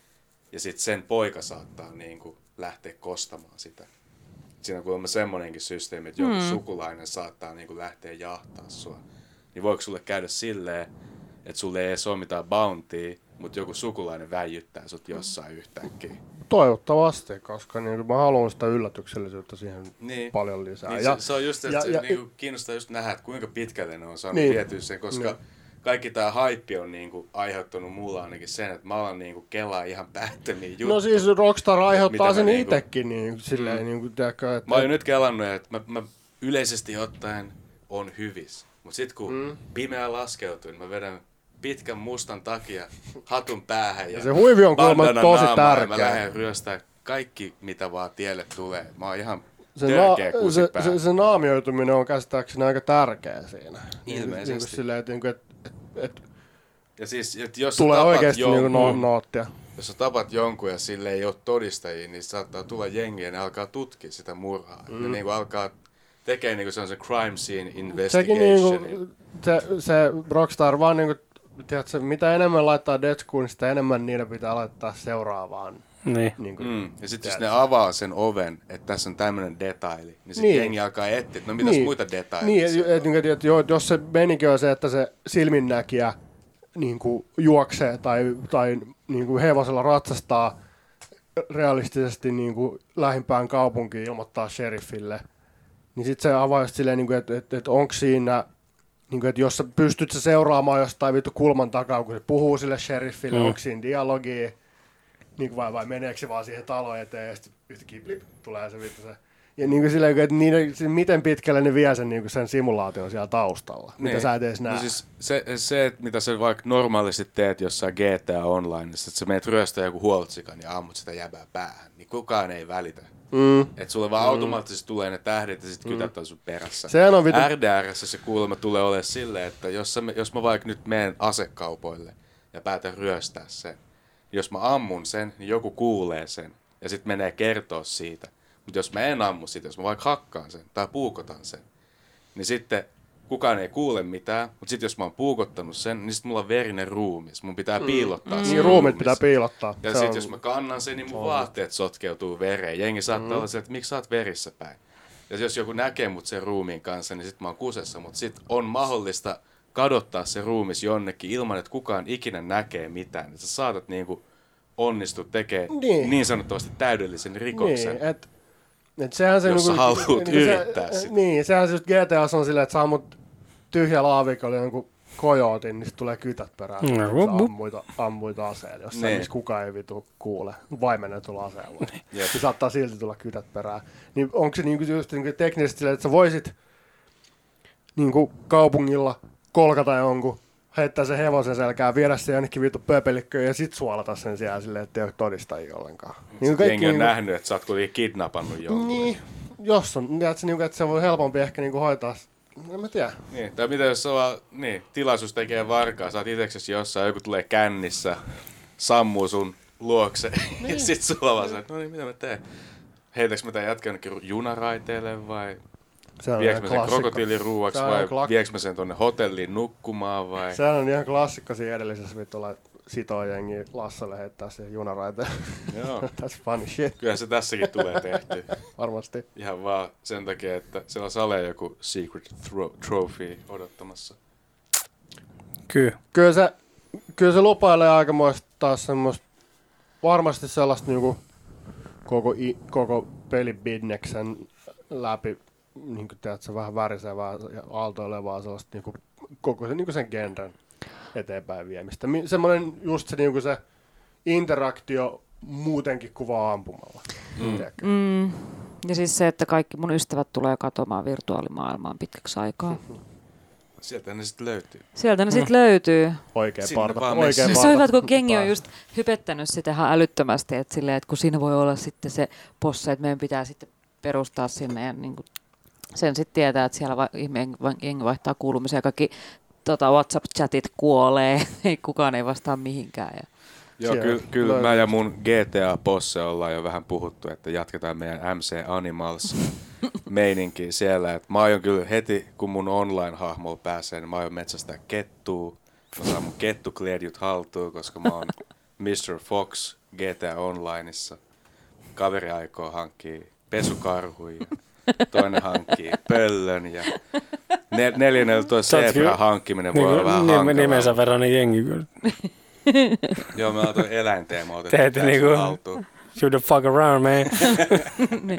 ja sit sen poika saattaa niinku lähteä kostamaan sitä. Siinä on kuulemma semmonenkin systeemi, että joku mm. sukulainen saattaa niinku lähteä jahtaa sua. Niin voiko sulle käydä silleen, että sulle ei edes ole mitään bountyä, mutta joku sukulainen väijyttää sut jossain yhtäkkiä. Toivottavasti, koska niin, mä haluan sitä yllätyksellisyyttä siihen Niin. paljon lisää. Niin ja, se, se on just, että ja, se ja, niinku kiinnostaa just nähdä, että kuinka pitkälle ne on saanut Niin. vietyä sen, koska Niin. kaikki tää hype on niinku aiheuttanut mulla ainakin sen, että mä alan niinku kelaa ihan päättömiä juttuja. no siis Rockstar aiheuttaa Mitä sen mä niinku- itsekin, niin, silleen, Mm. niin kuin, tiedätkö, että... Mä oon jo nyt kelannut, että mä, mä yleisesti ottaen on hyvis. Mut sit kun mm. pimeä laskeutuu, niin mä vedän pitkän mustan takia hatun päähän ja, Ja se huivi on kuulemma bandanan tosi naamaan ja mä tärkeä. lähden ryöstää kaikki, mitä vaan tielle tulee. Mä oon ihan Se, törkeä na- se, kusipää. se, se naamioituminen on käsittääkseni aika tärkeä siinä. Ilmeisesti. Niin, kuin silleen, että, että, että, että Ja siis, että jos tulee sä tapat oikeasti niin jonkun, no, noottia. jos sä tapat jonkun ja sille ei ole todistajia, niin saattaa tulla jengiä ja ne alkaa tutkia sitä murhaa. Mm. Ne niinku alkaa tekee niinku sellaisen crime scene Sekin investigation. niinku, se, se Rockstar vaan niinku, tiedätkö, mitä enemmän laittaa Deathscoon, sitä enemmän niiden pitää laittaa seuraavaan. Niin. Niinku, Mm. Ja sitten jos tiedätkö. ne avaa sen oven, että tässä on tämmöinen detaili, niin sitten Niin. jengi alkaa etsiä, että no mitäs Niin. muita detaileja. Niin, siellä et, on? et, et, et, jo- jos se menikin on se, että se silminnäkijä niin kuin juoksee tai, tai niin kuin hevosella ratsastaa realistisesti niin kuin lähimpään kaupunkiin ilmoittaa sheriffille, niin sitten se avaa just silleen, niin kuin, että, että, että onko siinä, niin kuin, että jos sä pystyt se seuraamaan jostain vittu kulman takaa, kun se puhuu sille sheriffille, Mm. onko siinä dialogia, niin kuin vai, vai meneekö se vaan siihen talon eteen ja sitten yhtäkkiä blip, tulee se vittu se. Ja niin kuin silleen, että niiden, se, miten pitkälle ne vie sen, niin kuin sen simulaation siellä taustalla, mitä sä et edes näe. No siis se, se, että mitä sä vaikka normaalisti teet jossain G T A Online, että sä meet ryöstää joku huoltsikan ja ammut sitä jäbää päähän, niin kukaan ei välitä. Mm. Että sulle vaan mm. automaattisesti tulee ne tähdet ja sit kytät on sun perässä. Sehän on vittu. R D R:ssä se kuulemma tulee olemaan silleen, että jos, sä, jos mä vaikka nyt menen asekaupoille ja päätän ryöstää sen, niin jos mä ammun sen, niin joku kuulee sen ja sit menee kertoa siitä. Mutta jos mä en ammu sitä, jos mä vaikka hakkaan sen tai puukotan sen, niin sitten kukaan ei kuule mitään, mutta sitten jos mä oon puukottanut sen, niin sitten mulla on verinen ruumis. Mun pitää piilottaa mm. se Niin ruumit ruumis. pitää piilottaa. Ja Se sitten on- jos mä kannan sen, niin mun vaatteet sotkeutuu vereen. Jengi saattaa mm. olla sieltä, että miksi sä oot verissä päin. Ja jos joku näkee mut sen ruumiin kanssa, niin sit mä oon kusessa. Mutta sit on mahdollista kadottaa se ruumis jonnekin ilman, että kukaan ikinä näkee mitään. Että sä saatat niinku onnistua tekemään Niin. niin sanottavasti täydellisen rikoksen. Niin, et, et sehän se Jos sä niinku- haluut niinku se- yrittää sitä. Niin, sehän se just G T A on silleen, että saa mut tyhjä laavikolla jonkun kojootin, niin sit tulee kytät perään. No, No, wup, wup. ammuita, ammuita aseella, jossain Niin. missä kukaan ei vitu kuule. Vaimennetulla aseella. Jep. Niin saattaa silti tulla kytät perään. Niin onko se niinku just niinku teknisesti silleen, että sä voisit niinku kaupungilla kolkata jonkun, heittää sen hevosen selkään, viedä se jonnekin vittu pöpelikköön ja sit suolata sen siellä silleen, että ei ole todistajia ollenkaan. Niin jengi on nähnyt, että sä oot kuitenkin kidnappannut jonkun. Niin, jos on, tiedätkö, niinku, että se voi helpompi ehkä niinku hoitaa, en mä tiedä. Niin, tai mitä jos se on niin, tilaisuus tekee varkaa, sä oot itseksesi jossain, joku tulee kännissä, sammuu sun luokse niin. ja sit sulla vaan sanoo, no niin, mitä mä teen? Heitäks mä tän jätkän jonnekin junaraiteelle vai Se on Viekö ihan mä sen klassikko. krokotiiliruuaksi Se on vai klak- viekö mä sen tonne hotelliin nukkumaan vai? Se on ihan klassikko siinä edellisessä vittuilla sitoo jengi Lassalle heittää siihen junaraiteen. Joo. That's funny shit. Kyllä se tässäkin tulee tehty. Varmasti. Ihan vaan sen takia, että siellä on Sale joku secret thro- trophy odottamassa. Kyllä. Kyllä se, kyllä se lupailee aikamoista taas semmoista, varmasti sellaista niinku koko, i, koko pelibidneksen läpi, niin kuin teet, se vähän värisevää ja aaltoilevaa sellaista niinku, koko se, niinku sen genren eteenpäin viemistä. Mi- semmoinen just se, niinku se interaktio muutenkin kuin vaan ampumalla. Mm. Mm. Ja siis se, että kaikki mun ystävät tulee katoamaan virtuaalimaailmaan pitkäksi aikaa. Sieltä ne sitten löytyy. Sieltä ne sitten löytyy. Oikein Sinne parta. vaan Oikein messiin. Se parta. on hyvä, kun Kengi on just hypettänyt sitä ihan älyttömästi, että, silleen, että kun siinä voi olla sitten se posse, että meidän pitää sitten perustaa sinne ja niin kuin sen sitten tietää, että siellä va- jengi vaihtaa kuulumisia ja kaikki tota, WhatsApp-chatit kuolee, ei kukaan ei vastaa mihinkään. Ja Joo, Siellä ky- kyllä löytyy. mä ja mun G T A-posse ollaan jo vähän puhuttu, että jatketaan meidän M C Animals meininki siellä. Et mä aion kyllä heti, kun mun online-hahmolla pääsee, niin mä aion metsästää kettua. Mä saan mun kettukledjut haltuun, koska mä oon mister Fox G T A Onlineissa. Kaveri aikoo hankkia pesukarhuja ja toinen hankkii pöllön ja ne- neljännellä toi Sä oot zebra kyllä- hankiminen voi olla Niin, vähän nim- hankalaa. nimensä verran niin jengi kyllä. Joo, me ollaan toi eläinteema otettu Teette tässä niinku- haltuun. You the fuck around, man. niin.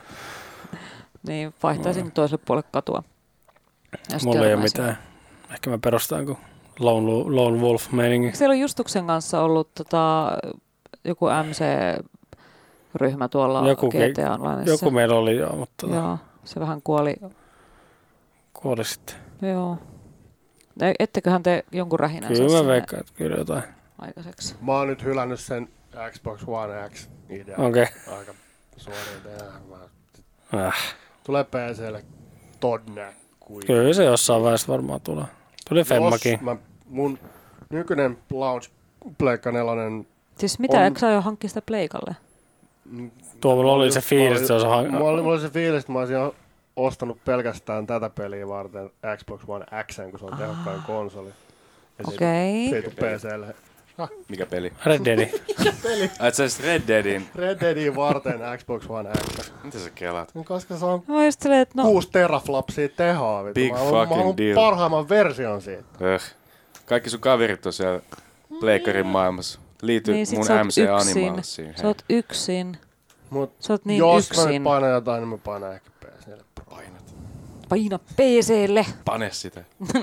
niin, vaihtaisin toiselle puolelle katua. Ja sit Mulla ei ole törmäisin. mitään. Ehkä mä perustan kuin Lone, Lone Wolf meiningi. Eikö siellä on Justuksen kanssa ollut tota, joku M C-ryhmä tuolla Joku G ke- T A Onlineissa? Joku meillä oli joo, mutta tota, Joo, se vähän kuoli. kuoli sitten. Joo. E- Etteköhän te jonkun rähinän saa Kyllä mä sinne veikkaan, että kyllä jotain. aikaiseksi. Mä oon nyt hylännyt sen Xbox One X-idean. Okei. Aika suorin tehdään. Okay. Äh. Tulee P C:lle todennä kuin. Kyllä se jossain vaiheessa varmaan tulee. Tuli Femmakin. Mä, mun nykyinen launch Pleikka nelonen. Siis mitä, On- eikö sä jo hankkia sitä pleikalle? Tuo mulla oli just- se fiilis, että se olisi mulla, oli- mulla, oli, hankkeen. mulla oli se fiilis, että mä olisin o- ostanut pelkästään tätä peliä varten Xbox One X, kun se on tehokkain konsoli. Ja se- Okei. Se ei tuu P C:lle. Mikä peli? Red Dead. Ai sä olisit Red Deadin. Red Deadin varten Xbox One X. Mitä sä kelaat? Koska se on Mä oon just silleen, että no, kuusi teraflopsia tehoa. Vittu. Big mä haluan, fucking mä haluan deal. parhaimman version siitä. Öh. Kaikki sun kaverit on siellä Pleikkarin maailmassa. Liity niin sit mun sä oot M C yksin. Animalsiin. Sä oot yksin. Mut Sä oot niin jos mä yksin. nyt painan jotain, niin mä painan ehkä P C:lle Pro. Painat. Paina P C:lle. Pane sitä.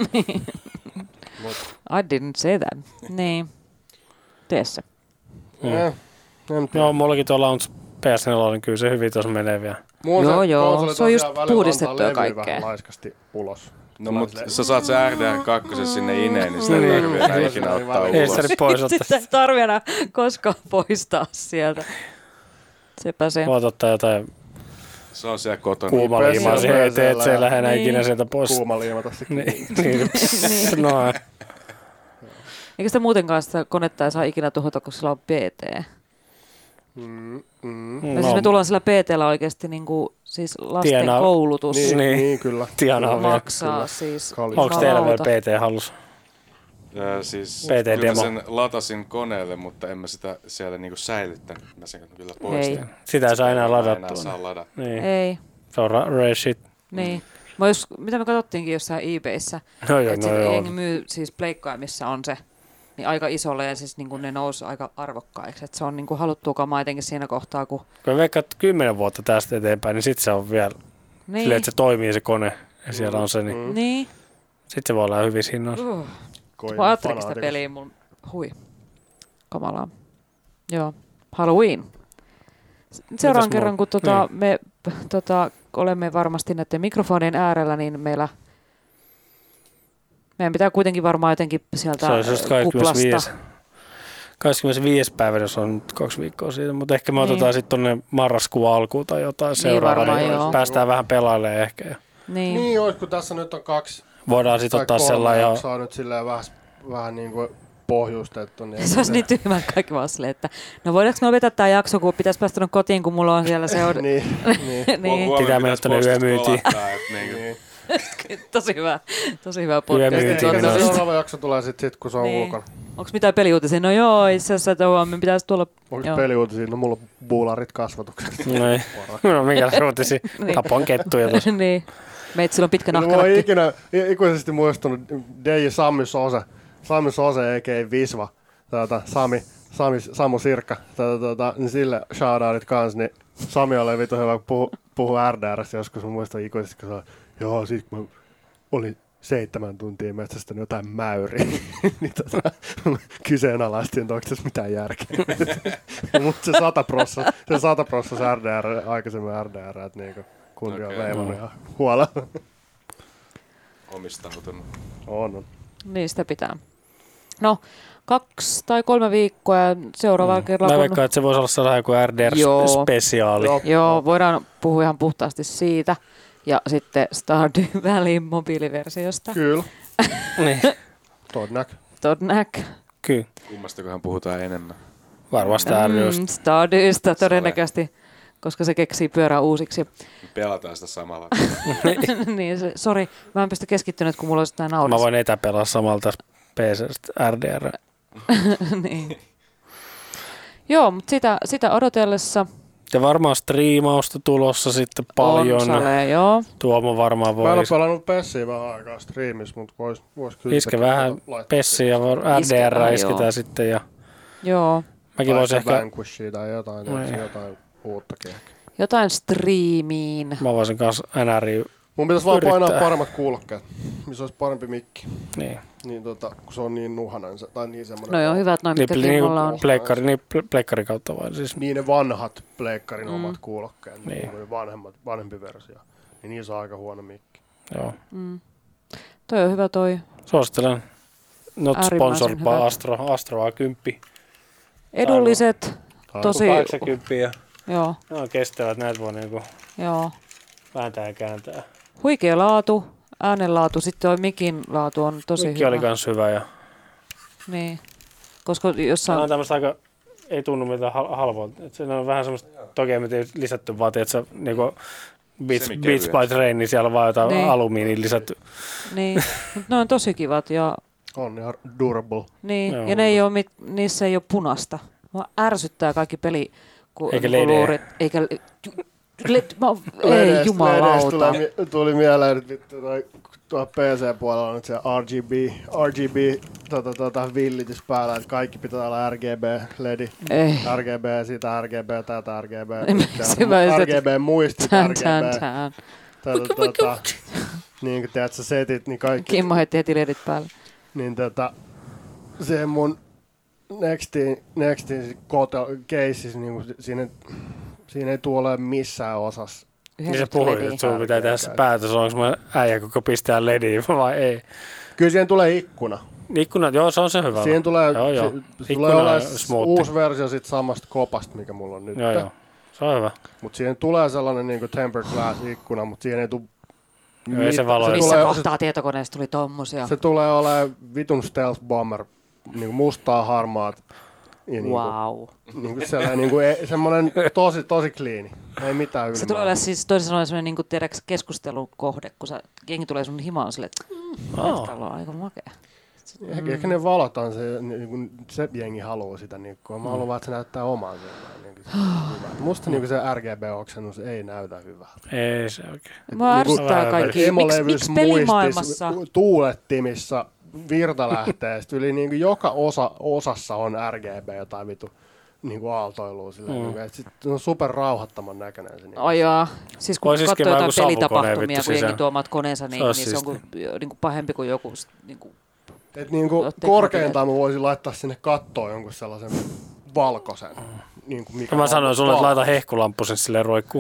Mut, I didn't say that. Niin. Tee se. Mm. eh, en Joo, mullakin tuolla on P S neljä, niin kyllä se hyvin tuossa menee vielä. Mun Joo, se joo, konsoli se on just tosiaan välillä puhdistettua antaa levyä kaikkea. vähän laiskasti ulos. No Tulee mut silleen- sä saat se R D R kaksi sinne ineen, niin sitä ei Niin. tarvitse enää ikinä Ei ottaa välillä. Ei ulos. sitä nyt pois ottaa. Sitä ei tarvi enää koskaan poistaa sieltä. Sepä se. Voit ottaa jotain Se on siellä kotona. kuumaliimaa P C siihen eteen, että se ei ja- lähde Niin. ikinä sieltä pois. Kuuma liimata se kiinni. Niin, niin. Niin. No, Eikä sitä muutenkaan sitä konetta ei saa ikinä tuhota, kun sillä on P T. Mm, mm. No. Siis me tullaan sillä P T:llä oikeasti niinku, siis lasten Tienaa- koulutus Niin, Niin. niin, kyllä. tienaa vielä. maksaa Kyllä. siis. Kallis. Onko teillä vielä jumalauta. P T hallussa? Ja siis P T-demo. kyllä mä sen latasin koneelle, mutta en mä sitä siellä niinku säilyttänyt. Mä sen kyllä poistin. Ei. Sitä ei saa enää Mä enää ladattua. saa ladata. Niin. Ei, Se on ra- rare shit. niin. Mä jos, mitä me katsottiinkin jossain eBayssä, No joo, että no no joo. jengi myy siis pleikkoja, missä on se, niin aika isolle ja siis niin ne nousi aika arvokkaiksi. Että se on niin haluttua kamaa etenkin siinä kohtaa, kun... Kun mä veikkaan, että kymmenen vuotta tästä eteenpäin, niin sit se on vielä Niin, silleen, että se toimii se kone ja siellä on se, niin Mm. niin. sit se voi olla hyvissä hinnoissa. Uh. Koin Mä ajattelin sitä fanaatikos. peliä mun... Hui. Kamalaa. Joo. Halloween. Seuraavan Mitäs kerran, mulla- kun tota, niin. me tota, olemme varmasti näiden mikrofonien äärellä, niin meillä... Meidän pitää kuitenkin varmaan jotenkin sieltä Se olisi just kuplasta... kaksikymmentäviisi. kaksikymmentäviisi päivä, jos on nyt kaksi viikkoa siitä, mutta ehkä me Niin. otetaan sitten tonne marraskuun alkuun tai jotain seuraavaa, varmaan niin joo. päästään vähän pelailemaan ehkä. Ja Niin. Niin, ois, kun tässä nyt on kaksi voidaan sitten tai ottaa kolme sellainen, jo- jaksoa nyt silleen vähän, vähän niin kuin pohjustettu. Niin se olisi niin tyhmä kaikki vaan silleen, että no voidaanko me lopettaa tämä jakso, kun pitäisi päästä kotiin, kun mulla on siellä se... On... niin, niin. niin. Pitää mennä tänne yömyyntiin. Niin. Tosi hyvä, tosi hyvä podcast. Yömyyntiin. Seuraava jakso tulee sitten, sit, kun se on niin. ulkona. Onko mitään peliuutisia? No joo, itse asiassa, että me pitäisi tulla... Onko peliuutisia? No mulla on buularit kasvatuksessa. Noin. No mikä uutisia? Tapoin kettuja tuossa. Niin. Meitä on pitkä nahkanakki. Mä oon ikinä ikuisesti muistunut D J Sammy Sose. Sammy Sose, a.k.a. Visva. Tätä, Sami, Sami, Samu Sirkka. Tätä, tätä, niin sille shoutoutit kans. Niin Sami oli vitu hyvä, kun puhu, puhu R D R:ssä joskus. Mä muistan ikuisesti, kun se oli, joo, sit kun mä olin seitsemän tuntia metsästänyt jotain mäyriä, niin tota, kyseenalaistin, että onko tässä mitään järkeä. Mutta se sata prossa, se sata prossa R D R, aikaisemmin R D R, että niinku kundi on okay, veivannut ja huolella. Omistautunut. On, on. Niin sitä pitää. No, kaksi tai kolme viikkoa ja seuraavalla mm. kerralla... Mä veikkaan, että se voisi olla sellainen joku R D R-spesiaali. Joo. Joo, voidaan puhua ihan puhtaasti siitä. Ja sitten Stardew Valleyn mobiiliversiosta. Kyllä. niin. Todnäk. Todnäk. Kyllä. Kummastakohan puhutaan enemmän? Varmaan Stardewsta. Mm, Stardewsta todennäköisesti, koska se keksii pyörää uusiksi. Pelataan sitä samalla. niin, se, sori, mä en pysty keskittynyt, kun mulla olisi tää naulis. Mä voin etäpelaa samalta P C:stä R D R. niin. Joo, mutta sitä, sitä odotellessa... Ja varmaan striimausta tulossa sitten paljon. On salee, joo. Tuomo varmaan voisi. Mä en ole pelannut Pessiä vähän aikaa striimissä, mutta vois, vois kyllä... Iske vähän Pessiä ja R D R isketään joo. sitten. Ja... Joo. Mäkin voisin ehkä... Vanquishia tai jotain, no jotain uuttakin ehkä. Jotain striimiin. Mä voisin kanssa N R I mun pitäisi vaan painaa paremmat kuulokkeet, missä olisi parempi mikki. Niin. Niin tota, kun se on niin nuhanen, tai niin semmoinen... No joo, hyvät noin, mitkä niin, mulla on. Pleikkari, niin pleikkari kautta vai siis? Niin ne vanhat pleikkarin mm. omat kuulokkeet, niin. niin vanhemmat, vanhempi versio. Niin niissä on aika huono mikki. Joo. Mm. Toi on hyvä toi. Suosittelen. Not sponsored by Astro, Astro A kymmenen. Edulliset, tosi... kahdeksankymmentä ja joo. ne on kestävät, näitä voi niinku joo. vääntää ja kääntää. Huikea laatu, äänenlaatu, sitten toi mikin laatu on tosi Mikki hyvä. oli kans hyvä. Ja... Niin, koska jossain... Tämä on tämmöistä aika, ei tunnu mitään hal- halvoa. Se on vähän semmoista, toki ei mitään lisätty, vaan että se niinku Beats, Beats by Train, niin siellä on vaan jotain niin. alumiinin lisätty. Niin, mutta ne on tosi kivat ja... On ihan durable. Niin, joo. Ja ne ei ole mit, niissä ei ole punasta. Mua ärsyttää kaikki peli... Ku, eikä ledeä. Eikä... Led, mä, ei jumalauta. Tuli, tuli mieleen, että tuolla P C-puolella on nyt se R G B, R G B tota, tota, villitys päällä, että kaikki pitää olla R G B-ledi. Ei. R G B, sitä R G B, tätä R G B, R G B-muistit, R G B. Tätä, tota, niin kuin teet sä setit, niin kaikki... Kimmo heitti heti ledit päälle. Niin tätä, se mun Nextin, Nextin cases, niin siinä... Siinä ei tule ole missään osassa. Niin se puhuit, että sun pitää tehdä se päätös, onko mä äijä, kuka pistää lediin vai ei. Kyllä siihen tulee ikkuna. Ikkuna, joo, se on se hyvä. Siihen tulee, joo, joo. Se, tulee olemaan uusi versio sit samasta kopasta, mikä mulla on nyt. Joo, joo. Se on hyvä. Mutta siihen tulee sellainen niin kuin tempered glass ikkuna, mutta siihen ei tule... Joo, ei se valo. Missä kohtaa se, tietokoneesta tuli tommosia? Se tulee olemaan vitun stealth bomber, niin kuin mustaa, harmaat. Niin wow. Kuin, niin kuin sellainen niin kuin, semmoinen tosi, tosi clean. Ei mitään ylimääräistä. Se tulee olla siis toisin sanoen semmoinen niin tiedäks keskustelun kohde, kun sä, jengi tulee sun himaan silleen, että mm, oh. täällä on aika makea. Mm. Ehkä ne valataan, se, niin se jengi haluaa sitä. Niin kuin, mä haluan vaan, että se näyttää omaan. Niin musta niin se R G B-oksennus ei näytä hyvältä. Ei se oikein. Mä ärsyttää kaikki. Miksi miks pelimaailmassa? Tuulettimissa virtalähteestä yli niin kuin joka osa, osassa on R G B jotain vitu niin kuin aaltoilua silleen. Mm. Niin, sit on super rauhattoman näköinen se. Niin. Ai jaa. Siis kun katsoo jotain pelitapahtumia, kun jengi tuo omat koneensa, niin, se niin se on kuin, niin kuin pahempi kuin joku... Niin kuin, et niin kuin korkeintaan mä voisin laittaa sinne kattoon jonkun sellaisen valkoisen. Niin kuin mikä mä sanoin sulle, että laita hehkulamppusen silleen roikkuun.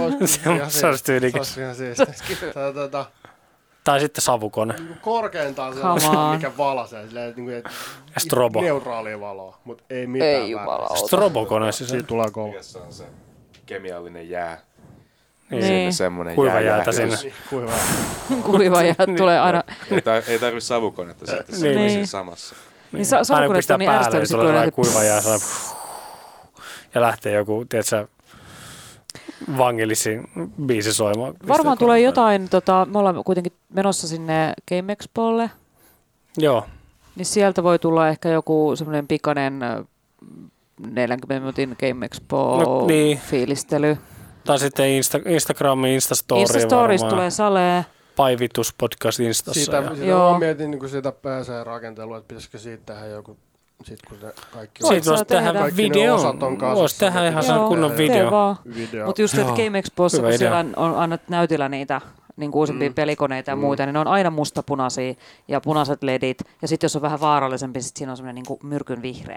Se olisi tyylikäs. Se olisi ihan siistiä. Tai sitten savukone. Korkeintaan sellainen, mikä valasee. Silleen, niin kuin, strobo. Neutraalia valoa, mutta ei mitään ei jumalauta. Strobokone siis. Siitä tulee kova. Mikäs on se kemiallinen jää? Niin. Semmoinen kuiva jää, jäätä sinne. Kuiva jää. Kuiva jää tulee aina. Ei, tar- ei tarvitse savukonetta sitten, se niin. on samassa. Niin sa- salakoneet on niin ärsyttäviä, tulee sellainen kuiva ja sellainen ja lähtee joku, tiedätkö, vangellisin biisi soimaan. Varmaan tulee jotain, tota, me ollaan kuitenkin menossa sinne Game Expolle, Joo. niin sieltä voi tulla ehkä joku semmoinen pikainen neljänkymmenen minuutin Game No, niin. Expo-fiilistely. Tai sitten Insta- Instagramin Instastory Instastories varmaan. tulee salee. Paivitus podcast Instassa. Siitä, ja... siitä Joo. mä mietin niin sitä P C-rakentelua, että pitäisikö siitä tehdä joku, sit kun ne kaikki Voit Siitä voisi tehdä. tehdä Kaikki ne video. osat on kasassa, Voisi tehdä niin ihan pitäisi sellainen Joo, kunnon tehdä video. vaan. video. Mutta just, että Joo. Game Expossa, Hyvä kun idea. siellä on, on annat näytillä niitä niin kuin uusimpia Mm. pelikoneita ja Mm. muita, niin ne on aina mustapunaisia ja punaiset ledit. Ja sitten jos on vähän vaarallisempi, sit siinä on semmoinen niin kuin myrkyn vihreä.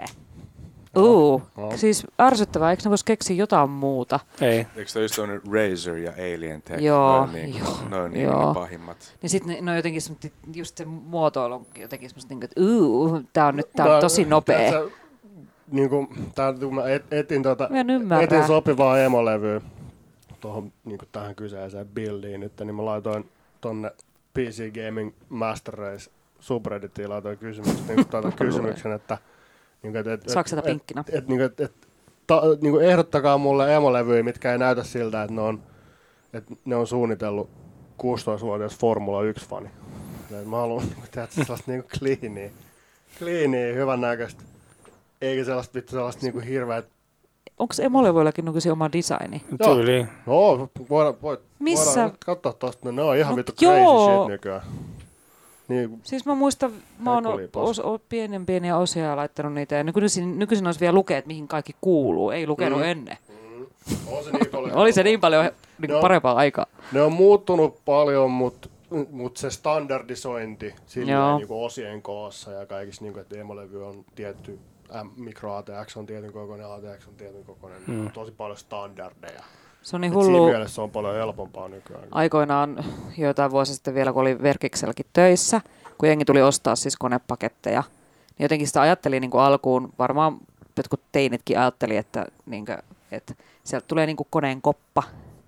Uu, Joo. siis ärsyttävää. Eikö ne vois keksiä jotain muuta? Ei. Eikö toi just tommonen Razer ja Alien Tech? Joo, Ne on niin, joo, ne on niin joo. ne pahimmat. Niin sitten ne, ne on jotenkin semmoista, just se muotoilu on jotenkin semmoista, niin kuin, että uu, tää on nyt tää on Mä- tosi nopea. tiedätkö, Niin kuin, tää, kun mä et, etin, tota, Mä en ymmärrä. etin sopivaa emolevyä tuohon niin kuin tähän kyseiseen buildiin nyt, niin mä laitoin tonne P C Gaming Master Race subredditiin laitoin kysymyksen, niin kuin, tuota, kysymyksen, että niin kuin, et, et, Saako sitä et, pinkkinä? et, et, niin kuin, et, et, ta, niin kuin ehdottakaa mulle emolevyjä, mitkä ei näytä siltä, että ne on, että ne on suunnitellut kuusitoistavuotias Formula yksi-fani. Et mä haluan niin kuin, tehdä sellaista niin kuin cleania, cleania, hyvän näköistä. Eikä sellaista vittu sellaista niinku hirveä... Onko Emolevoillakin nykyisen oma designi? Joo. Tyyli. No, voidaan, voit, Missä? voidaan katsoa tosta. Ne on ihan No, vittu joo. crazy shit nykyään. Niin, Siis mä muistan, mä oon Kaikki oli os, os, pienen pieniä osia ja laittanut niitä. Ja nykyisin, nykyisin olisi vielä lukeet, mihin kaikki kuuluu. Ei lukenut Mm. ennen. on se niin paljon. Oli se niin paljon niin Joo. parempaa aikaa. Ne on muuttunut paljon, mutta mut se standardisointi silleen Joo. niinku osien koossa ja kaikissa, niinku, että emolevy on tietty, M, micro A T X on tietyn kokoinen, A T X on tietyn kokoinen, Mm. tosi paljon standardeja. Se on niin Et siinä hullu. mielessä se on paljon helpompaa nykyään. Aikoinaan joitain vuosia sitten vielä, kun oli Verkikselläkin töissä, kun jengi tuli ostaa siis konepaketteja, niin jotenkin sitä ajattelin niin kuin alkuun, varmaan jotkut teinitkin ajatteli, että, niin kuin, että sieltä tulee niin kuin koneen koppa,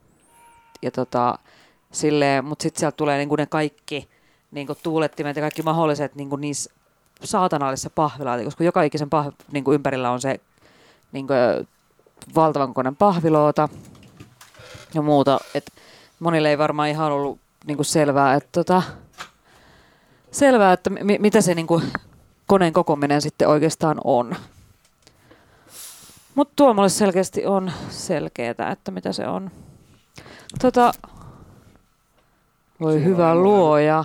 ja tota, silleen, mutta sitten sieltä tulee niin kuin ne kaikki niin kuin tuulettimet ja kaikki mahdolliset niin kuin niissä saatanallisissa pahvilaatikoissa, koska joka ikisen pah, niin kuin ympärillä on se niin kuin valtavan koneen pahviloota ja muuta, että monille ei varmaan ihan ollut niin kuin selvää, että, tota, selvää, että mi- mitä se niin kuin koneen kokoaminen sitten oikeastaan on. Mutta Tuomolle selkeästi on selkeää, että mitä se on. Tota, voi Siinä hyvä on luoja.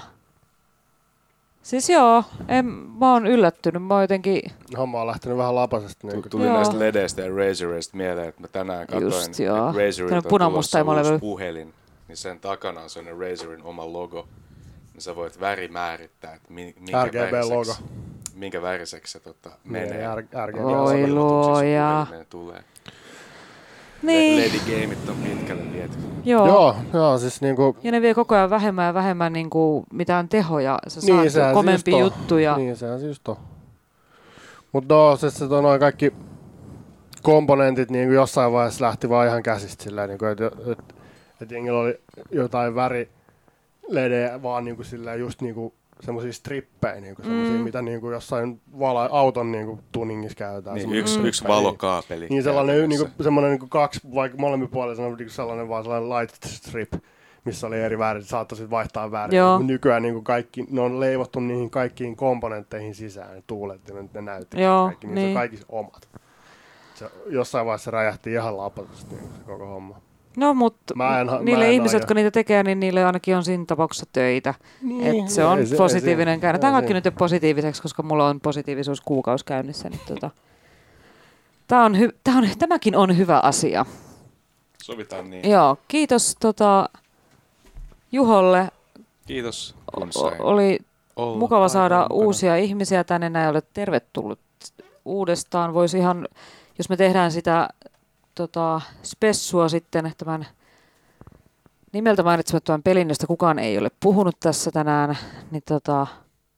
Siis joo, en, mä oon yllättynyt. Mä oon jotenkin, Homma on lähtenyt vähän lapasesta. Niin Tuli Joo. näistä ledeistä ja Razerista mieleen, että mä tänään katsoin, Just, joo. että Razerilta Tämmönen on punamusta tulossa emalevy. uusi puhelin, niin sen takana on sellainen Razerin oma logo. Niin sä voit väri määrittää, että mi- minkä, R G B-logo. väriseksi, minkä väriseksi se tota, menee. R- R G B. Oi Ilmoituksissa luoja. puhelimeen tulee. niin, Ledi-gameit on pitkälle viety. joo. Joo, joo, siis niinku... Ja ne vie koko ajan vähemmän ja vähemmän niin kuin mitään tehoja. Sä saat Niin, sehän se komempi just on. juttuja. Niin, sehän se just on. Mut no, se, se noin kaikki komponentit niin kuin jossain vaiheessa lähti vaan ihan käsistä sillä niin että et, et jengillä oli jotain väriledejä vaan niin kuin sillä just niin kuin semmosia strippejä, niin kuin semmosia, Mm. mitä niin kuin jossain vala- auton niin kuin tuningissa käytetään. Niin, semmosia yksi, Mm. yksi strippejä, valokaapeli. Niin sellainen niin käytännössä. kuin, semmoinen niin kuin kaksi, vaikka molemmin puolella sellainen, niin kuin sellainen vaan sellainen light strip, missä oli eri värit, saattoi sitten vaihtaa väriä. Joo. Mut nykyään niin kuin kaikki, ne on leivottu niihin kaikkiin komponentteihin sisään, ne tuulettimet, ne näyttivät, Joo, kaikki, niin, se niin. on kaikissa omat. Se, jossain vaiheessa räjähti ihan lapasesti niin se koko homma. No mutta Mä en ha- niille mä en ihmisille, aja. jotka niitä tekee, niin niille ainakin on siinä tapauksessa töitä. Et se on Ei se- ei positiivinen se- käänne. ei Tämä kaikki se- nyt jo positiiviseksi, koska mulla on positiivisuus kuukausi käynnissä. Niin tota, tää on hy- tää on, tämäkin on hyvä asia. Sovitaan niin. Joo, kiitos tota, Juholle. Kiitos, O- kun sain oli olla mukava saada paikalla mukana. uusia ihmisiä tänne. Näin olet tervetullut uudestaan. Voisi ihan, jos me tehdään sitä tota, spessua sitten tämän nimeltä mainitsemattoman pelin, josta kukaan ei ole puhunut tässä tänään, niin tota,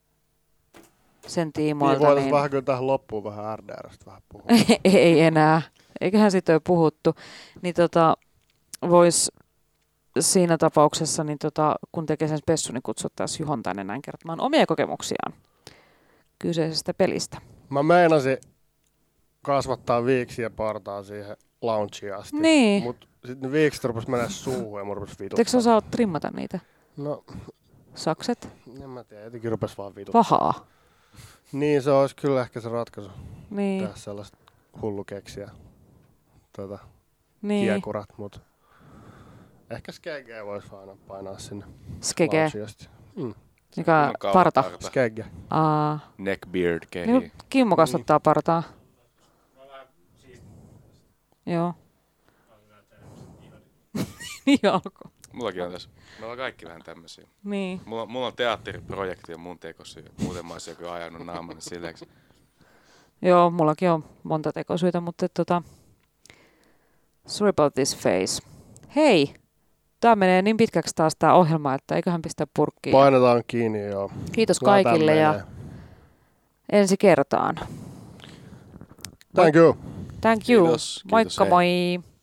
sen Niin tiimoilta. voitaisiin Niin, vähän kyllä tähän loppuun vähän R D R:stä vähän puhua. ei enää. Eiköhän siitä ole puhuttu. Niin tota, vois siinä tapauksessa, niin tota, kun tekee sen spessun, niin kutsuttaisiin Juhon tänne näin kertomaan omia kokemuksiaan kyseisestä pelistä. Mä meinasin kasvattaa viiksiä partaa siihen launchiin asti. Niin. Mut sit ne viikset rupes mennä suuhun ja mun rupes vituttaa. Eikö sä osaa trimmata niitä? No, Sakset? en mä tiedä. Jotenkin rupes vaan vituttaa. Pahaa. Niin, se olisi kyllä ehkä se ratkaisu. Niin. Tehdä sellaista hullukeksiä. Tota, Niin. kiekurat, mut ehkä skegeä vois aina painaa sinne. Skege. launchiin asti. Mm. Mikä Kunnon kaupan parta? parta. Skege. Aa. Neckbeard kehi. Niin, Kimmo kasvattaa partaa. Joo. Niin alkoi. Mullakin on tässä. Me ollaan kaikki vähän tämmösiä. Niin. Mulla, mulla on teatteriprojekti ja mun tekosyy. Muuten mä olisin joku ajanut naamani silleksi. Joo, mullakin on monta tekosyitä, mutta et, tota... Sorry about this face. Hei! Tää menee niin pitkäksi taas tää ohjelma, että eiköhän pistä purkkiin. Painetaan kiinni, joo. Kiitos Kyllä tää kaikille ja menee. ensi kertaan. Thank you. Thank you. Kiitos, kiitos, Moikka hei. moi!